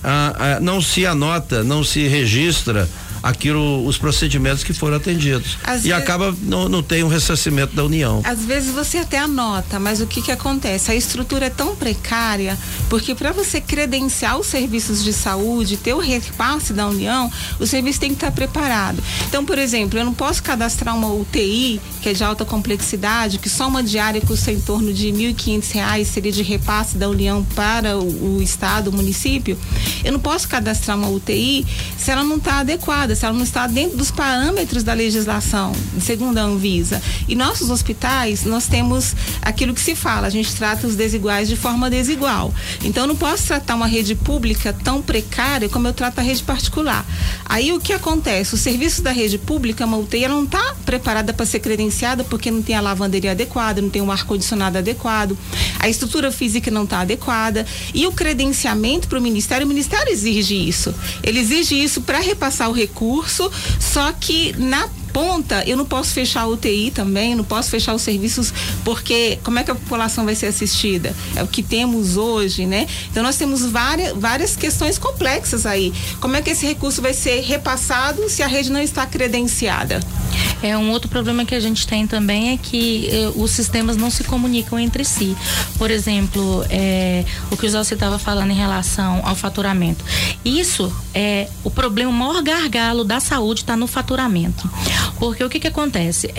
não se anota, não se registra os procedimentos que foram atendidos. Acaba não tem um ressarcimento da União. Às vezes você até anota, mas o que acontece? A estrutura é tão precária, porque para você credenciar os serviços de saúde, ter o repasse da União, o serviço tem que estar preparado. Então, por exemplo, eu não posso cadastrar uma UTI, que é de alta complexidade, que só uma diária custa em torno de R$1.500 seria de repasse da União para o estado, o município. Eu não posso cadastrar uma UTI se ela não está adequada, se ela não está dentro dos parâmetros da legislação, segundo a Anvisa. E nossos hospitais, nós temos aquilo que se fala, a gente trata os desiguais de forma desigual. Então, eu não posso tratar uma rede pública tão precária como eu trato a rede particular. Aí, o que acontece? O serviço da rede pública, uma UTI, ela não está preparada para ser credenciada porque não tem a lavanderia adequada, não tem um ar-condicionado adequado, a estrutura física não está adequada. E o credenciamento para o Ministério exige isso. Ele exige isso para repassar o recurso, só que na ponta, eu não posso fechar a UTI também, não posso fechar os serviços, porque como é que a população vai ser assistida? É o que temos hoje, né? Então nós temos várias questões complexas aí. Como é que esse recurso vai ser repassado se a rede não está credenciada? Um outro problema que a gente tem também é que os sistemas não se comunicam entre si. Por exemplo, o que o Zé estava falando em relação ao faturamento. Isso é o problema, o maior gargalo da saúde está no faturamento. Porque o que acontece?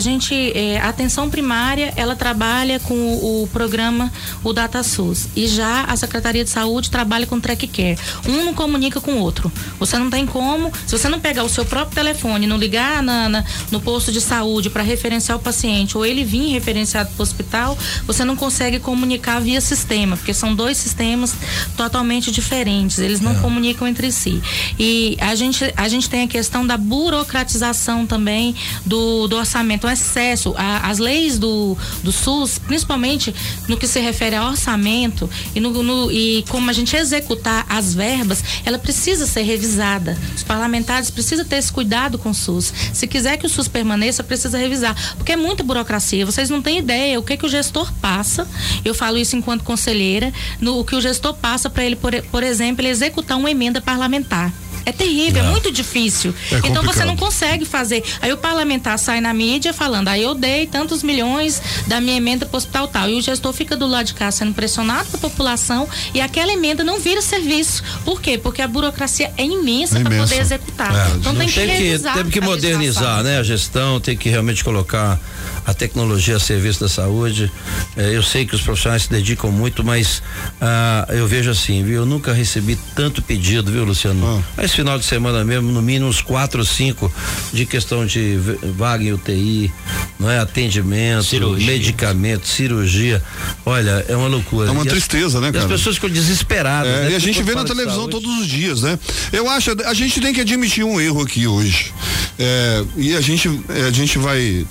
A atenção primária, ela trabalha com o programa, o DataSUS, e já a Secretaria de Saúde trabalha com o TrackCare. Um não comunica com o outro. Você não tem como, se você não pegar o seu próprio telefone, não ligar no posto de saúde para referenciar o paciente, ou ele vir referenciado para o hospital, você não consegue comunicar via sistema, porque são dois sistemas totalmente diferentes, eles não comunicam entre si. E a gente tem a questão da burocratização também do orçamento, o excesso, as leis do SUS, principalmente no que se refere ao orçamento e como a gente executar as verbas, ela precisa ser revisada. Os parlamentares precisam ter esse cuidado com o SUS. Se quiser que o SUS permaneça, precisa revisar, porque é muita burocracia. Vocês não têm ideia o que o gestor passa. Eu falo isso enquanto conselheira, o que o gestor passa para ele, por exemplo, ele executar uma emenda parlamentar. É terrível, é muito difícil. Então você não consegue fazer. Aí o parlamentar sai na mídia falando, eu dei tantos milhões da minha emenda para o hospital tal. E o gestor fica do lado de cá sendo pressionado pela população e aquela emenda não vira serviço. Por quê? Porque a burocracia é imensa para poder executar. Então tem que revisar. Tem que modernizar, né? A gestão tem que realmente colocar a tecnologia a serviço da saúde. Eu sei que os profissionais se dedicam muito, mas eu vejo assim, viu? Eu nunca recebi tanto pedido, viu, Luciano? Esse final de semana mesmo, no mínimo uns 4 ou 5 de questão de vaga em UTI, não é? Atendimento, medicamento, cirurgia. Olha, é uma loucura. É uma tristeza, né, cara? As pessoas ficam desesperadas. Né? E a gente vê na televisão todos os dias, né? Eu acho, a gente tem que admitir um erro aqui hoje. E a gente vai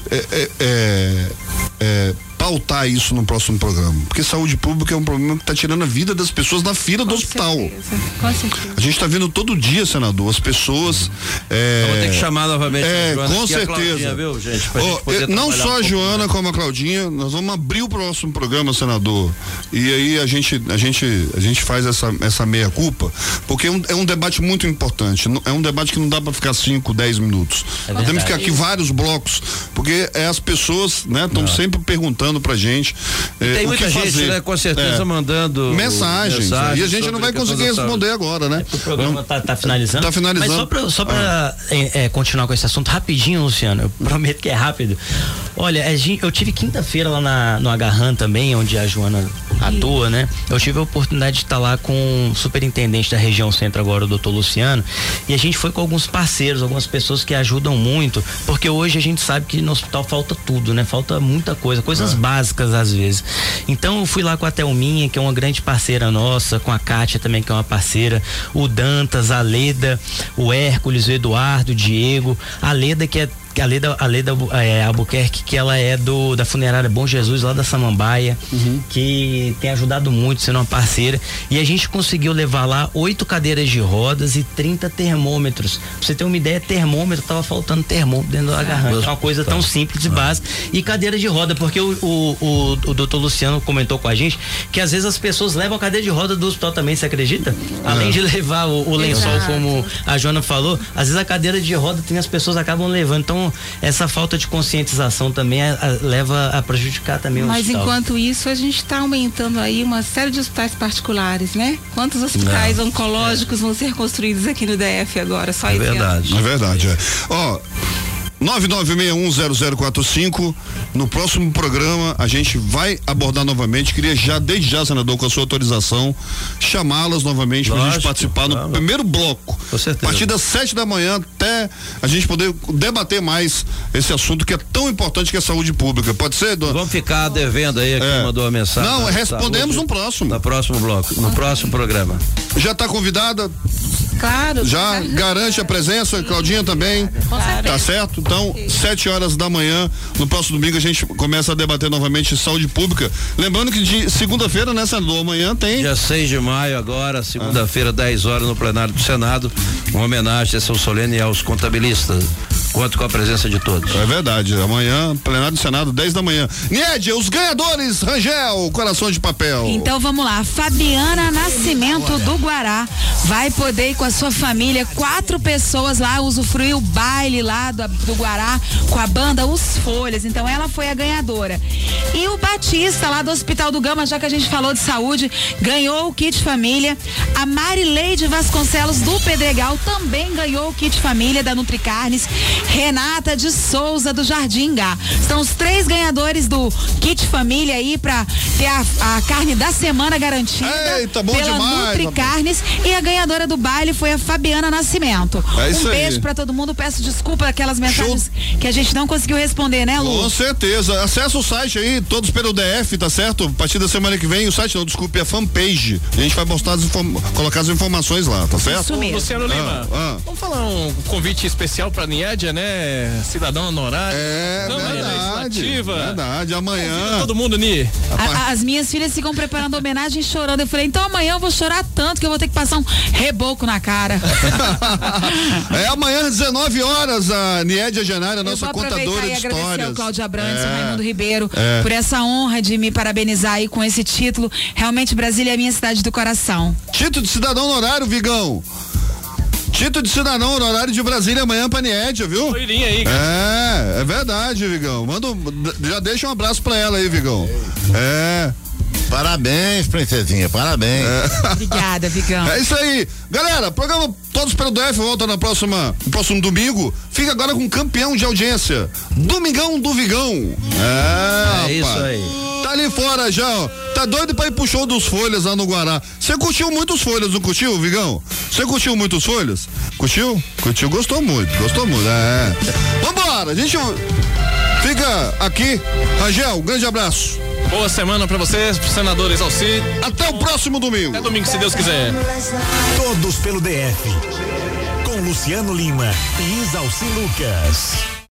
pautar isso no próximo programa, porque saúde pública é um problema que está tirando a vida das pessoas na fila do hospital. Com certeza. A gente está vendo todo dia, senador, as pessoas. Vou ter que chamar novamente a Joana, com certeza. Claudinha, viu, gente, não só a Joana como a Claudinha, nós vamos abrir o próximo programa, senador. E aí a gente faz essa meia culpa, porque é um debate muito importante. É um debate que não dá para ficar 5, 10 minutos. Nós temos que ficar aqui vários blocos, porque as pessoas, né, estão sempre perguntando pra gente tem o muita que gente, fazer. Né, com certeza mandando mensagens e a gente não vai conseguir responder agora, né? O programa tá finalizando. Tá finalizando. Mas só pra continuar com esse assunto rapidinho, Luciano, eu prometo que é rápido. Olha, eu tive quinta-feira lá no Agarran também, onde a Joana atua, né? Eu tive a oportunidade de estar lá com o superintendente da região centro agora, o doutor Luciano, e a gente foi com alguns parceiros, algumas pessoas que ajudam muito, porque hoje a gente sabe que no hospital falta tudo, né? Falta muita coisa, coisas básicas às vezes. Então eu fui lá com a Thelminha, que é uma grande parceira nossa, com a Kátia também, que é uma parceira, o Dantas, a Leda, o Hércules, o Eduardo, o Diego, a Leda, que é a Leda Albuquerque, que ela é da funerária Bom Jesus, lá da Samambaia, que tem ajudado muito, sendo uma parceira, e a gente conseguiu levar lá 8 cadeiras de rodas e 30 termômetros. Pra você ter uma ideia, termômetro, tava faltando termômetro dentro da garrafa. É uma coisa tão simples e básica. E cadeira de roda, porque o doutor Luciano comentou com a gente que às vezes as pessoas levam a cadeira de roda do hospital também, você acredita? Além de levar o lençol, como a Joana falou, às vezes a cadeira de roda as pessoas acabam levando. Então, essa falta de conscientização também leva a prejudicar também o hospital. Mas enquanto isso, a gente está aumentando aí uma série de hospitais particulares, né? Quantos hospitais oncológicos vão ser construídos aqui no DF agora? Só esse ano? É verdade. Ó, 99610045. No próximo programa a gente vai abordar novamente. Queria desde já, senador, com a sua autorização, chamá-las novamente para a gente participar no primeiro bloco. Com certeza. A partir das 7 da manhã até a gente poder debater mais esse assunto que é tão importante, que é a saúde pública. Pode ser, dona? Vamos ficar devendo aí, aqui mandou uma mensagem. Não, respondemos no próximo. No próximo bloco, no próximo programa. Já está convidada? Claro. Já garante a presença, Claudinha também. Tá certo? Então, 7 horas da manhã, no próximo domingo, a gente começa a debater novamente saúde pública. Lembrando que de segunda-feira, né, senador? Amanhã tem. Dia 6 de maio, agora, segunda-feira, 10 horas, no plenário do Senado, uma homenagem a São Solene e aos contabilistas. Conto com a presença de todos. É verdade. Amanhã, plenário do Senado, 10 da manhã. Nédia, os ganhadores, Rangel, coração de papel. Então vamos lá. Fabiana Nascimento do Guará vai poder ir com a sua família, 4 pessoas lá, usufruir o baile lá do Guará com a banda Os Folhas. Então ela foi a ganhadora. E o Batista lá do Hospital do Gama, já que a gente falou de saúde, ganhou o kit família. A Marileide Vasconcelos do Pedregal também ganhou o kit família da Nutricarnes. Renata de Souza do Jardim Gá. São os 3 ganhadores do kit família aí pra ter a carne da semana garantida. Eita, bom pela demais, Nutricarnes. E a ganhadora do baile foi a Fabiana Nascimento. É isso um beijo aí. Pra todo mundo. Peço desculpa aquelas mensagens que a gente não conseguiu responder, né, Lu? Com certeza. Acessa o site aí, todos pelo DF, tá certo? A partir da semana que vem, o site não, desculpe, é fanpage. A gente vai postar colocar as informações lá, tá certo? Isso mesmo. Luciano Lima, vamos falar um convite especial pra Niédia, né? Cidadão honorário. Verdade, amanhã. Todo mundo, Ni. As minhas filhas ficam preparando homenagem e chorando. Eu falei, então amanhã eu vou chorar tanto que eu vou ter que passar um reboco na cara. Amanhã às 19 horas, a Niédia Genária, nossa contadora de histórias. Eu vou agradecer ao Cláudio Abrantes, ao Raimundo Ribeiro, por essa honra de me parabenizar aí com esse título. Realmente Brasília é a minha cidade do coração. Título de cidadão honorário, Vigão. Título de cidadão honorário de Brasília amanhã pra Niédia, viu? Aí, é verdade, Vigão. Já deixa um abraço pra ela aí, Vigão. Parabéns, princesinha, parabéns. Obrigada, Vigão. É isso aí. Galera, programa Todos pelo DF volta no próximo domingo. Fica agora com campeão de audiência, Domingão do Vigão. Isso aí. Tá ali fora já, ó. Tá doido pra ir pro show dos Folhas lá no Guará. Você curtiu muitos Folhas, não curtiu, Vigão? Você curtiu muitos Folhas? Curtiu? Curtiu, gostou muito. Vambora, a gente fica aqui. Rangel, um grande abraço. Boa semana pra vocês, pro senador Exalci. Até o próximo domingo. Até domingo, se Deus quiser. Todos pelo DF. Com Luciano Lima e Exalci Lucas.